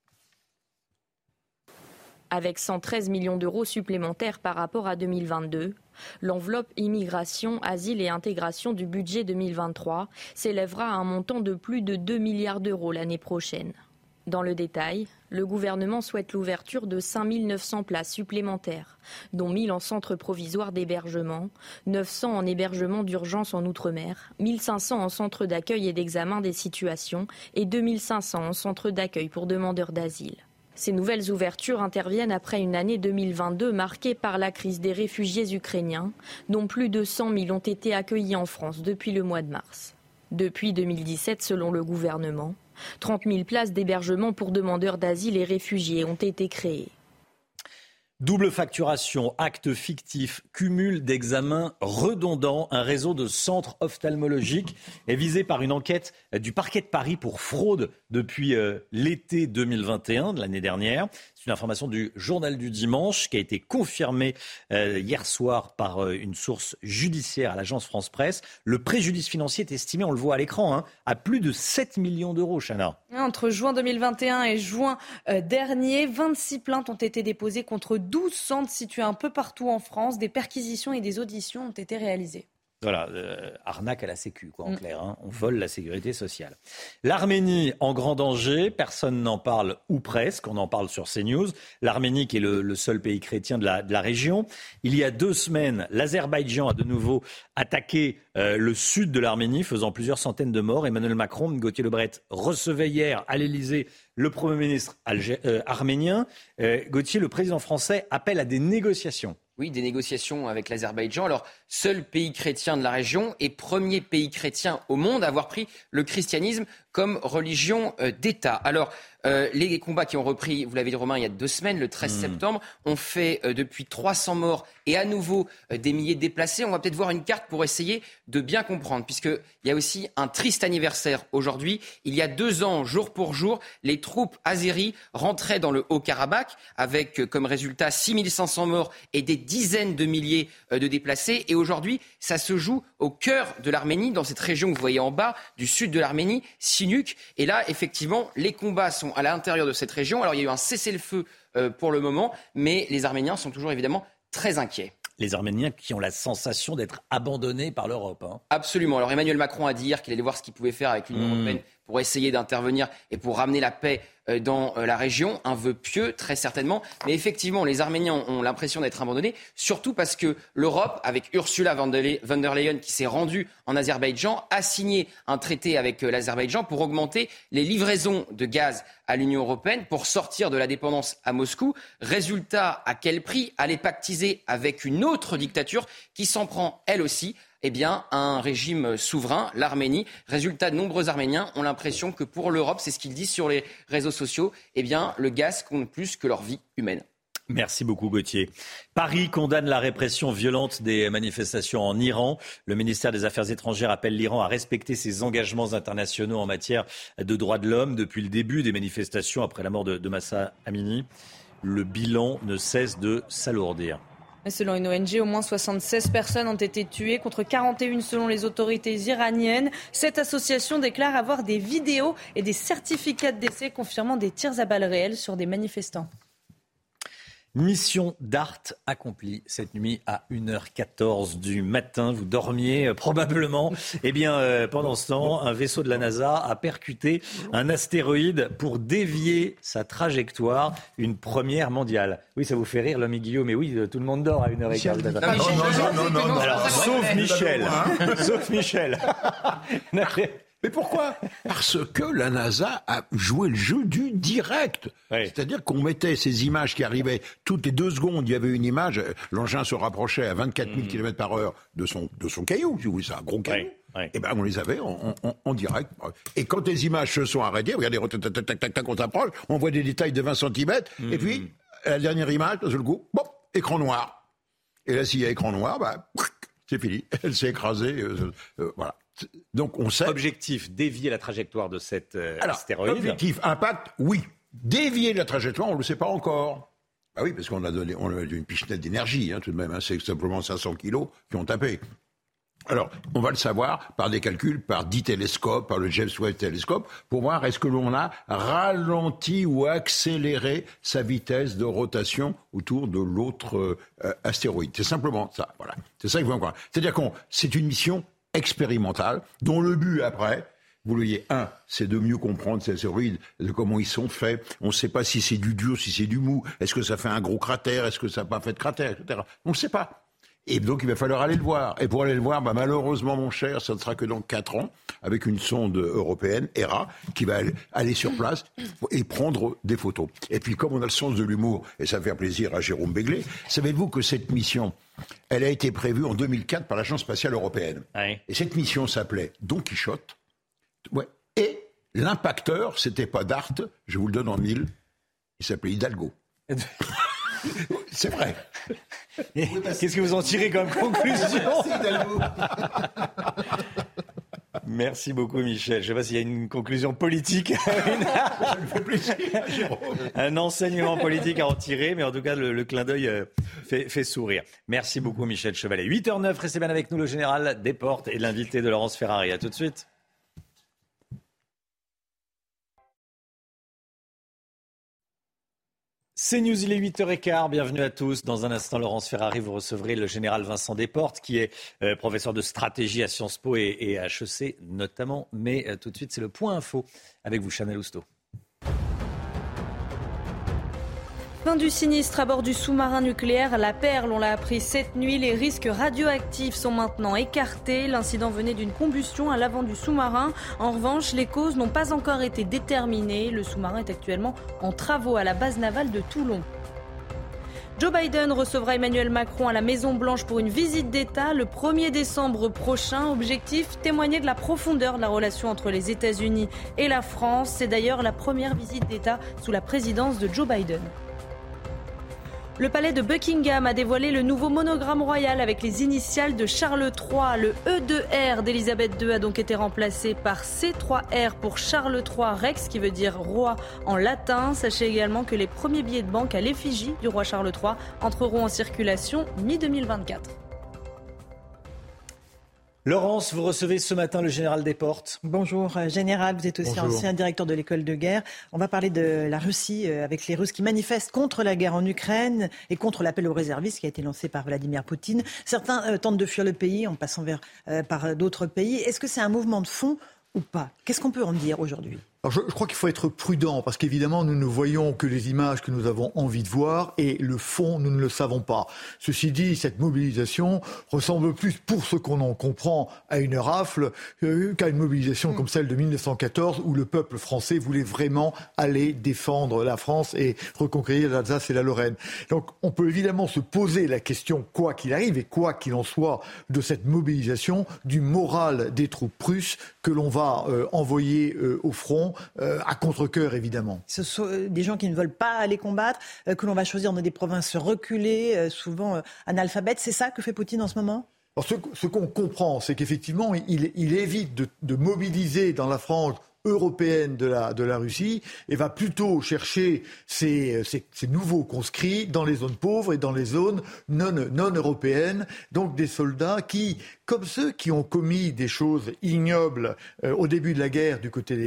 Avec 113 millions d'euros supplémentaires par rapport à 2022, l'enveloppe immigration, asile et intégration du budget 2023 s'élèvera à un montant de plus de 2 milliards d'euros l'année prochaine. Dans le détail, le gouvernement souhaite l'ouverture de 5 900 places supplémentaires, dont 1 000 en centre provisoire d'hébergement, 900 en hébergement d'urgence en Outre-mer, 1 500 en centre d'accueil et d'examen des situations et 2 500 en centre d'accueil pour demandeurs d'asile. Ces nouvelles ouvertures interviennent après une année 2022 marquée par la crise des réfugiés ukrainiens, dont plus de 100 000 ont été accueillis en France depuis le mois de mars. Depuis 2017, selon le gouvernement, 30 000 places d'hébergement pour demandeurs d'asile et réfugiés ont été créées. Double facturation, actes fictifs, cumul d'examens redondants, un réseau de centres ophtalmologiques est visé par une enquête du parquet de Paris pour fraude depuis l'été 2021 de l'année dernière. C'est une information du Journal du Dimanche qui a été confirmée hier soir par une source judiciaire à l'agence France Presse. Le préjudice financier est estimé, on le voit à l'écran, à plus de 7 millions d'euros, Chana. Entre juin 2021 et juin dernier, 26 plaintes ont été déposées contre 12 centres situés un peu partout en France. Des perquisitions et des auditions ont été réalisées. Voilà, arnaque à la sécu, en clair. On vole la sécurité sociale. L'Arménie en grand danger, personne n'en parle ou presque, on en parle sur CNews. L'Arménie qui est le seul pays chrétien de la région. Il y a 2 semaines, l'Azerbaïdjan a de nouveau attaqué le sud de l'Arménie, faisant plusieurs centaines de morts. Emmanuel Macron, Gauthier Lebret, recevait hier à l'Elysée le Premier ministre arménien. Gauthier, le président français, appelle à des négociations. Oui, des négociations avec l'Azerbaïdjan. Alors, seul pays chrétien de la région et premier pays chrétien au monde à avoir pris le christianisme comme religion d'État. Alors, les combats qui ont repris, vous l'avez dit Romain, il y a 2 semaines, le 13 septembre, ont fait depuis 300 morts et à nouveau des milliers de déplacés. On va peut-être voir une carte pour essayer de bien comprendre, puisqu'il y a aussi un triste anniversaire aujourd'hui. Il y a 2 ans, jour pour jour, les troupes azéries rentraient dans le Haut-Karabakh avec comme résultat 6500 morts et des dizaines de milliers de déplacés. Et aujourd'hui, ça se joue au cœur de l'Arménie, dans cette région que vous voyez en bas, du sud de l'Arménie, Sinuk. Et là, effectivement, les combats sont à l'intérieur de cette région. Alors, il y a eu un cessez-le-feu pour le moment, mais les Arméniens sont toujours évidemment très inquiets. Les Arméniens qui ont la sensation d'être abandonnés par l'Europe. Absolument. Alors Emmanuel Macron a dit hier qu'il allait voir ce qu'il pouvait faire avec l'Union européenne pour essayer d'intervenir et pour ramener la paix dans la région, un vœu pieux très certainement, mais effectivement les Arméniens ont l'impression d'être abandonnés, surtout parce que l'Europe, avec Ursula von der Leyen qui s'est rendue en Azerbaïdjan, a signé un traité avec l'Azerbaïdjan pour augmenter les livraisons de gaz à l'Union européenne pour sortir de la dépendance à Moscou. Résultat, à quel prix? Aller pactiser avec une autre dictature qui s'en prend elle aussi un régime souverain, l'Arménie. Résultat, de nombreux Arméniens ont l'impression que pour l'Europe, c'est ce qu'ils disent sur les réseaux sociaux, le gaz compte plus que leur vie humaine. Merci beaucoup Gauthier. Paris condamne la répression violente des manifestations en Iran. Le ministère des Affaires étrangères appelle l'Iran à respecter ses engagements internationaux en matière de droits de l'homme. Depuis le début des manifestations après la mort de Mahsa Amini, le bilan ne cesse de s'alourdir. Selon une ONG, au moins 76 personnes ont été tuées contre 41 selon les autorités iraniennes. Cette association déclare avoir des vidéos et des certificats de décès confirmant des tirs à balles réelles sur des manifestants. Mission DART accomplie cette nuit à 1h14 du matin. Vous dormiez probablement. Pendant ce temps, un vaisseau de la NASA a percuté un astéroïde pour dévier sa trajectoire. Une première mondiale. Oui, ça vous fait rire, l'homme Guillaume, mais oui, tout le monde dort à 1h15 du matin. Non. Alors, sauf Michel. Sauf Michel. Mais pourquoi? Parce que la NASA a joué le jeu du direct. Oui. C'est-à-dire qu'on mettait ces images qui arrivaient toutes les 2 secondes. Il y avait une image, l'engin se rapprochait à 24 000 km/h de son caillou, si vous voulez, c'est un gros caillou. Oui. On les avait en direct. Et quand les images se sont arrêtées, regardez, tac, on s'approche, on voit des détails de 20 cm, et puis, la dernière image, d'un seul coup, écran noir. Et là, s'il y a écran noir, c'est fini. Elle s'est écrasée, voilà. Donc on sait. Objectif, dévier la trajectoire de cet astéroïde. Objectif, impact, oui. Dévier la trajectoire, on ne le sait pas encore. Ah oui, parce qu'on a donné une pichenette d'énergie, tout de même. C'est simplement 500 kilos qui ont tapé. Alors, on va le savoir par des calculs, par 10 télescopes, par le James Webb télescope, pour voir est-ce que l'on a ralenti ou accéléré sa vitesse de rotation autour de l'autre astéroïde. C'est simplement ça, voilà. C'est ça qu'il faut voir. C'est-à-dire c'est une mission expérimentale, dont le but après, vous le voyez, c'est de mieux comprendre ces astéroïdes, de comment ils sont faits. On ne sait pas si c'est du dur, si c'est du mou. Est-ce que ça fait un gros cratère? Est-ce que ça n'a pas fait de cratère, etc. On ne sait pas. Et donc, il va falloir aller le voir. Et pour aller le voir, malheureusement, mon cher, ça ne sera que dans 4 ans, avec une sonde européenne, ERA, qui va aller sur place et prendre des photos. Et puis, comme on a le sens de l'humour, et ça va faire plaisir à Jérôme Béglé, savez-vous que cette mission, elle a été prévue en 2004 par l'Agence spatiale européenne. Oui. Et cette mission s'appelait Don Quichotte. Ouais. Et l'impacteur, c'était pas DART, je vous le donne en 1000, il s'appelait Hidalgo. C'est vrai. Qu'est-ce que vous en tirez comme conclusion? Merci beaucoup Michel. Je ne sais pas s'il y a une conclusion politique. Ça me fait plaisir, Jérôme. Un enseignement politique à en tirer, mais en tout cas le clin d'œil fait sourire. Merci beaucoup Michel Chevalet. 8h09, restez bien avec nous, le général Desportes et l'invité de Laurence Ferrari. À tout de suite. C'est News, il est 8h15, bienvenue à tous. Dans un instant, Laurence Ferrari, vous recevrez le général Vincent Desportes, qui est professeur de stratégie à Sciences Po et à HEC notamment. Mais tout de suite, c'est le point info avec vous, Chanel Housteau. Fin du sinistre à bord du sous-marin nucléaire La Perle, on l'a appris cette nuit. Les risques radioactifs sont maintenant écartés. L'incident venait d'une combustion à l'avant du sous-marin. En revanche, les causes n'ont pas encore été déterminées. Le sous-marin est actuellement en travaux à la base navale de Toulon. Joe Biden recevra Emmanuel Macron à la Maison-Blanche pour une visite d'État le 1er décembre prochain. Objectif, témoigner de la profondeur de la relation entre les États-Unis et la France. C'est d'ailleurs la première visite d'État sous la présidence de Joe Biden. Le palais de Buckingham a dévoilé le nouveau monogramme royal avec les initiales de Charles III. Le E2R d'Elisabeth II a donc été remplacé par C3R pour Charles III Rex, qui veut dire roi en latin. Sachez également que les premiers billets de banque à l'effigie du roi Charles III entreront en circulation mi-2024. Laurence, vous recevez ce matin le général Desportes. Bonjour général, vous êtes aussi ancien directeur de l'école de guerre. On va parler de la Russie avec les Russes qui manifestent contre la guerre en Ukraine et contre l'appel aux réservistes qui a été lancé par Vladimir Poutine. Certains tentent de fuir le pays en passant par d'autres pays. Est-ce que c'est un mouvement de fond ou pas? Qu'est-ce qu'on peut en dire aujourd'hui? Alors je crois qu'il faut être prudent parce qu'évidemment nous ne voyons que les images que nous avons envie de voir et le fond nous ne le savons pas. Ceci dit, cette mobilisation ressemble plus, pour ce qu'on en comprend, à une rafle qu'à une mobilisation comme celle de 1914 où le peuple français voulait vraiment aller défendre la France et reconquérir l'Alsace et la Lorraine. Donc on peut évidemment se poser la question, quoi qu'il arrive et quoi qu'il en soit, de cette mobilisation, du moral des troupes russes que l'on va envoyer au front. À contre-cœur, évidemment. Ce sont des gens qui ne veulent pas aller combattre, que l'on va choisir dans des provinces reculées, souvent analphabètes. C'est ça que fait Poutine en ce moment ? Alors, ce qu'on comprend, c'est qu'effectivement, il évite de mobiliser dans la frange européenne de la Russie et va plutôt chercher ces nouveaux conscrits dans les zones pauvres et dans les zones non européennes, donc des soldats qui, comme ceux qui ont commis des choses ignobles au début de la guerre du côté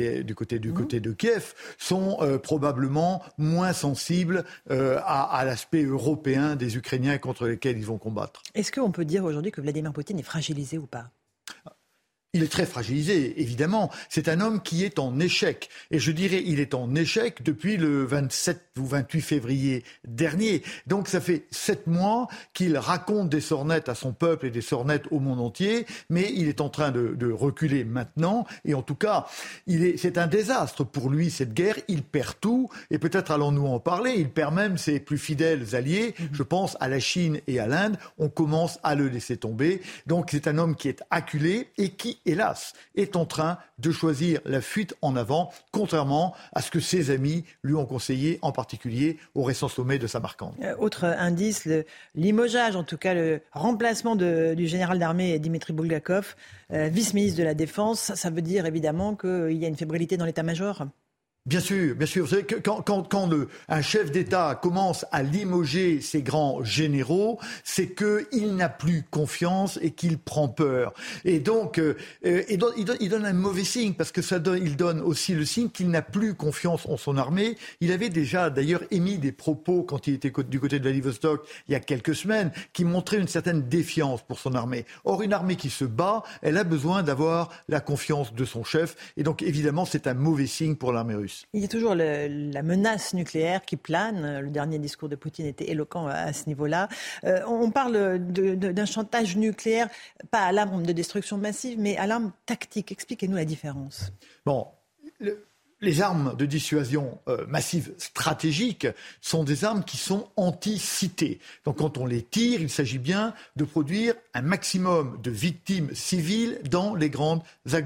de Kiev, sont probablement moins sensibles à l'aspect européen des Ukrainiens contre lesquels ils vont combattre. Est-ce qu'on peut dire aujourd'hui que Vladimir Poutine est fragilisé ou pas ? Il est très fragilisé, évidemment. C'est un homme qui est en échec. Et je dirais, il est en échec depuis le 27 ou 28 février dernier. Donc ça fait 7 mois qu'il raconte des sornettes à son peuple et des sornettes au monde entier. Mais il est en train de reculer maintenant. Et en tout cas, c'est un désastre pour lui, cette guerre. Il perd tout. Et peut-être allons-nous en parler. Il perd même ses plus fidèles alliés. Je pense à la Chine et à l'Inde. On commence à le laisser tomber. Donc c'est un homme qui est acculé et qui, hélas, est en train de choisir la fuite en avant, contrairement à ce que ses amis lui ont conseillé, en particulier au récent sommet de Samarcande. Autre indice, le limogeage, en tout cas le remplacement du général d'armée Dimitri Boulgakov, vice-ministre de la Défense. Ça veut dire évidemment qu'il y a une fébrilité dans l'état-major ? Bien sûr, bien sûr. Vous savez que quand un chef d'État commence à limoger ses grands généraux, c'est qu'il n'a plus confiance et qu'il prend peur. Et donc, il donne un mauvais signe parce que il donne aussi le signe qu'il n'a plus confiance en son armée. Il avait déjà d'ailleurs émis des propos quand il était du côté de Vladivostok il y a quelques semaines qui montraient une certaine défiance pour son armée. Or, une armée qui se bat, elle a besoin d'avoir la confiance de son chef. Et donc, évidemment, c'est un mauvais signe pour l'armée russe. Il y a toujours la menace nucléaire qui plane. Le dernier discours de Poutine était éloquent à ce niveau-là. On parle d'un chantage nucléaire, pas à l'arme de destruction massive, mais à l'arme tactique. Expliquez-nous la différence. Bon, les armes de dissuasion massive stratégique sont des armes qui sont anti-cité. Donc quand on les tire, il s'agit bien de produire un maximum de victimes civiles dans les grandes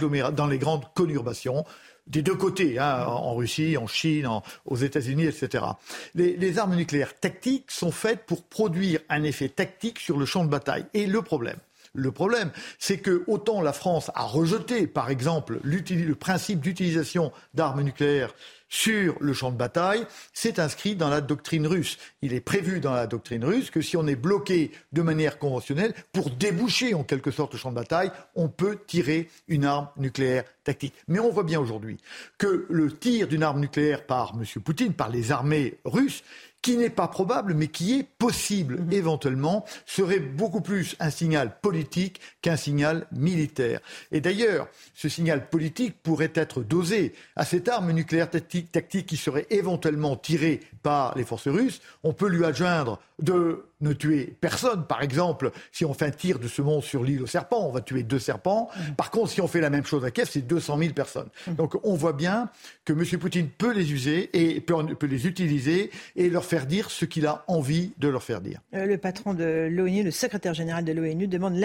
conurbations. Des deux côtés, en Russie, en Chine, aux États-Unis, etc. Les armes nucléaires tactiques sont faites pour produire un effet tactique sur le champ de bataille. Et le problème, c'est que autant la France a rejeté, par exemple, le principe d'utilisation d'armes nucléaires sur le champ de bataille, c'est inscrit dans la doctrine russe. Il est prévu dans la doctrine russe que si on est bloqué de manière conventionnelle, pour déboucher en quelque sorte le champ de bataille, on peut tirer une arme nucléaire tactique. Mais on voit bien aujourd'hui que le tir d'une arme nucléaire par M. Poutine, par les armées russes, qui n'est pas probable, mais qui est possible éventuellement, serait beaucoup plus un signal politique qu'un signal militaire. Et d'ailleurs, ce signal politique pourrait être dosé à cette arme nucléaire tactique qui serait éventuellement tirée par les forces russes. On peut lui adjoindre de ne tuer personne. Par exemple, si on fait un tir de semence sur l'île aux serpents, on va tuer 2 serpents. Par contre, si on fait la même chose à Kiev, c'est 200 000 personnes. Donc on voit bien que M. Poutine peut les user et peut les utiliser et leur faire dire ce qu'il a envie de leur faire dire. Le patron de l'ONU, le secrétaire général de l'ONU, demande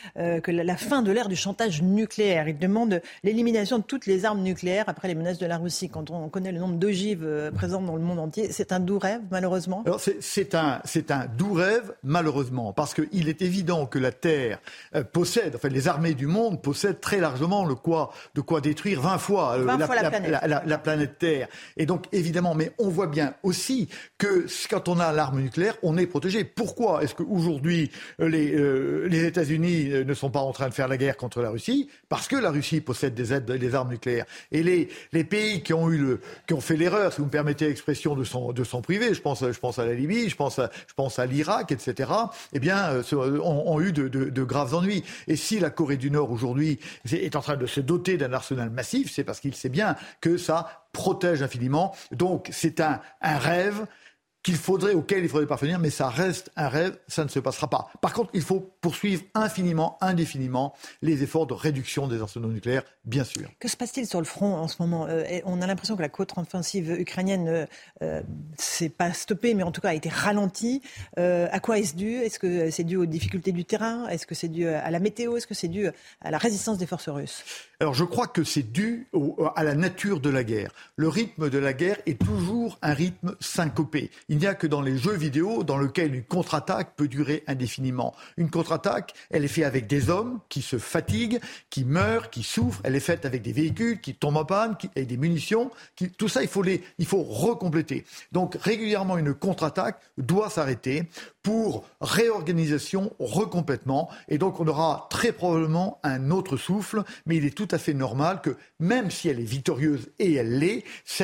la fin de l'ère du chantage nucléaire. Il demande l'élimination de toutes les armes nucléaires après les menaces de la Russie. Quand on connaît le nombre d'ogives présentes dans le monde entier, c'est un doux rêve, malheureusement. Alors c'est un doux rêve, malheureusement, parce qu'il est évident que la Terre les armées du monde possèdent très largement de quoi détruire 20 fois la planète Terre. Et donc, évidemment, mais on voit bien aussi que quand on a l'arme nucléaire, on est protégé. Pourquoi est-ce qu'aujourd'hui, les États-Unis ne sont pas en train de faire la guerre contre la Russie ? Parce que la Russie possède des armes nucléaires. Et les pays qui ont eu qui ont fait l'erreur, si vous me permettez l'expression, de son privé. Je pense à la Libye, je pense à l'Irak, etc. Eh bien, ont eu de graves ennuis. Et si la Corée du Nord aujourd'hui est en train de se doter d'un arsenal massif, c'est parce qu'il sait bien que ça protège infiniment. Donc, c'est un rêve auquel il faudrait parvenir, mais ça reste un rêve, ça ne se passera pas. Par contre, il faut poursuivre infiniment, indéfiniment les efforts de réduction des arsenaux nucléaires, bien sûr. Que se passe-t-il sur le front en ce moment ? On a l'impression que la contre-offensive ukrainienne s'est pas stoppée, mais en tout cas a été ralentie. À quoi est-ce dû ? Est-ce que c'est dû aux difficultés du terrain ? Est-ce que c'est dû à la météo ? Est-ce que c'est dû à la résistance des forces russes ? Alors je crois que c'est dû à la nature de la guerre. Le rythme de la guerre est toujours un rythme syncopé. Il n'y a que dans les jeux vidéo dans lequel une contre-attaque peut durer indéfiniment. Une contre-attaque, elle est faite avec des hommes qui se fatiguent, qui meurent, qui souffrent. Elle est faite avec des véhicules qui tombent en panne, avec des munitions. Tout ça, il faut recompléter. Donc régulièrement, une contre-attaque doit s'arrêter pour réorganisation, recomplètement. Et donc on aura très probablement un autre souffle, mais il est tout à fait normal que, même si elle est victorieuse, et elle l'est,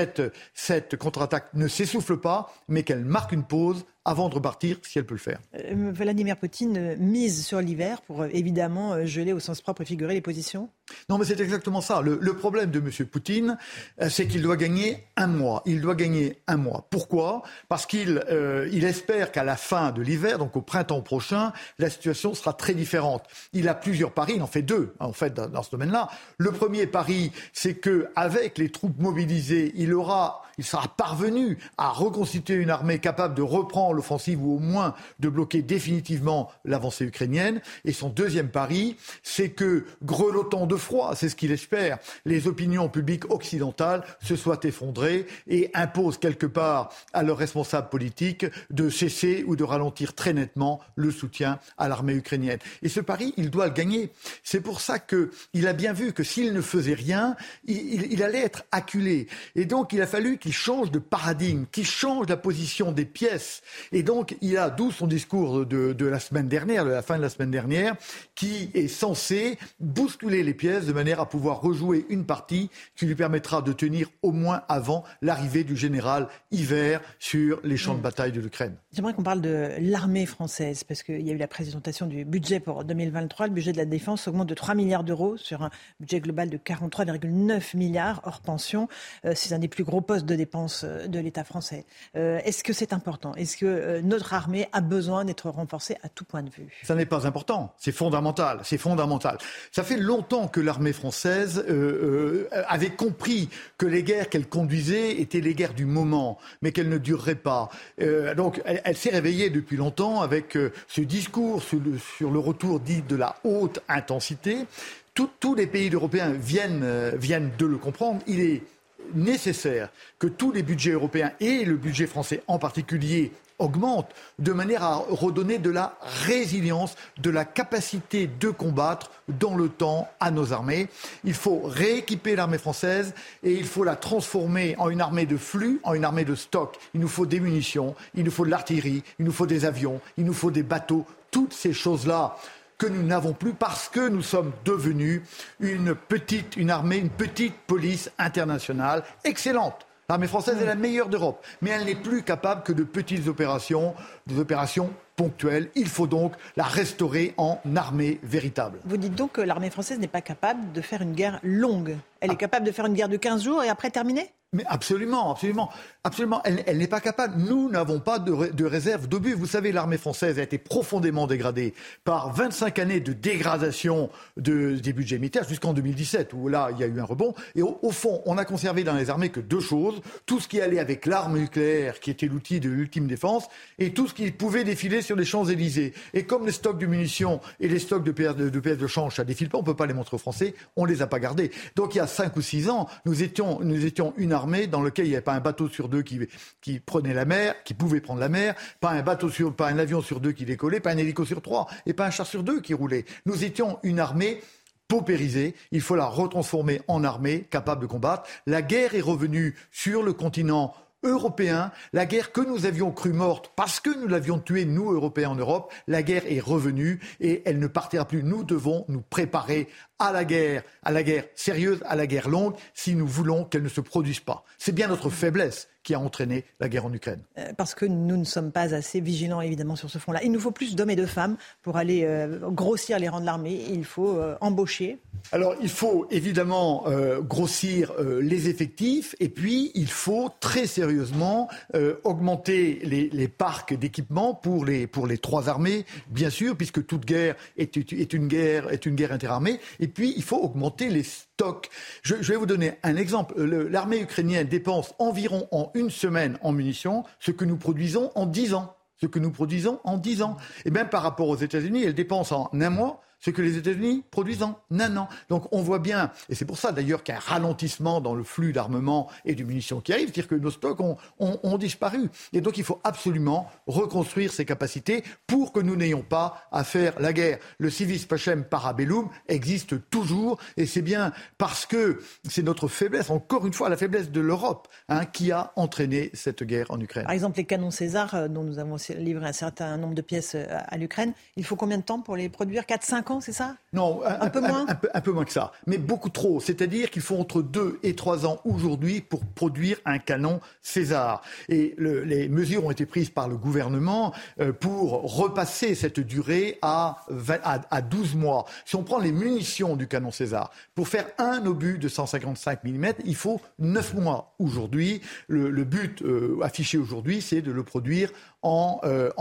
cette contre-attaque ne s'essouffle pas, mais qu'elle marque une pause avant de repartir, si elle peut le faire. Vladimir Poutine mise sur l'hiver pour évidemment geler au sens propre et figuré les positions ? Non, mais c'est exactement ça. Le problème de M. Poutine, c'est qu'il doit gagner un mois. Il doit gagner un mois. Pourquoi ? Parce qu'il espère qu'à la fin de l'hiver, donc au printemps prochain, la situation sera très différente. Il a plusieurs paris, il en fait deux, en fait, dans ce domaine-là. Le premier pari, c'est qu'avec les troupes mobilisées, il sera parvenu à reconstituer une armée capable de reprendre l'offensive ou au moins de bloquer définitivement l'avancée ukrainienne. Et son deuxième pari, c'est que, grelottant de froid, c'est ce qu'il espère, les opinions publiques occidentales se soient effondrées et imposent quelque part à leurs responsables politiques de cesser ou de ralentir très nettement le soutien à l'armée ukrainienne. Et ce pari, il doit le gagner. C'est pour ça qu'il a bien vu que s'il ne faisait rien, il allait être acculé. Et donc, il a fallu qu'il change de paradigme, qu'il change la position des pièces. Et donc, il a, d'où son discours de la semaine dernière, de la fin de la semaine dernière, qui est censé bousculer les pièces de manière à pouvoir rejouer une partie qui lui permettra de tenir au moins avant l'arrivée du général hiver sur les champs de bataille de l'Ukraine. J'aimerais qu'on parle de l'armée française, parce qu'il y a eu la présentation du budget pour 2023. Le budget de la défense augmente de 3 milliards d'euros sur un budget global de 43,9 milliards hors pension. C'est un des plus gros postes de dépenses de l'État français. Est-ce que c'est important ? Est-ce que notre armée a besoin d'être renforcée à tout point de vue ? Ça n'est pas important, c'est fondamental, c'est fondamental. Ça fait longtemps que l'armée française avait compris que les guerres qu'elle conduisait étaient les guerres du moment, mais qu'elles ne dureraient pas. Donc elle s'est réveillée depuis longtemps avec ce discours sur le retour dit de la haute intensité. Tous les pays européens viennent de le comprendre. Il est nécessaire que tous les budgets européens et le budget français en particulier augmentent de manière à redonner de la résilience, de la capacité de combattre dans le temps à nos armées. Il faut rééquiper l'armée française et il faut la transformer en une armée de flux, en une armée de stock. Il nous faut des munitions, il nous faut de l'artillerie, il nous faut des avions, il nous faut des bateaux. Toutes ces choses-là que nous n'avons plus parce que nous sommes devenus une armée, une petite police internationale excellente. L'armée française est la meilleure d'Europe, mais elle n'est plus capable que de petites opérations, des opérations ponctuelles. Il faut donc la restaurer en armée véritable. Vous dites donc que l'armée française n'est pas capable de faire une guerre longue. Elle est capable de faire une guerre de 15 jours et après terminer ? Mais absolument. Elle n'est pas capable. Nous n'avons pas de réserve d'obus. Vous savez, l'armée française a été profondément dégradée par 25 années de dégradation des budgets militaires jusqu'en 2017, où là, il y a eu un rebond. Et au fond, on a conservé dans les armées que deux choses. Tout ce qui allait avec l'arme nucléaire, qui était l'outil de l'ultime défense, et tout ce qui pouvait défiler sur les Champs-Élysées. Et comme les stocks de munitions et les stocks de pièces de change, ça défile pas, on ne peut pas les montrer aux Français, on ne les a pas gardés. Donc il y a 5 ou 6 ans, nous étions une armée dans laquelle il n'y avait pas un bateau sur deux qui prenait la mer, qui pouvait prendre la mer, pas un avion sur deux qui décollait, pas un hélico sur 3 et pas un char sur 2 qui roulait. Nous étions une armée paupérisée, il faut la retransformer en armée capable de combattre. La guerre est revenue sur le continent européen, la guerre que nous avions cru morte parce que nous l'avions tuée, nous, Européens en Europe, la guerre est revenue et elle ne partira plus. Nous devons nous préparer à la guerre sérieuse, à la guerre longue, si nous voulons qu'elle ne se produise pas. C'est bien notre faiblesse qui a entraîné la guerre en Ukraine. Parce que nous ne sommes pas assez vigilants, évidemment, sur ce front-là. Il nous faut plus d'hommes et de femmes pour aller grossir les rangs de l'armée. Il faut embaucher. Alors, il faut évidemment grossir les effectifs et puis il faut très sérieusement augmenter les parcs d'équipement pour les trois armées, bien sûr, puisque toute guerre est une guerre interarmée. Et puis, il faut augmenter les stocks. Je vais vous donner un exemple. L'armée ukrainienne dépense environ en une semaine en munitions ce que nous produisons en 10 ans. Et même par rapport aux États-Unis, elle dépense en un mois ce que les États-Unis produisent en un an. Donc on voit bien, et c'est pour ça d'ailleurs qu'il y a un ralentissement dans le flux d'armement et de munitions qui arrive, c'est-à-dire que nos stocks ont disparu. Et donc il faut absolument reconstruire ces capacités pour que nous n'ayons pas à faire la guerre. Le civis pacem parabellum existe toujours, et c'est bien parce que c'est notre faiblesse, encore une fois la faiblesse de l'Europe, qui a entraîné cette guerre en Ukraine. Par exemple les canons César, dont nous avons livré un certain nombre de pièces à l'Ukraine, il faut combien de temps pour les produire ? 4-5 ans, c'est ça ? Non, un peu moins. Un peu moins que ça, mais beaucoup trop. C'est-à-dire qu'il faut entre 2 et 3 ans aujourd'hui pour produire un canon César. Et les mesures ont été prises par le gouvernement pour repasser cette durée à 12 mois. Si on prend les munitions du canon César, pour faire un obus de 155 mm, il faut 9 mois. Aujourd'hui, le but affiché aujourd'hui, c'est de le produire en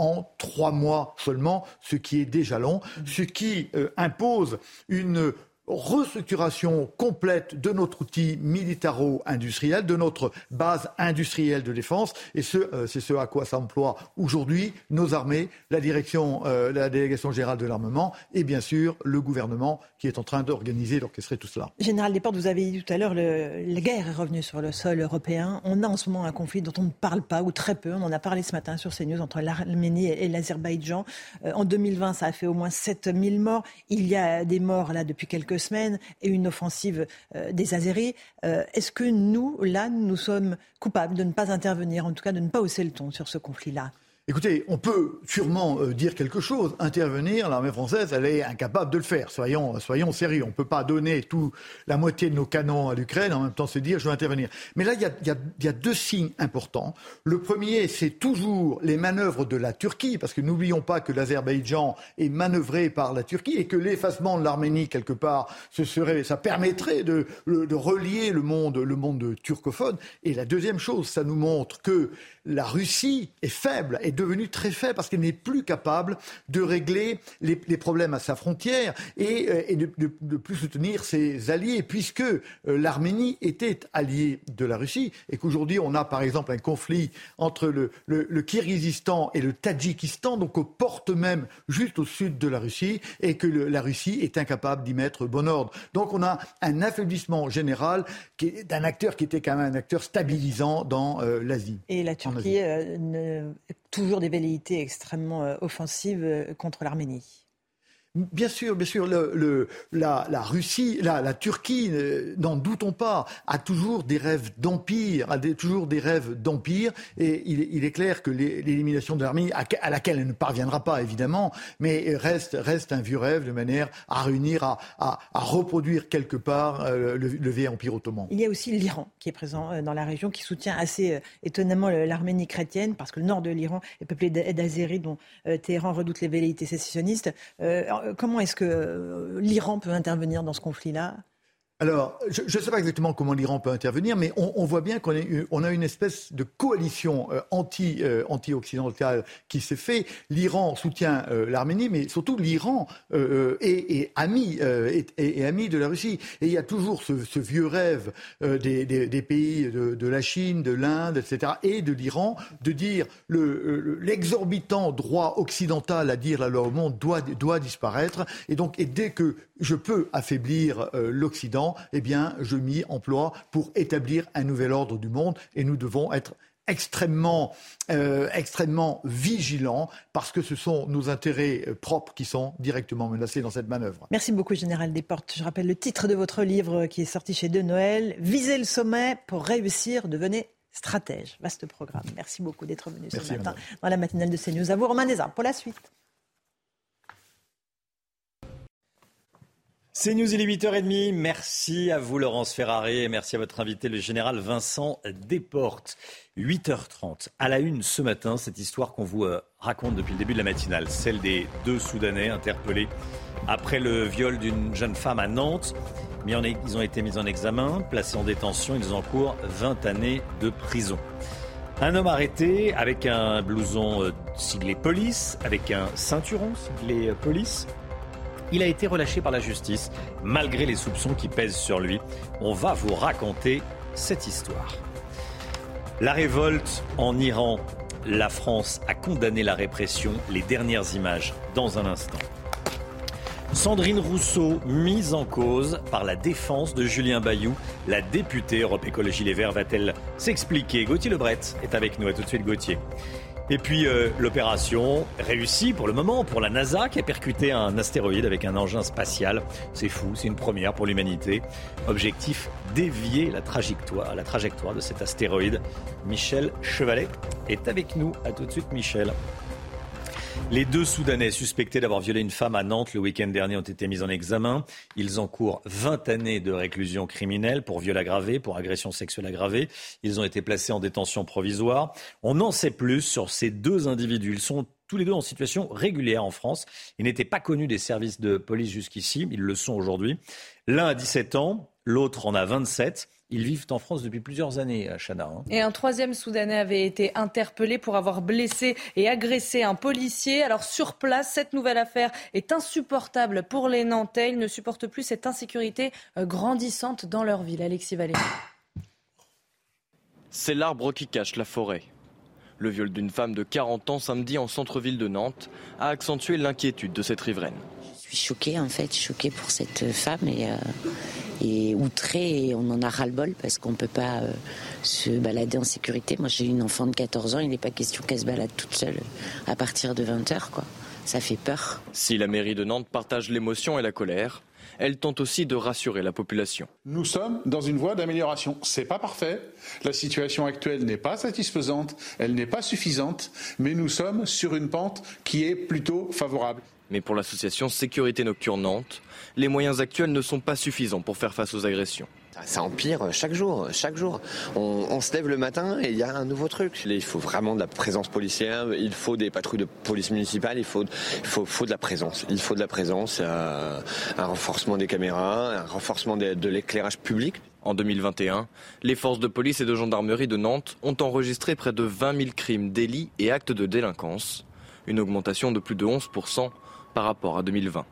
3 mois seulement, ce qui est déjà long, ce qui impose une restructuration complète de notre outil militaro-industriel, de notre base industrielle de défense, et c'est ce à quoi s'emploient aujourd'hui nos armées, la délégation générale de l'armement et bien sûr le gouvernement qui est en train d'organiser, d'orchestrer tout cela. Général Desportes, vous avez dit tout à l'heure, la guerre est revenue sur le sol européen. On a en ce moment un conflit dont on ne parle pas, ou très peu. On en a parlé ce matin sur CNews entre l'Arménie et l'Azerbaïdjan. En 2020, ça a fait au moins 7000 morts. Il y a des morts là depuis quelques semaines et une offensive des Azéris. Est-ce que nous sommes coupables de ne pas intervenir, en tout cas de ne pas hausser le ton sur ce conflit-là ? Écoutez, on peut sûrement dire quelque chose. Intervenir, l'armée française, elle est incapable de le faire. Soyons sérieux. On ne peut pas donner la moitié de nos canons à l'Ukraine et en même temps se dire « je vais intervenir ». Mais là, il y a 2 signes importants. Le premier, c'est toujours les manœuvres de la Turquie, parce que n'oublions pas que l'Azerbaïdjan est manœuvré par la Turquie et que l'effacement de l'Arménie, quelque part, ça permettrait de relier le monde turcophone. Et la deuxième chose, ça nous montre que la Russie est faible, est devenue très faible parce qu'elle n'est plus capable de régler les problèmes à sa frontière et de plus soutenir ses alliés, puisque l'Arménie était alliée de la Russie et qu'aujourd'hui on a par exemple un conflit entre le Kirghizistan et le Tadjikistan, donc aux portes même juste au sud de la Russie, et que la Russie est incapable d'y mettre bon ordre. Donc on a un affaiblissement général d'un acteur qui était quand même un acteur stabilisant dans l'Asie. Et la Turquie toujours des velléités extrêmement offensives contre l'Arménie. Bien sûr, la Russie, la Turquie, n'en doutons pas, a toujours des rêves d'empire, et il est clair que l'élimination de l'Arménie, à laquelle elle ne parviendra pas évidemment, mais reste un vieux rêve de manière à réunir, à reproduire quelque part le vieil empire ottoman. Il y a aussi l'Iran qui est présent dans la région, qui soutient assez étonnamment l'Arménie chrétienne, parce que le nord de l'Iran est peuplé d'Azéris, dont Téhéran redoute les velléités sécessionnistes. Comment est-ce que l'Iran peut intervenir dans ce conflit-là ? Alors, je ne sais pas exactement comment l'Iran peut intervenir, mais on voit bien qu'on a une espèce de coalition anti-occidentale qui s'est fait. L'Iran soutient l'Arménie, mais surtout l'Iran est ami de la Russie. Et il y a toujours ce vieux rêve des pays de la Chine, de l'Inde, etc., et de l'Iran, de dire l'exorbitant droit occidental à dire la loi au monde doit disparaître. Et dès que je peux affaiblir l'Occident, eh bien, je m'y emploie pour établir un nouvel ordre du monde, et nous devons être extrêmement vigilants, parce que ce sont nos intérêts propres qui sont directement menacés dans cette manœuvre. Merci beaucoup, Général Desportes. Je rappelle le titre de votre livre qui est sorti chez De Noël, « Viser le sommet pour réussir, devenez stratège ». Vaste programme. Merci beaucoup d'être venu ce matin madame. Dans la matinale de CNews. À vous, Romain Desarmes, pour la suite. C'est News, il est 8h30. Merci à vous, Laurence Ferrari, et merci à votre invité, le général Vincent Desportes. 8h30. À la une ce matin, cette histoire qu'on vous raconte depuis le début de la matinale, celle des 2 Soudanais interpellés après le viol d'une jeune femme à Nantes. Ils ont été mis en examen, placés en détention. Ils encourent 20 années de prison. Un homme arrêté avec un blouson siglé police, avec un ceinturon siglé police. Il a été relâché par la justice, malgré les soupçons qui pèsent sur lui. On va vous raconter cette histoire. La révolte en Iran. La France a condamné la répression. Les dernières images dans un instant. Sandrine Rousseau, mise en cause par la défense de Julien Bayou. La députée Europe Écologie Les Verts va-t-elle s'expliquer? Gauthier Lebret est avec nous. À tout de suite, Gauthier. Et puis l'opération réussie pour le moment pour la NASA qui a percuté un astéroïde avec un engin spatial. C'est fou, c'est une première pour l'humanité. Objectif, dévier la trajectoire de cet astéroïde. Michel Chevalet est avec nous. À tout de suite, Michel. Les 2 Soudanais suspectés d'avoir violé une femme à Nantes le week-end dernier ont été mis en examen. Ils encourent 20 années de réclusion criminelle pour viol aggravé, pour agression sexuelle aggravée. Ils ont été placés en détention provisoire. On en sait plus sur ces 2 individus. Ils sont tous les 2 en situation régulière en France. Ils n'étaient pas connus des services de police jusqu'ici. Ils le sont aujourd'hui. L'un a 17 ans, l'autre en a 27. Ils vivent en France depuis plusieurs années, Chana. Et un 3e Soudanais avait été interpellé pour avoir blessé et agressé un policier. Alors sur place, cette nouvelle affaire est insupportable pour les Nantais. Ils ne supportent plus cette insécurité grandissante dans leur ville. Alexis Vallée. C'est l'arbre qui cache la forêt. Le viol d'une femme de 40 ans samedi en centre-ville de Nantes a accentué l'inquiétude de cette riveraine. Je suis choquée pour cette femme et outrée, et on en a ras-le-bol parce qu'on ne peut pas se balader en sécurité. Moi j'ai une enfant de 14 ans, il n'est pas question qu'elle se balade toute seule à partir de 20h, quoi. Ça fait peur. Si la mairie de Nantes partage l'émotion et la colère, elle tente aussi de rassurer la population. Nous sommes dans une voie d'amélioration. C'est pas parfait. La situation actuelle n'est pas satisfaisante, elle n'est pas suffisante, mais nous sommes sur une pente qui est plutôt favorable. Mais pour l'association Sécurité Nocturne Nantes, les moyens actuels ne sont pas suffisants pour faire face aux agressions. Ça empire chaque jour. On se lève le matin et il y a un nouveau truc. Il faut vraiment de la présence policière, il faut des patrouilles de police municipale, il faut de la présence. Il faut de la présence, un renforcement des caméras, un renforcement de l'éclairage public. En 2021, les forces de police et de gendarmerie de Nantes ont enregistré près de 20 000 crimes, délits et actes de délinquance. Une augmentation de plus de 11% par rapport à 2020.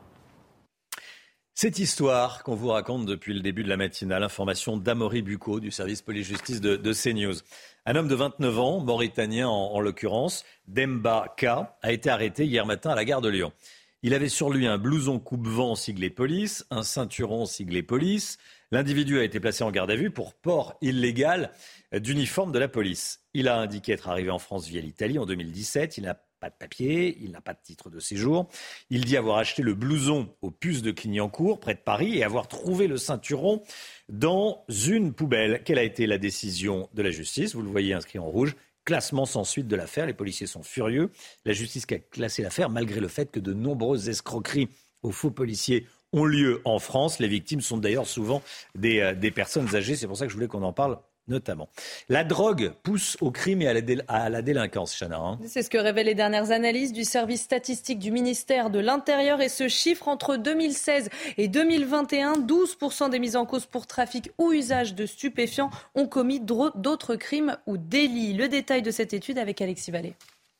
Cette histoire qu'on vous raconte depuis le début de la matinale, information d'Amaury Bucco du service police-justice de CNews. Un homme de 29 ans, mauritanien en l'occurrence, Demba K, a été arrêté hier matin à la gare de Lyon. Il avait sur lui un blouson coupe-vent siglé police, un ceinturon siglé police. L'individu a été placé en garde à vue pour port illégal d'uniforme de la police. Il a indiqué être arrivé en France via l'Italie en 2017. Il n'a pas de papier, il n'a pas de titre de séjour. Il dit avoir acheté le blouson aux puces de Clignancourt, près de Paris, et avoir trouvé le ceinturon dans une poubelle. Quelle a été la décision de la justice? Vous le voyez inscrit en rouge. Classement sans suite de l'affaire. Les policiers sont furieux. La justice qui a classé l'affaire malgré le fait que de nombreuses escroqueries aux faux policiers ont lieu en France. Les victimes sont d'ailleurs souvent des personnes âgées. C'est pour ça que je voulais qu'on en parle notamment. La drogue pousse au crime et à la délinquance, Chana. C'est ce que révèlent les dernières analyses du service statistique du ministère de l'Intérieur. Et ce chiffre, entre 2016 et 2021, 12% des mises en cause pour trafic ou usage de stupéfiants ont commis d'autres crimes ou délits. Le détail de cette étude avec Alexis Vallée.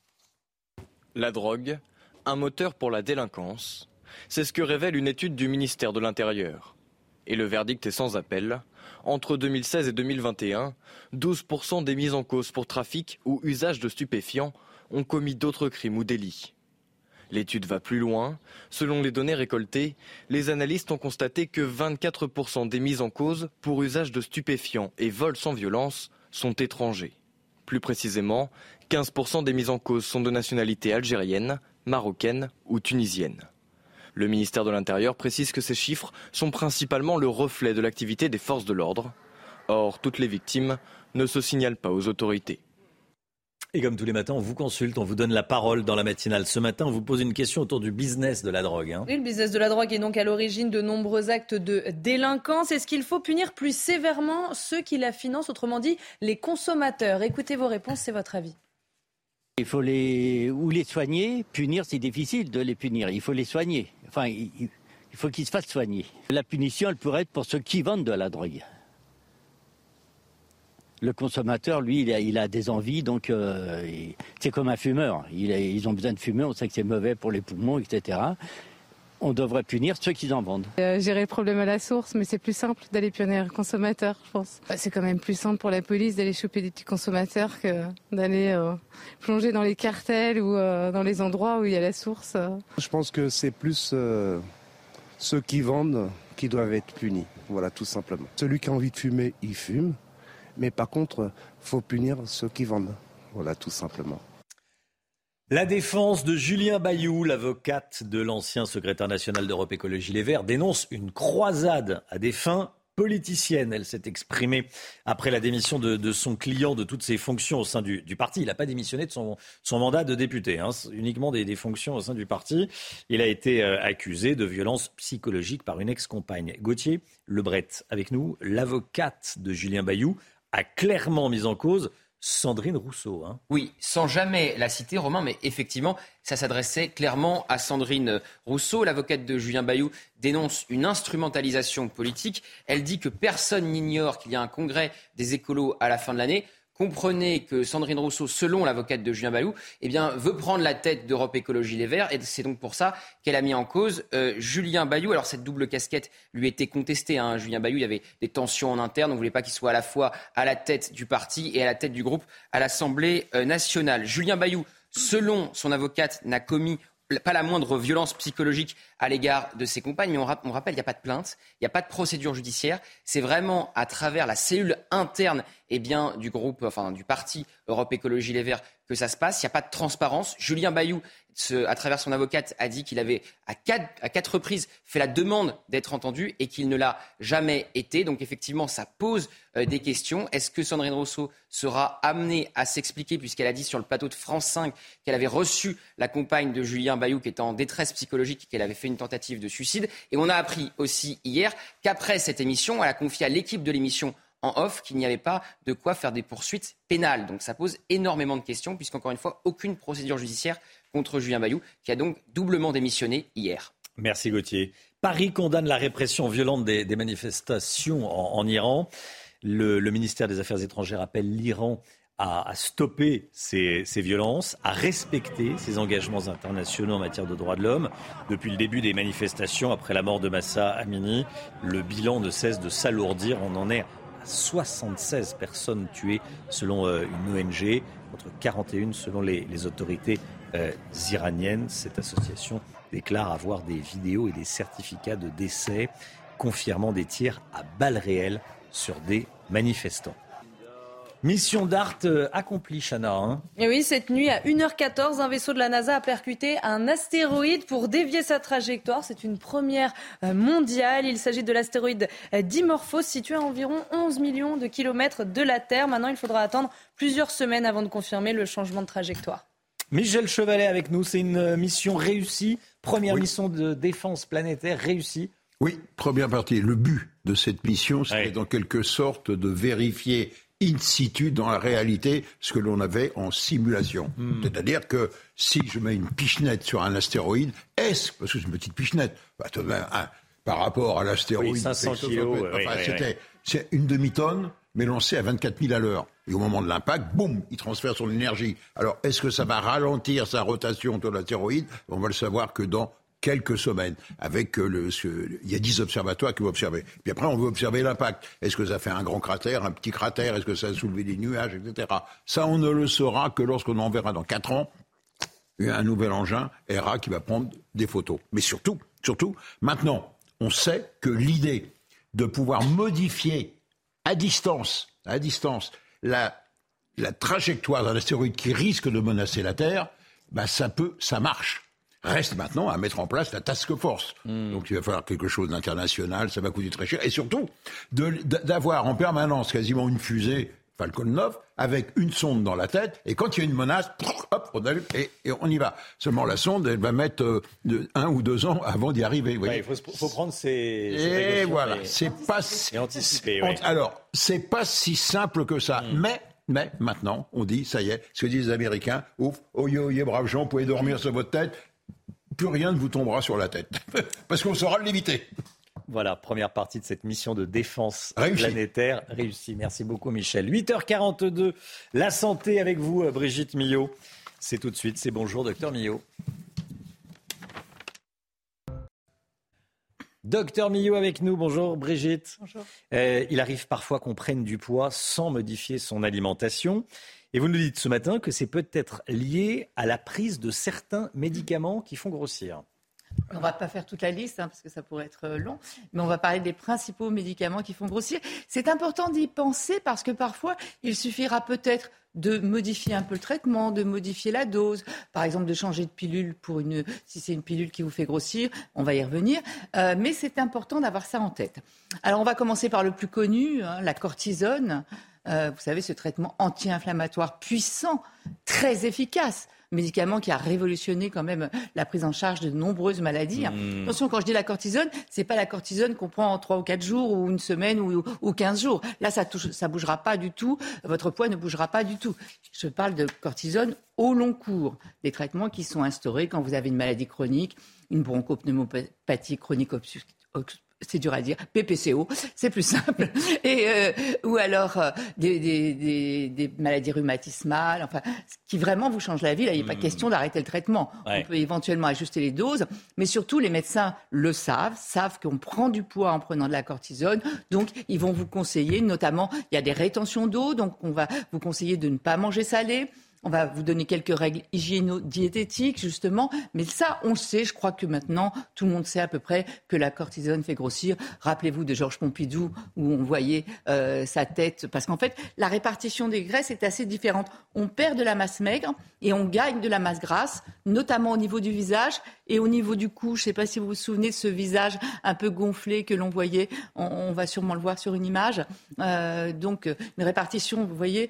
La drogue, un moteur pour la délinquance, c'est ce que révèle une étude du ministère de l'Intérieur. Et le verdict est sans appel. Entre 2016 et 2021, 12% des mises en cause pour trafic ou usage de stupéfiants ont commis d'autres crimes ou délits. L'étude va plus loin. Selon les données récoltées, les analystes ont constaté que 24% des mises en cause pour usage de stupéfiants et vols sans violence sont étrangers. Plus précisément, 15% des mises en cause sont de nationalité algérienne, marocaine ou tunisienne. Le ministère de l'Intérieur précise que ces chiffres sont principalement le reflet de l'activité des forces de l'ordre. Or, toutes les victimes ne se signalent pas aux autorités. Et comme tous les matins, on vous consulte, on vous donne la parole dans la matinale. Ce matin, on vous pose une question autour du business de la drogue. Oui, le business de la drogue est donc à l'origine de nombreux actes de délinquance. Est-ce qu'il faut punir plus sévèrement ceux qui la financent, autrement dit les consommateurs? Écoutez vos réponses, c'est votre avis. Il faut les soigner. Punir, c'est difficile de les punir. Il faut les soigner. Enfin, il faut qu'ils se fassent soigner. La punition, elle pourrait être pour ceux qui vendent de la drogue. Le consommateur, lui, il a des envies, donc c'est comme un fumeur. Ils ont besoin de fumer, on sait que c'est mauvais pour les poumons, etc. On devrait punir ceux qui en vendent. Gérer le problème à la source, mais c'est plus simple d'aller punir les consommateurs, je pense. C'est quand même plus simple pour la police d'aller choper des petits consommateurs que d'aller plonger dans les cartels ou dans les endroits où il y a la source. Je pense que c'est plus ceux qui vendent qui doivent être punis. Voilà, tout simplement. Celui qui a envie de fumer, il fume. Mais par contre, il faut punir ceux qui vendent. Voilà, tout simplement. La défense de Julien Bayou, l'avocate de l'ancien secrétaire national d'Europe Écologie Les Verts, dénonce une croisade à des fins politiciennes. Elle s'est exprimée après la démission de son client de toutes ses fonctions au sein du parti. Il n'a pas démissionné de son mandat de député, uniquement des fonctions au sein du parti. Il a été accusé de violence psychologique par une ex-compagne. Gauthier Lebret, avec nous, l'avocate de Julien Bayou, a clairement mis en cause Sandrine Rousseau. Oui, sans jamais la citer, Romain, mais effectivement, ça s'adressait clairement à Sandrine Rousseau. L'avocate de Julien Bayou dénonce une instrumentalisation politique. Elle dit que personne n'ignore qu'il y a un congrès des écolos à la fin de l'année. Comprenez que Sandrine Rousseau, selon l'avocate de Julien Bayou, veut prendre la tête d'Europe Écologie Les Verts. Et c'est donc pour ça qu'elle a mis en cause Julien Bayou. Alors cette double casquette lui était contestée. Julien Bayou, il y avait des tensions en interne. On ne voulait pas qu'il soit à la fois à la tête du parti et à la tête du groupe à l'Assemblée nationale. Julien Bayou, selon son avocate, n'a commis pas la moindre violence psychologique à l'égard de ses compagnes. Mais on rappelle, il n'y a pas de plainte, il n'y a pas de procédure judiciaire. C'est vraiment à travers la cellule interne du groupe, du parti Europe Écologie Les Verts que ça se passe. Il n'y a pas de transparence. Julien Bayou, à travers son avocate, a dit qu'il avait à quatre reprises fait la demande d'être entendu et qu'il ne l'a jamais été. Donc effectivement, ça pose des questions. Est-ce que Sandrine Rousseau sera amenée à s'expliquer, puisqu'elle a dit sur le plateau de France 5 qu'elle avait reçu la compagne de Julien Bayou qui était en détresse psychologique et qu'elle avait fait une tentative de suicide. Et on a appris aussi hier qu'après cette émission, elle a confié à l'équipe de l'émission en off qu'il n'y avait pas de quoi faire des poursuites pénales. Donc ça pose énormément de questions, puisqu'encore une fois, aucune procédure judiciaire contre Julien Bayou, qui a donc doublement démissionné hier. Merci Gauthier. Paris condamne la répression violente des manifestations en Iran. Le ministère des Affaires étrangères appelle l'Iran à stopper ces violences, à respecter ses engagements internationaux en matière de droits de l'homme. Depuis le début des manifestations, après la mort de Mahsa Amini, le bilan ne cesse de s'alourdir. On en est à 76 personnes tuées selon une ONG, contre 41 selon les autorités iraniennes. Cette association déclare avoir des vidéos et des certificats de décès confirmant des tirs à balles réelles sur des manifestants. Mission DART accomplie, Chana. Et oui, cette nuit à 1h14, un vaisseau de la NASA a percuté un astéroïde pour dévier sa trajectoire. C'est une première mondiale. Il s'agit de l'astéroïde Dimorphos, situé à environ 11 millions de kilomètres de la Terre. Maintenant, il faudra attendre plusieurs semaines avant de confirmer le changement de trajectoire. Michel Chevalet avec nous, c'est une mission réussie. Première mission de défense planétaire réussie. Oui, première partie. Le but de cette mission, c'était en quelque sorte de vérifier in situ dans la réalité ce que l'on avait en simulation. C'est-à-dire que si je mets une pichenette sur un astéroïde, parce que c'est une petite pichenette, par rapport à l'astéroïde, 500 kilos, c'est une demi-tonne, mais lancée à 24 000 à l'heure. Et au moment de l'impact, boum, il transfère son énergie. Alors, est-ce que ça va ralentir sa rotation autour de l'astéroïde ? On va le savoir que dans quelques semaines, avec il y a 10 observatoires qui vont observer. Puis après, on veut observer l'impact. Est-ce que ça fait un grand cratère, un petit cratère ? Est-ce que ça a soulevé des nuages, etc. Ça, on ne le saura que lorsqu'on en verra dans 4 ans un nouvel engin, ERA, qui va prendre des photos. Mais surtout, maintenant, on sait que l'idée de pouvoir modifier à distance, la trajectoire d'un astéroïde qui risque de menacer la Terre, ça marche. Reste maintenant à mettre en place la task force. Donc il va falloir quelque chose d'international, ça va coûter très cher. Et surtout, d'avoir en permanence quasiment une fusée Falcon 9, avec une sonde dans la tête, et quand il y a une menace, hop, on allume et on y va. Seulement la sonde, elle va mettre 1 ou 2 ans avant d'y arriver. Il faut prendre ses et voilà, c'est pas et anticiper. Oui. Alors, c'est pas si simple que ça, mais maintenant, on dit, ça y est, ce que disent les Américains, ouf, oyez, braves gens, vous pouvez dormir sur votre tête, plus rien ne vous tombera sur la tête, parce qu'on saura l'éviter. Voilà, première partie de cette mission de défense planétaire réussie. Merci beaucoup Michel. 8h42, la santé avec vous Brigitte Millot. C'est tout de suite, c'est bonjour Docteur Millot. Docteur Millot avec nous, bonjour Brigitte. Bonjour. Il arrive parfois qu'on prenne du poids sans modifier son alimentation. Et vous nous dites ce matin que c'est peut-être lié à la prise de certains médicaments qui font grossir. On ne va pas faire toute la liste parce que ça pourrait être long, mais on va parler des principaux médicaments qui font grossir. C'est important d'y penser parce que parfois, il suffira peut-être de modifier un peu le traitement, de modifier la dose, par exemple de changer de pilule si c'est une pilule qui vous fait grossir, on va y revenir, mais c'est important d'avoir ça en tête. Alors on va commencer par le plus connu, la cortisone. Vous savez, ce traitement anti-inflammatoire puissant, très efficace, médicament qui a révolutionné quand même la prise en charge de nombreuses maladies. Attention, quand je dis la cortisone, c'est pas la cortisone qu'on prend en 3 ou 4 jours ou une semaine ou 15 jours. Là, ça bougera pas du tout, votre poids ne bougera pas du tout. Je parle de cortisone au long cours, des traitements qui sont instaurés quand vous avez une maladie chronique, une bronchopneumopathie chronique c'est dur à dire, PPCO, c'est plus simple, ou alors des maladies rhumatismales, enfin, qui vraiment vous changent la vie. Là, il n'est pas question d'arrêter le traitement. Ouais. On peut éventuellement ajuster les doses, mais surtout, les médecins le savent qu'on prend du poids en prenant de la cortisone, donc ils vont vous conseiller, notamment, il y a des rétentions d'eau, donc on va vous conseiller de ne pas manger salé. On va vous donner quelques règles hygiéno-diététiques, justement. Mais ça, on le sait. Je crois que maintenant, tout le monde sait à peu près que la cortisone fait grossir. Rappelez-vous de Georges Pompidou, où on voyait sa tête. Parce qu'en fait, la répartition des graisses est assez différente. On perd de la masse maigre et on gagne de la masse grasse, notamment au niveau du visage et au niveau du cou. Je ne sais pas si vous vous souvenez de ce visage un peu gonflé que l'on voyait. On va sûrement le voir sur une image. Donc, une répartition, vous voyez,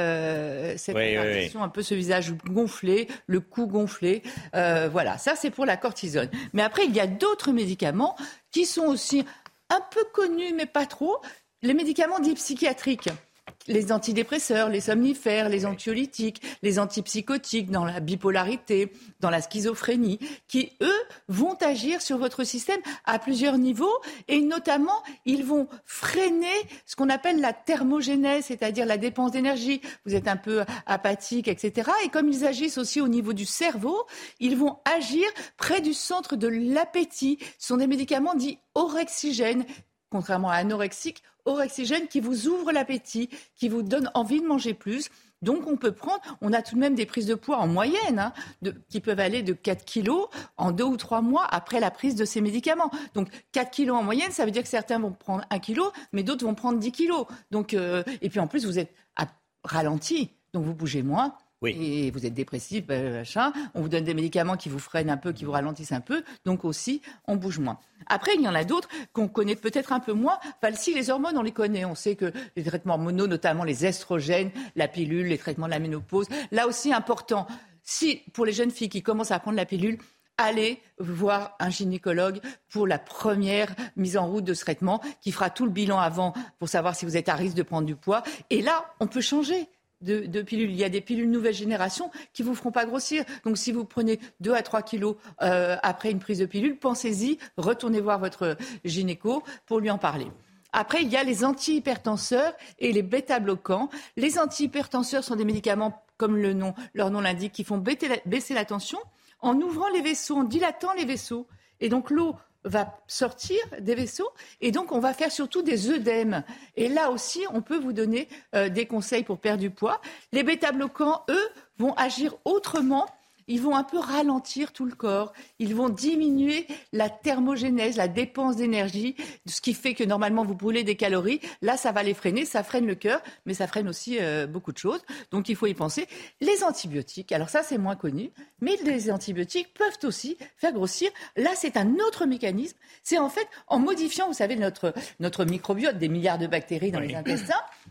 cette répartition. Un peu ce visage gonflé, le cou gonflé. Voilà, ça c'est pour la cortisone. Mais après, il y a d'autres médicaments qui sont aussi un peu connus, mais pas trop. Les médicaments dits psychiatriques. Les antidépresseurs, les somnifères, les anxiolytiques, les antipsychotiques dans la bipolarité, dans la schizophrénie, qui, eux, vont agir sur votre système à plusieurs niveaux et notamment, ils vont freiner ce qu'on appelle la thermogénèse, c'est-à-dire la dépense d'énergie. Vous êtes un peu apathique, etc. Et comme ils agissent aussi au niveau du cerveau, ils vont agir près du centre de l'appétit. Ce sont des médicaments dits orexigènes, contrairement à anorexique, orexigène qui vous ouvre l'appétit, qui vous donne envie de manger plus. Donc on a tout de même des prises de poids en moyenne qui peuvent aller de 4 kilos en 2 ou 3 mois après la prise de ces médicaments. Donc 4 kilos en moyenne, ça veut dire que certains vont prendre 1 kilo, mais d'autres vont prendre 10 kilos. Donc, et puis en plus, vous êtes ralenti, donc vous bougez moins. Oui. Et vous êtes dépressif, machin. On vous donne des médicaments qui vous freinent un peu, qui vous ralentissent un peu. Donc aussi, on bouge moins. Après, il y en a d'autres qu'on connaît peut-être un peu moins. Enfin, si les hormones, on les connaît. On sait que les traitements hormonaux, notamment les estrogènes, la pilule, les traitements de la ménopause, là aussi important. Si, pour les jeunes filles qui commencent à prendre la pilule, allez voir un gynécologue pour la première mise en route de ce traitement, qui fera tout le bilan avant pour savoir si vous êtes à risque de prendre du poids. Et là, on peut changer de pilules. Il y a des pilules nouvelle génération qui vous feront pas grossir. Donc si vous prenez 2 à 3 kilos après une prise de pilule, pensez-y, retournez voir votre gynéco pour lui en parler. Après, il y a les antihypertenseurs et les bêta-bloquants. Les antihypertenseurs sont des médicaments, comme leur nom l'indique, qui font baisser la tension en ouvrant les vaisseaux, en dilatant les vaisseaux. Et donc l'eau va sortir des vaisseaux et donc on va faire surtout des œdèmes. Et là aussi, on peut vous donner des conseils pour perdre du poids. Les bêta-bloquants, eux, vont agir autrement. Ils vont un peu ralentir tout le corps. Ils vont diminuer la thermogénèse, la dépense d'énergie, ce qui fait que normalement vous brûlez des calories. Là, ça va les freiner. Ça freine le cœur, mais ça freine aussi beaucoup de choses. Donc, il faut y penser. Les antibiotiques, alors ça, c'est moins connu, mais les antibiotiques peuvent aussi faire grossir. Là, c'est un autre mécanisme. C'est en fait en modifiant, vous savez, notre microbiote, des milliards de bactéries dans les intestins,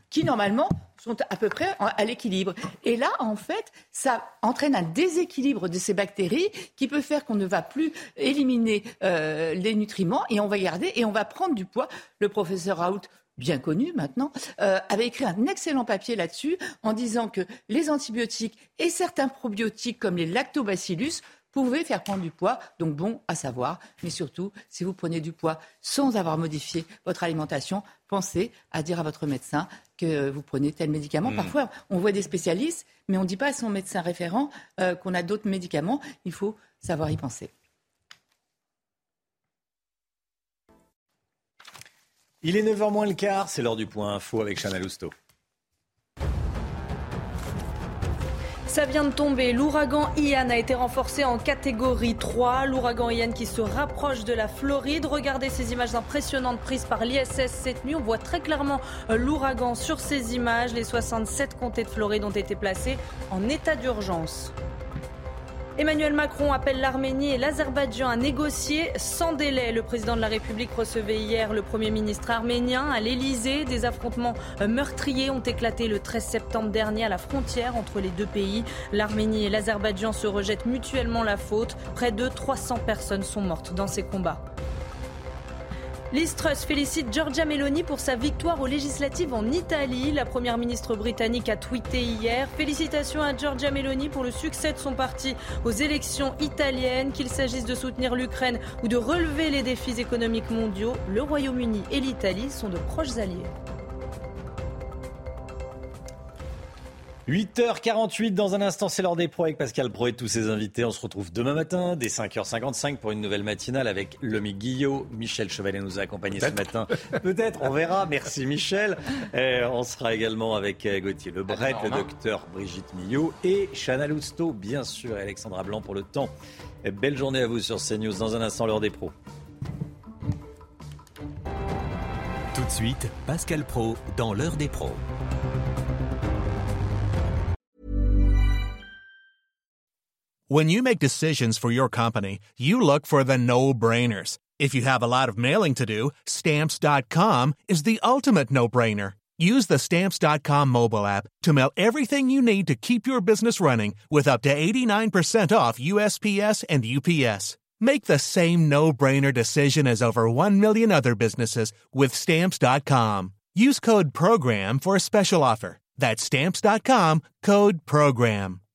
qui normalement sont à peu près à l'équilibre. Et là, en fait, ça entraîne un déséquilibre de ces bactéries qui peut faire qu'on ne va plus éliminer les nutriments et on va garder et on va prendre du poids. Le professeur Raoult, bien connu maintenant, avait écrit un excellent papier là-dessus en disant que les antibiotiques et certains probiotiques comme les lactobacillus pouvaient faire prendre du poids, donc bon à savoir. Mais surtout, si vous prenez du poids sans avoir modifié votre alimentation, pensez à dire à votre médecin que vous prenez tel médicament. Parfois, on voit des spécialistes, mais on ne dit pas à son médecin référent qu'on a d'autres médicaments. Il faut savoir y penser. Il est 9h moins le quart, c'est l'heure du point info avec Chana Lousteau. Ça vient de tomber. L'ouragan Ian a été renforcé en catégorie 3. L'ouragan Ian qui se rapproche de la Floride. Regardez ces images impressionnantes prises par l'ISS cette nuit. On voit très clairement l'ouragan sur ces images. Les 67 comtés de Floride ont été placés en état d'urgence. Emmanuel Macron appelle l'Arménie et l'Azerbaïdjan à négocier sans délai. Le président de la République recevait hier le Premier ministre arménien à l'Elysée. Des affrontements meurtriers ont éclaté le 13 septembre dernier à la frontière entre les deux pays. L'Arménie et l'Azerbaïdjan se rejettent mutuellement la faute. Près de 300 personnes sont mortes dans ces combats. Liz Truss félicite Giorgia Meloni pour sa victoire aux législatives en Italie. La première ministre britannique a tweeté hier. Félicitations à Giorgia Meloni pour le succès de son parti aux élections italiennes. Qu'il s'agisse de soutenir l'Ukraine ou de relever les défis économiques mondiaux, le Royaume-Uni et l'Italie sont de proches alliés. 8h48, dans un instant, c'est l'heure des pros avec Pascal Pro et tous ses invités. On se retrouve demain matin, dès 5h55 pour une nouvelle matinale avec Lomi Guillot. Michel Chevalet nous a accompagnés ce matin. Peut-être, on verra. Merci Michel. On sera également avec Gauthier Lebret, le docteur Brigitte Millot et Chana Lousteau, bien sûr, et Alexandra Blanc pour le temps. Belle journée à vous sur CNews. Dans un instant, l'heure des pros. Tout de suite, Pascal Pro dans l'heure des pros. When you make decisions for your company, you look for the no-brainers. If you have a lot of mailing to do, Stamps.com is the ultimate no-brainer. Use the Stamps.com mobile app to mail everything you need to keep your business running with up to 89% off USPS and UPS. Make the same no-brainer decision as over 1 million other businesses with Stamps.com. Use code PROGRAM for a special offer. That's Stamps.com, code PROGRAM.